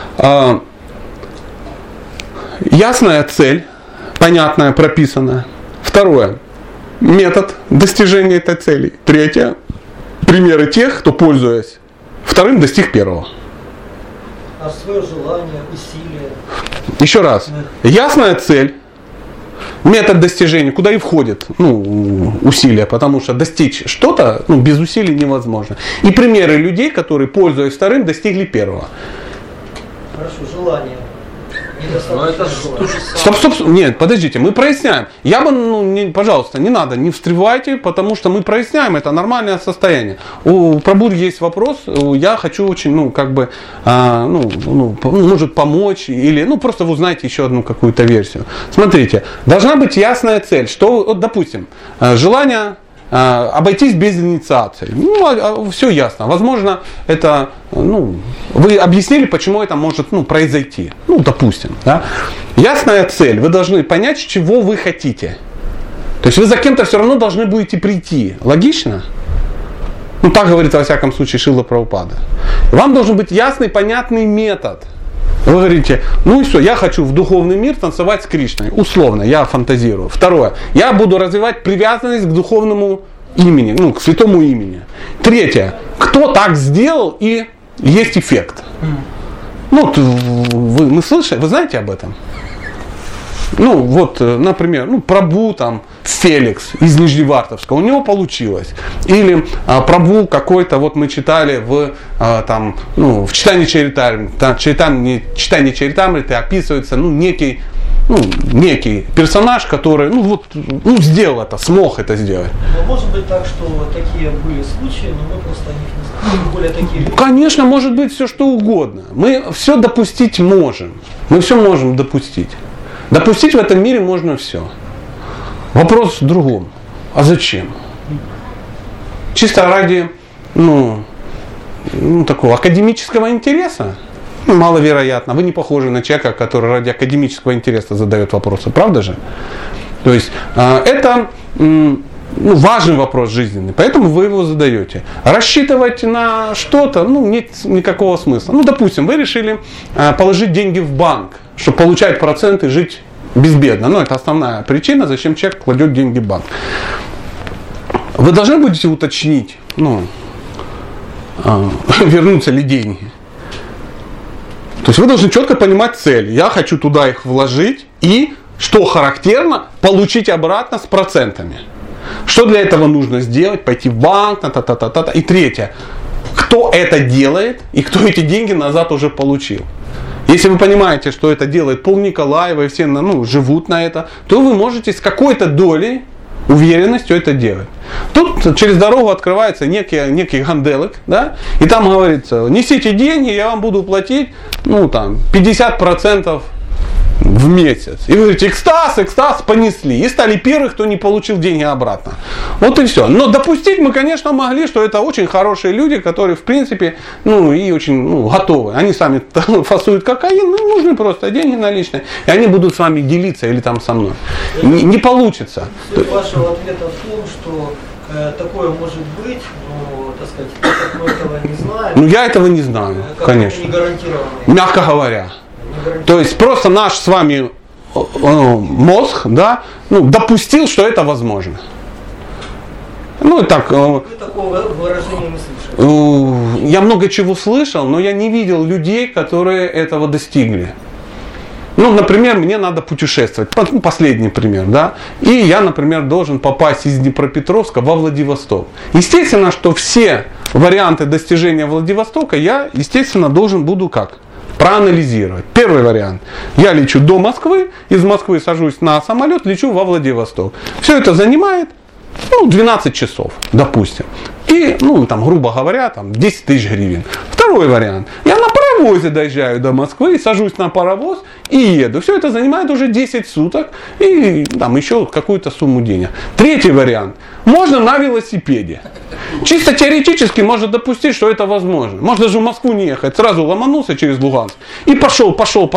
Ясная цель, понятная, прописанная. Второе. Метод достижения этой цели. Третье. Примеры тех, кто, пользуясь вторым, достиг первого. А свое желание, усилие. Еще раз. Ясная цель, метод достижения, куда и входит, ну, усилия, потому что достичь что-то, ну, без усилий невозможно. И примеры людей, которые, пользуясь вторым, достигли первого. Хорошо, желание. Стоп, нет, подождите, мы проясняем. Я бы, пожалуйста, не надо, не встревайте, потому что мы проясняем, это нормальное состояние. У Прабху есть вопрос, я хочу очень, может помочь, или, просто вы узнаете еще одну какую-то версию. Смотрите, должна быть ясная цель, что, вот, допустим, желание обойтись без инициации. Все ясно. Возможно, это, вы объяснили, почему это может, произойти. Допустим. Да? Ясная цель. Вы должны понять, чего вы хотите. То есть вы за кем-то все равно должны будете прийти. Логично? Так говорит, во всяком случае, Шрила Прабхупада. Вам должен быть ясный, понятный метод. Вы говорите, и все, я хочу в духовный мир танцевать с Кришной. Условно, я фантазирую. Второе, я буду развивать привязанность к духовному имени, к святому имени. Третье, кто так сделал и есть эффект. Мы слышали, вы знаете об этом? Например, Прабху там Феликс из Нижневартовска, у него получилось. Или Прабху какой-то, вот мы читали в читании Чаритамриты описывается некий персонаж, который сделал это, смог это сделать. Но может быть так, что такие были случаи, но мы просто о них не знаем. Тем более такие люди. Конечно, может быть все что угодно. Мы все допустить можем. Мы все можем допустить. Допустить в этом мире можно все. Вопрос в другом. А зачем? Чисто ради такого академического интереса? Маловероятно. Вы не похожи на человека, который ради академического интереса задает вопросы. Правда же? То есть это важный вопрос жизненный. Поэтому вы его задаете. Рассчитывать на что-то нет никакого смысла. Допустим, вы решили положить деньги в банк, чтобы получать проценты и жить безбедно. Это основная причина, зачем человек кладет деньги в банк. Вы должны будете уточнить, вернутся ли деньги. То есть вы должны четко понимать цель. Я хочу туда их вложить и, что характерно, получить обратно с процентами. Что для этого нужно сделать? Пойти в банк, И третье. Кто это делает и кто эти деньги назад уже получил? Если вы понимаете, что это делает пол Николаева и все живут на это, то вы можете с какой-то долей уверенностью это делать. Тут через дорогу открывается некий ганделик, да, и там говорится: несите деньги, я вам буду платить 50% в месяц. И вы говорите: экстаз, понесли. И стали первых, кто не получил деньги обратно. Вот и все. Но допустить мы, конечно, могли, что это очень хорошие люди, которые, в принципе, и очень готовы. Они сами фасуют кокаин, нужны просто деньги наличные, и они будут с вами делиться или там со мной. Не получится. Суть вашего ответа в том, что такое может быть, но, так сказать, так как мы этого не знаем. Я этого не знаю, конечно. Не гарантированно. Мягко говоря. То есть просто наш с вами мозг, да, допустил, что это возможно. Вы такого выражения не слышали? Я много чего слышал, но я не видел людей, которые этого достигли. Например, мне надо путешествовать. Последний пример, да. И я, например, должен попасть из Днепропетровска во Владивосток. Естественно, что все варианты достижения Владивостока я, естественно, должен буду проанализировать. Первый вариант. Я лечу до Москвы, из Москвы сажусь на самолет, лечу во Владивосток. Все это занимает 12 часов, допустим. И, грубо говоря, 10 тысяч гривен. Второй вариант. Я на паровозе доезжаю до Москвы, сажусь на паровоз и еду. Все это занимает уже 10 суток и еще какую-то сумму денег. Третий вариант. Можно на велосипеде. Чисто теоретически можно допустить, что это возможно. Можно же в Москву не ехать. Сразу ломанулся через Луганск. И пошел.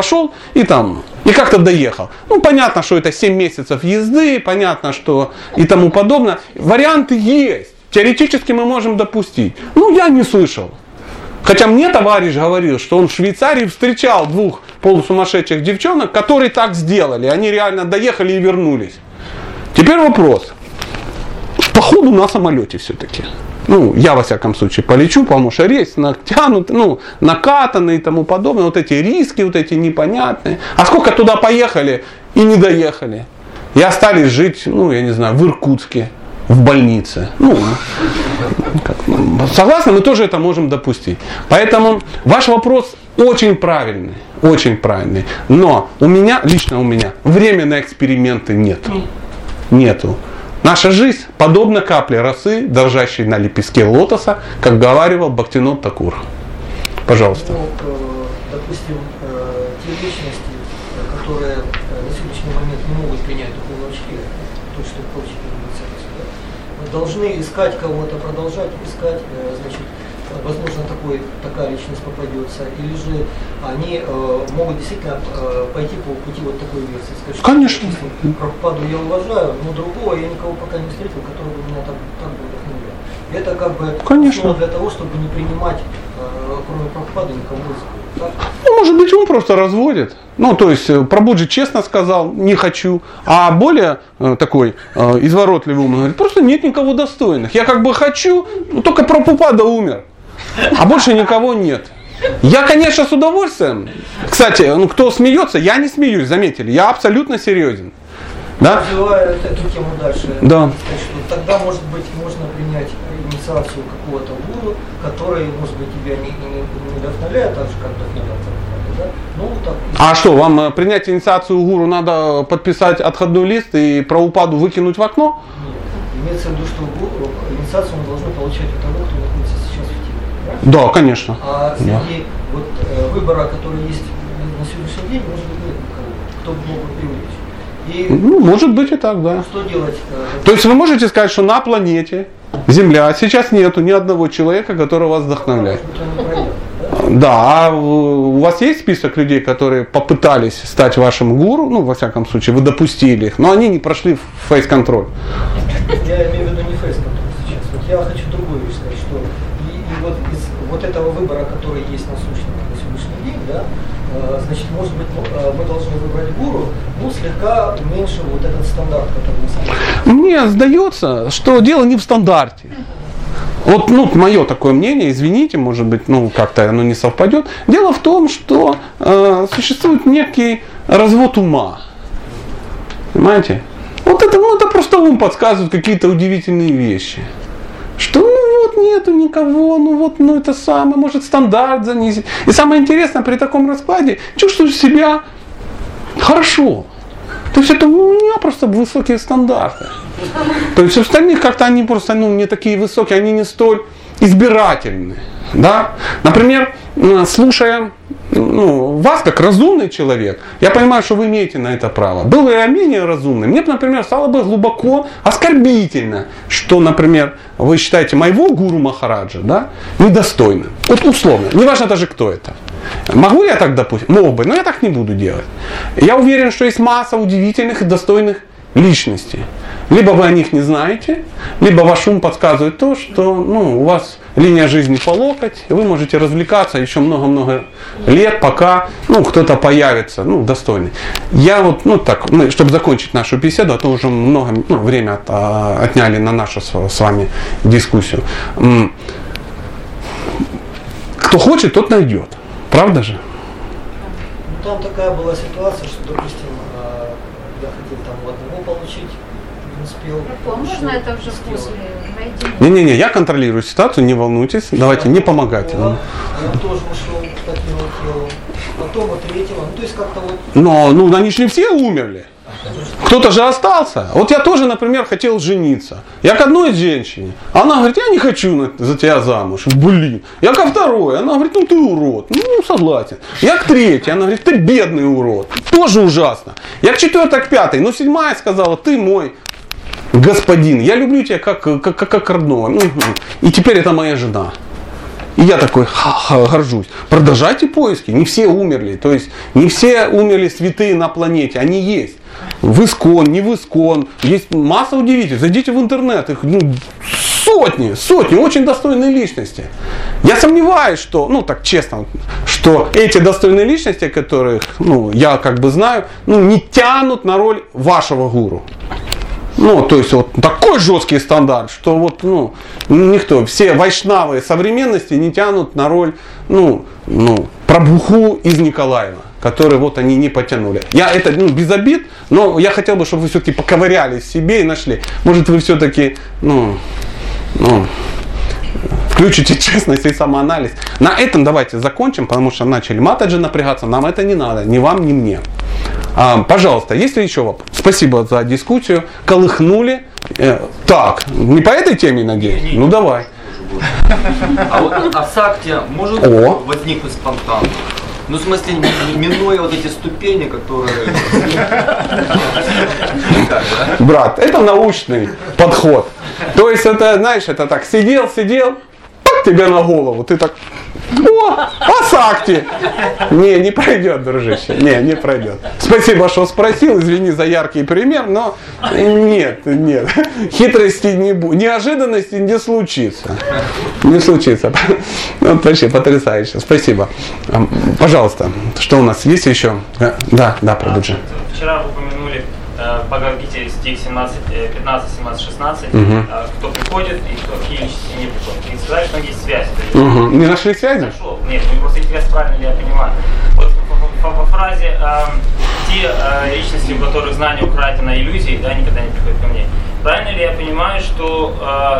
И как-то доехал. Понятно, что это 7 месяцев езды. Понятно, что и тому подобное. Варианты есть. Теоретически мы можем допустить. Я не слышал. Хотя мне товарищ говорил, что он в Швейцарии встречал 2 полусумасшедших девчонок, которые так сделали. Они реально доехали и вернулись. Теперь вопрос. Походу на самолете все-таки. Я во всяком случае полечу, потому что рейс натянутый, накатанный и тому подобное. Вот эти риски, вот эти непонятные. А сколько туда поехали и не доехали. И остались жить, я не знаю, в Иркутске. В больнице. Согласны, мы тоже это можем допустить. Поэтому ваш вопрос очень правильный. Очень правильный. Но лично у меня, времени на эксперименты нету. Наша жизнь подобна капле росы, дрожащей на лепестке лотоса, как говаривал Бхактинот Такур. Пожалуйста. Допустим, те личности, которые на сегодняшний момент не могут принять духовное учение, то, что получить должны искать кого-то, продолжать искать, возможно, такая личность попадется, или же они могут действительно пойти по пути вот такой версии. Сказать, конечно. Прабхупаду я уважаю, но другого я никого пока не встретил, который бы меня так бы вдохновлял. Это конечно. Для того, чтобы не принимать, кроме Прабхупады, никого из них. Может быть, он просто разводит. То есть Прабхуджи честно сказал, не хочу. А более такой изворотливый ум говорит, просто нет никого достойных. Я хочу, только Прабхупада умер. А больше никого нет. Я, конечно, с удовольствием. Кстати, кто смеется, я не смеюсь, заметили. Я абсолютно серьезен. Да? Развивая эту тему дальше, да. Сказать, что тогда, может быть, можно принять инициацию какого-то гуру, который, может быть, тебя не вдохновляет, так же, как вдохновляет. Да? Ну, так, А что, вам принять инициацию гуру надо подписать отходной лист и Прабхупаду выкинуть в окно? Нет. Имеется в виду, что инициацию мы должны получать у того, кто находится сейчас в теле. Да, конечно. А среди выбора, который есть на сегодняшний день, может быть, нет никого, кто бы мог бы привлечь. И может быть и так, да. Что делать? То есть вы можете сказать, что на планете Земля сейчас нету ни одного человека, который вас вдохновляет? Да, а у вас есть список людей, которые попытались стать вашим гуру, ну, во всяком случае, вы допустили их, но они не прошли фейс-контроль? Я имею в виду не фейс-контроль сейчас. Вот я хочу другую вещь сказать, что и вот из вот этого выбора, который есть насущный на сегодняшний день, да, значит, может быть, мы должны выбрать гуру, ну, слегка уменьшив вот этот стандарт, который мы сами. Мне сдается, что дело не в стандарте. Вот, ну, мое такое мнение, извините, может быть, ну, как-то оно не совпадет. Дело в том, что существует некий развод ума. Понимаете? Вот это, ну, это просто ум подсказывает какие-то удивительные вещи. Что, ну, вот нету никого, ну, вот, ну, это самое, может, стандарт занизить. И самое интересное, при таком раскладе чувствуешь себя хорошо. То есть это у меня просто высокие стандарты. То есть у остальных как-то они просто не такие высокие, они не столь избирательны. Да? Например, слушая вас как разумный человек, я понимаю, что вы имеете на это право. Был бы я менее разумный, мне, например, стало бы глубоко оскорбительно, что, например, вы считаете моего гуру Махараджа, да, недостойным. Вот условно, неважно даже кто это. Могу я так допустить? Мог бы, но я так не буду делать. Я уверен, что есть масса удивительных и достойных личностей. Либо вы о них не знаете, либо ваш ум подсказывает то, что у вас линия жизни по локоть, и вы можете развлекаться еще много-много лет, пока кто-то появится, достойный. Я вот, чтобы закончить нашу беседу, а то уже много время отняли на нашу с вами дискуссию. Кто хочет, тот найдет. Правда же? Там такая была ситуация, что, допустим, я хотел там в одного получить, не успел. Можно это уже после найдения? Не-не-не, я контролирую ситуацию, не волнуйтесь, давайте, не помогайте. Я тоже ушел к такому телу, потом вот третьего, то есть как-то вот... Но они же не все умерли. Кто-то же остался. Вот я тоже, например, хотел жениться. Я к одной женщине. Она говорит, я не хочу за тебя замуж. Блин. Я ко второй. Она говорит, ты урод. Согласен. Я к третьей. Она говорит, ты бедный урод. Тоже ужасно. Я к четвертой, к пятой. Седьмая сказала, ты мой господин. Я люблю тебя как родного. И теперь это моя жена. И я такой, горжусь. Продолжайте поиски. Не все умерли. То есть не все умерли святые на планете. Они есть. В Искон, не в Искон. Есть масса удивительных. Зайдите в интернет. Их сотни очень достойные личности. Я сомневаюсь, что, так честно, что эти достойные личности, которых я как бы знаю, не тянут на роль вашего гуру. То есть вот такой жесткий стандарт, что вот, никто, все вайшнавы современности не тянут на роль, Прабху из Николаева, который вот они не потянули. Я это, без обид, но я хотел бы, чтобы вы все-таки поковырялись в себе и нашли. Может, вы все-таки, включите честность и самоанализ. На этом давайте закончим, потому что начали Матаджи напрягаться, нам это не надо, ни вам, ни мне. Пожалуйста, есть ли еще вопрос? Спасибо за дискуссию. Колыхнули. Так, не по этой теме, надеюсь? Давай. А вот асакти может возникнуть спонтанно? В смысле, минуя вот эти ступени, которые... Брат, это научный подход. То есть это, знаешь, это так, сидел, так тебе на голову, ты так... асакти! Не пройдет, дружище. Не пройдет. Спасибо, что спросил. Извини за яркий пример, но нет. Хитрости не будет. Неожиданности не случится. Не случится. Вот вообще потрясающе. Спасибо. Пожалуйста, что у нас есть еще? Да, Прабхуджи. Вчера вы упомянули в Бхагавад-гите стих 15, 17, 16, кто приходит и какие личности не приходят. И сказали, что есть связь. Не нашли связи? Нет, просто интересно, правильно ли я понимаю. Вот по фразе те личности, у которых знания украдено иллюзии, да, никогда не приходят ко мне. Правильно ли я понимаю, что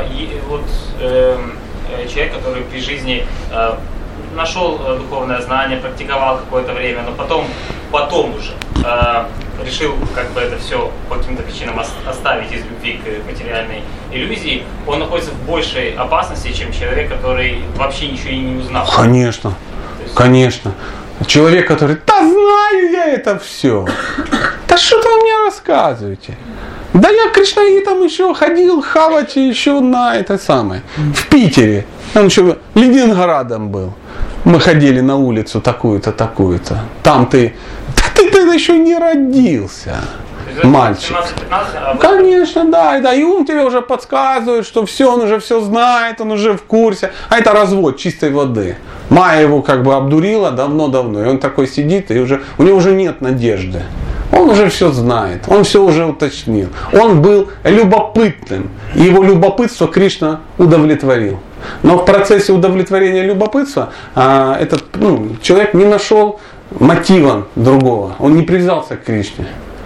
человек, который при жизни нашел духовное знание, практиковал какое-то время, но потом уже решил как бы это все по каким-то причинам оставить из любви к материальной иллюзии, он находится в большей опасности, чем человек, который вообще ничего и не узнал? Конечно, конечно. Человек, который, да знаю я это все. Да что-то вы мне рассказываете? Да я кришнаитом еще ходил хавать еще на это самое. В Питере. Он еще Ленинградом был. Мы ходили на улицу такую-то, такую-то. Там ты еще не родился. Мальчик. 17-15, конечно, да. И он тебе уже подсказывает, что все, он уже все знает, он уже в курсе. А это развод чистой воды. Майя его как бы обдурила давно-давно. И он такой сидит, и уже у него уже нет надежды. Он уже все знает, он все уже уточнил. Он был любопытным. И его любопытство Кришна удовлетворил. Но в процессе удовлетворения любопытства этот человек не нашел мотива другого. Он не привязался к Кришне.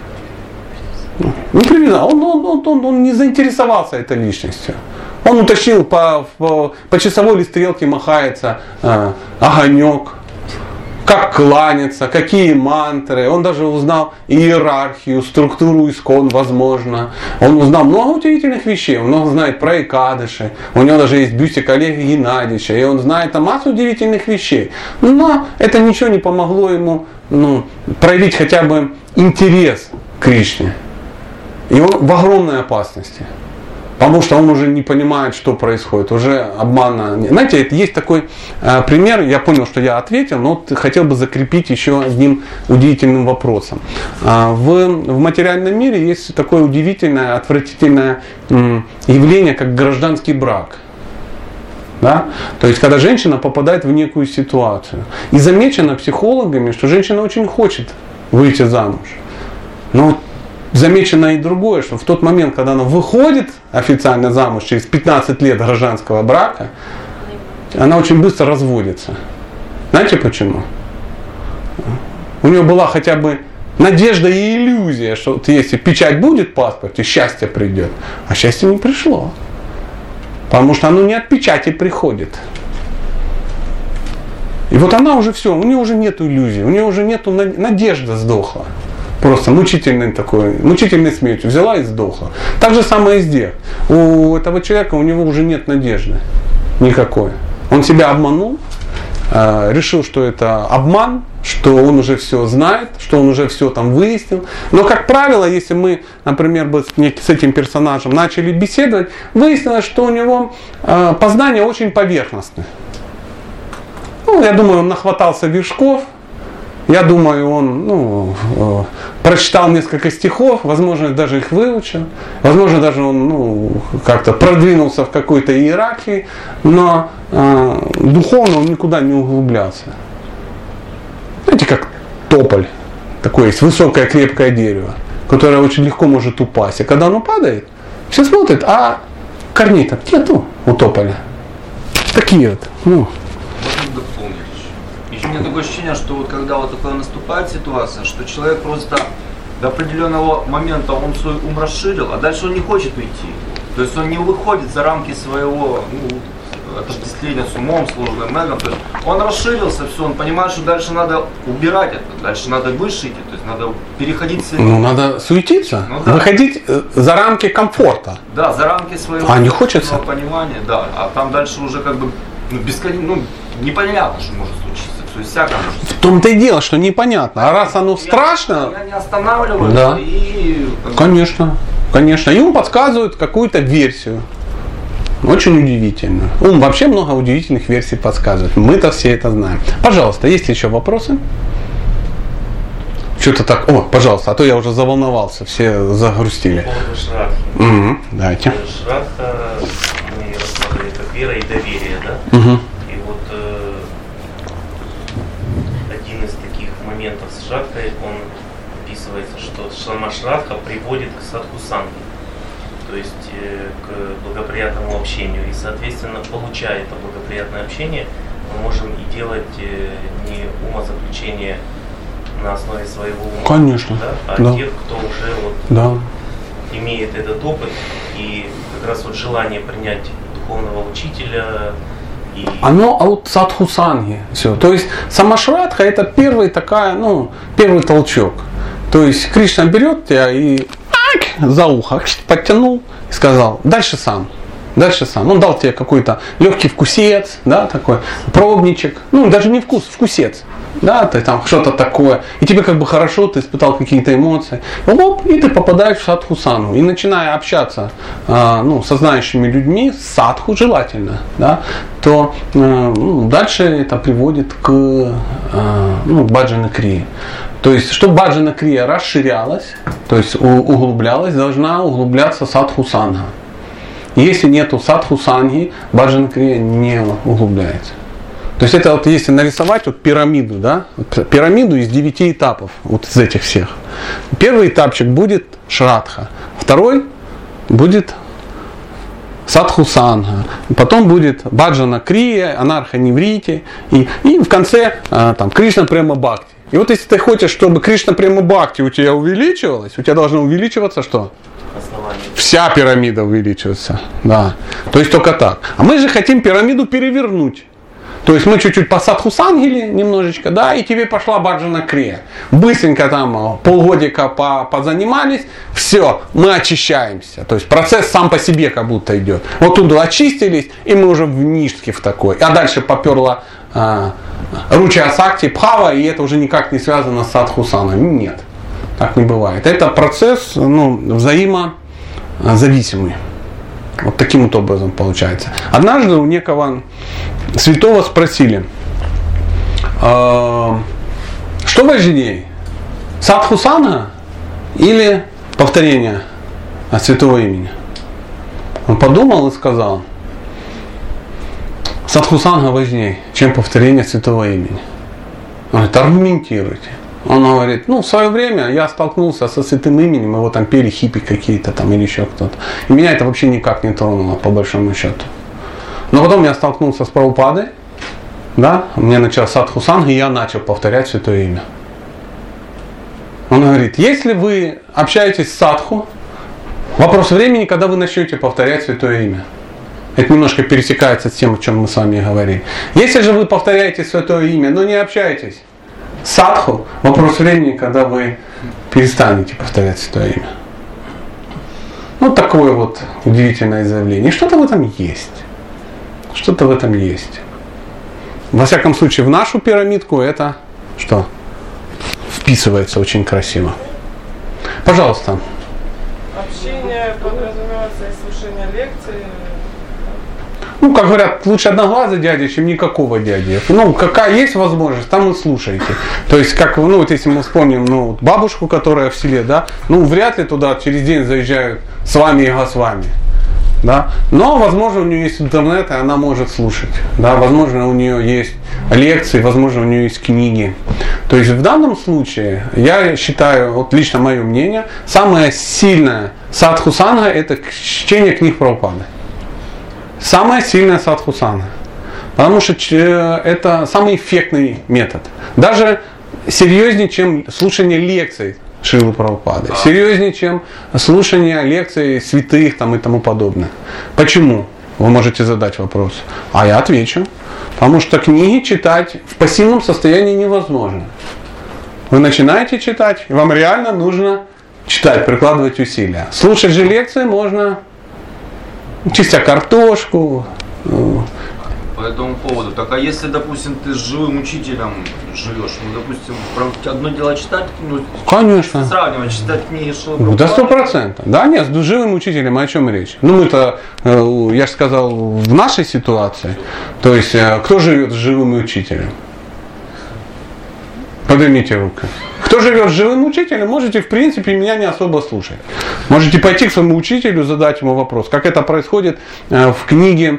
Не привязал. Он не заинтересовался этой личностью. Он уточнил, по часовой или стрелке махается огонек, как кланяться, какие мантры. Он даже узнал иерархию, структуру искон, возможно. Он узнал много удивительных вещей. Он много знает про Экадыши. У него даже есть бюстик Олега Геннадьевича. И он знает там массу удивительных вещей. Но это ничего не помогло ему проявить хотя бы интерес к Кришне. И он в огромной опасности. Потому что он уже не понимает, что происходит, уже обмана. Знаете, есть такой пример, я понял, что я ответил, но хотел бы закрепить еще одним удивительным вопросом. В материальном мире есть такое удивительное, отвратительное явление, как гражданский брак. Да? То есть, когда женщина попадает в некую ситуацию. И замечено психологами, что женщина очень хочет выйти замуж. Но замечено и другое, что в тот момент, когда она выходит официально замуж через 15 лет гражданского брака, она очень быстро разводится. Знаете почему? У нее была хотя бы надежда и иллюзия, что если печать будет в паспорте, счастье придет. А счастье не пришло. Потому что оно не от печати приходит. И вот она уже все, у нее уже нет иллюзий, у нее уже нету, надежда сдохла. Просто мучительной смертью взяла и сдохла. Так же самое и здесь. У этого человека, у него уже нет надежды никакой. Он себя обманул, решил, что это обман, что он уже все знает, что он уже все там выяснил. Но, как правило, если мы, например, с этим персонажем начали беседовать, выяснилось, что у него познания очень поверхностные. Я думаю, он нахватался вершков. Я думаю, он прочитал несколько стихов, возможно, даже их выучил, возможно, даже он как-то продвинулся в какой-то иерархии, но духовно он никуда не углублялся. Знаете, как тополь, такое есть высокое крепкое дерево, которое очень легко может упасть. И когда оно падает, все смотрят, а корней-то нету у тополя. Такие вот. У меня такое ощущение, что вот когда вот такое наступает ситуация, что человек просто до определенного момента он свой ум расширил, а дальше он не хочет уйти. То есть он не выходит за рамки своего отождествления с умом, сложным эго. То есть он расширился, все, он понимает, что дальше надо убирать это, дальше надо выше идти, то есть надо переходить с... надо суетиться, выходить за рамки комфорта. Да, за рамки своего не хочется понимания, да. А там дальше уже как бы непонятно, что может случиться. То есть всякое может случиться. В том-то и дело, что непонятно. А раз оно страшно... Я не останавливаюсь. Да. И... Конечно. Ему подсказывают какую-то версию. Очень удивительно. Ум вообще много удивительных версий подсказывает. Мы-то все это знаем. Пожалуйста, есть ли еще вопросы? Что-то так. Пожалуйста, а то я уже заволновался, все загрустили. Давайте. Шрадха мы рассматривали как вера и доверие, да? И вот один из таких моментов с Шрадхой, он описывается, что сама Шрадха приводит к садхусанге, то есть к благоприятному общению. И, соответственно, получая это благоприятное общение, мы можем и делать не умозаключение на основе своего ума. Конечно. Да? А Да. тех, кто уже вот Да. имеет этот опыт и как раз вот желание принять духовного учителя. И... Оно от садхусанги. Все. То есть сама шрадха это первый толчок. То есть Кришна берет тебя и за ухо подтянул и сказал, дальше сам. Он дал тебе какой-то легкий вкусец, да, такой пробничек. Ну, даже не вкусец. Да, ты там что-то такое. И тебе как бы хорошо, ты испытал какие-то эмоции. И ты попадаешь в садхусангу. И начиная общаться со знающими людьми, садху желательно, да, то дальше это приводит к баджана крие. То есть, чтобы баджана крия расширялась, то есть углублялась, должна углубляться садхусанга. Если нету садхусанги, баджана крия не углубляется. То есть это вот если нарисовать вот пирамиду, да, пирамиду из 9 этапов, вот из этих всех. Первый этапчик будет шрадха, второй будет садхусанга, потом будет баджана крия, анарха неврити, и в конце там Кришна према бхакти. И вот если ты хочешь, чтобы Кришна према бхакти у тебя увеличивалась, у тебя должно увеличиваться что? Вся пирамида увеличивается. Да. То есть только так. А мы же хотим пирамиду перевернуть. То есть мы чуть-чуть по садхусангили немножечко, да, и тебе пошла баджана крия. Быстренько там полгодика позанимались, все, мы очищаемся. То есть процесс сам по себе как будто идет. Вот туда очистились, и мы уже в нишке в такой. А дальше поперла руча сакти, бхава, и это уже никак не связано с садхусаной. Нет, так не бывает. Это процесс взаимозависимый. Вот таким вот образом получается. Однажды у некого святого спросили, что важнее, садхусанга или повторение от святого имени? Он подумал и сказал, садхусанга важнее, чем повторение святого имени. Он говорит, аргументируйте. Он говорит, в свое время я столкнулся со святым именем, его там пели хиппи какие-то там или еще кто-то. И меня это вообще никак не тронуло, по большому счету. Но потом я столкнулся с Прабхупадой, да, мне началась садхусанга, и я начал повторять святое имя. Он говорит, если вы общаетесь с садху, вопрос времени, когда вы начнете повторять святое имя. Это немножко пересекается с тем, о чем мы с вами говорили. Если же вы повторяете святое имя, но не общаетесь садху, вопрос времени, когда вы перестанете повторять святое имя. Вот такое вот удивительное заявление. И что-то в этом есть. Что-то в этом есть. Во всяком случае, в нашу пирамидку это что? Вписывается очень красиво. Пожалуйста. Общение подразумевается и слушание лекций. Как говорят, лучше одноглазый дядя, чем никакого дяди. Какая есть возможность, там и слушайте. То есть, как, вот если мы вспомним, бабушку, которая в селе, да, вряд ли туда через день заезжают с вами и госвами. Да? Но, возможно, у нее есть интернет, и она может слушать. Да? Возможно, у нее есть лекции, возможно, у нее есть книги. То есть, в данном случае, я считаю, вот лично мое мнение, самое сильное садхусанга – это чтение книг Прабхупады. Самая сильная садхусанга. Потому что это самый эффектный метод. Даже серьезнее, чем слушание лекций Шрилы Прабхупады. Серьезнее, чем слушание лекций святых там, и тому подобное. Почему? Вы можете задать вопрос. А я отвечу. Потому что книги читать в пассивном состоянии невозможно. Вы начинаете читать, и вам реально нужно читать, прикладывать усилия. Слушать же лекции можно, чистя картошку. По этому поводу. Так а если, допустим, ты с живым учителем живешь, допустим, одно дело читать, конечно. Сравнивать, читать книги Шрилы Прабхупады. Да, 100%. Да, нет, с живым учителем о чем речь? Мы-то, я же сказал, в нашей ситуации, то есть, кто живет с живым учителем? Поднимите руку. Кто живет с живым учителем, можете, в принципе, меня не особо слушать. Можете пойти к своему учителю, задать ему вопрос. Как это происходит в книге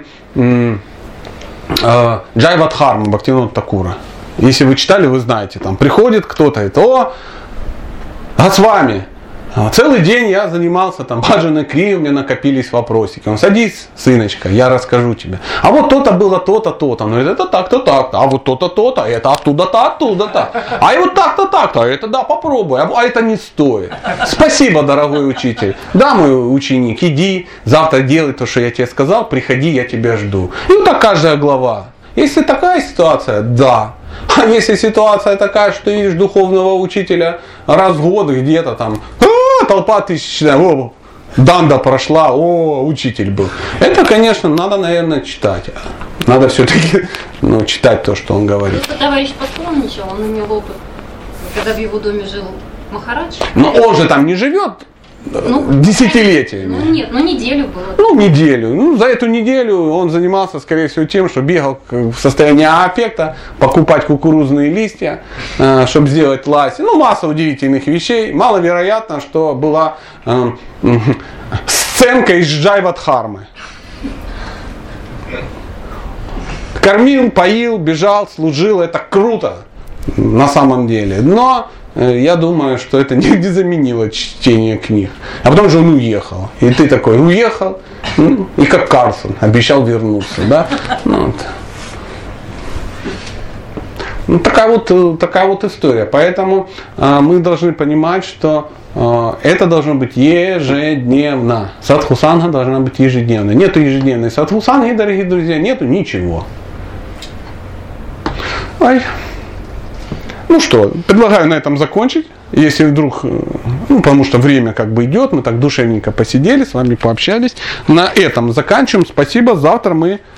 Джайвадхарма Бхактивинода Такура. Если вы читали, вы знаете, там приходит кто-то, это Госвами, Целый день я занимался там баджаной крии, у меня накопились вопросики. Он: садись, сыночка, я расскажу тебе. А вот то-то было, то-то, то-то. Он говорит: это так-то, так-то. А вот то-то, то-то, это оттуда-то, оттуда-то. А и вот так-то, так-то, это да, попробуй. А это не стоит. Спасибо, дорогой учитель. Да, мой ученик, иди, завтра делай то, что я тебе сказал, приходи, я тебя жду. И вот так каждая глава. Если такая ситуация, да. А если ситуация такая, что ты видишь духовного учителя раз в год где-то там, толпа тысячная, данда прошла, учитель был. Это, конечно, надо, наверное, читать. Надо все-таки читать то, что он говорит. Просто товарищ Пасковничал, он имел опыт, когда в его доме жил Махарадж. Но он же там не живет десятилетиями. Нет, неделю было. Неделю. За эту неделю он занимался, скорее всего, тем, что бегал в состоянии аффекта, покупать кукурузные листья, чтобы сделать ласи. Масса удивительных вещей. Маловероятно, что была сценка из Джайва-дхармы. Кормил, поил, бежал, служил. Это круто на самом деле. Но я думаю, что это не заменило чтение книг. А потом же он уехал. И ты такой: уехал, и как Карлсон, обещал вернуться. Да? Такая вот история. Поэтому мы должны понимать, что это должно быть ежедневно. Садхусанга должна быть ежедневной. Нету ежедневной садхусанги, дорогие друзья, нету ничего. Предлагаю на этом закончить. Если вдруг, потому что время идет, мы так душевненько посидели, с вами пообщались. На этом заканчиваем. Спасибо. Завтра мы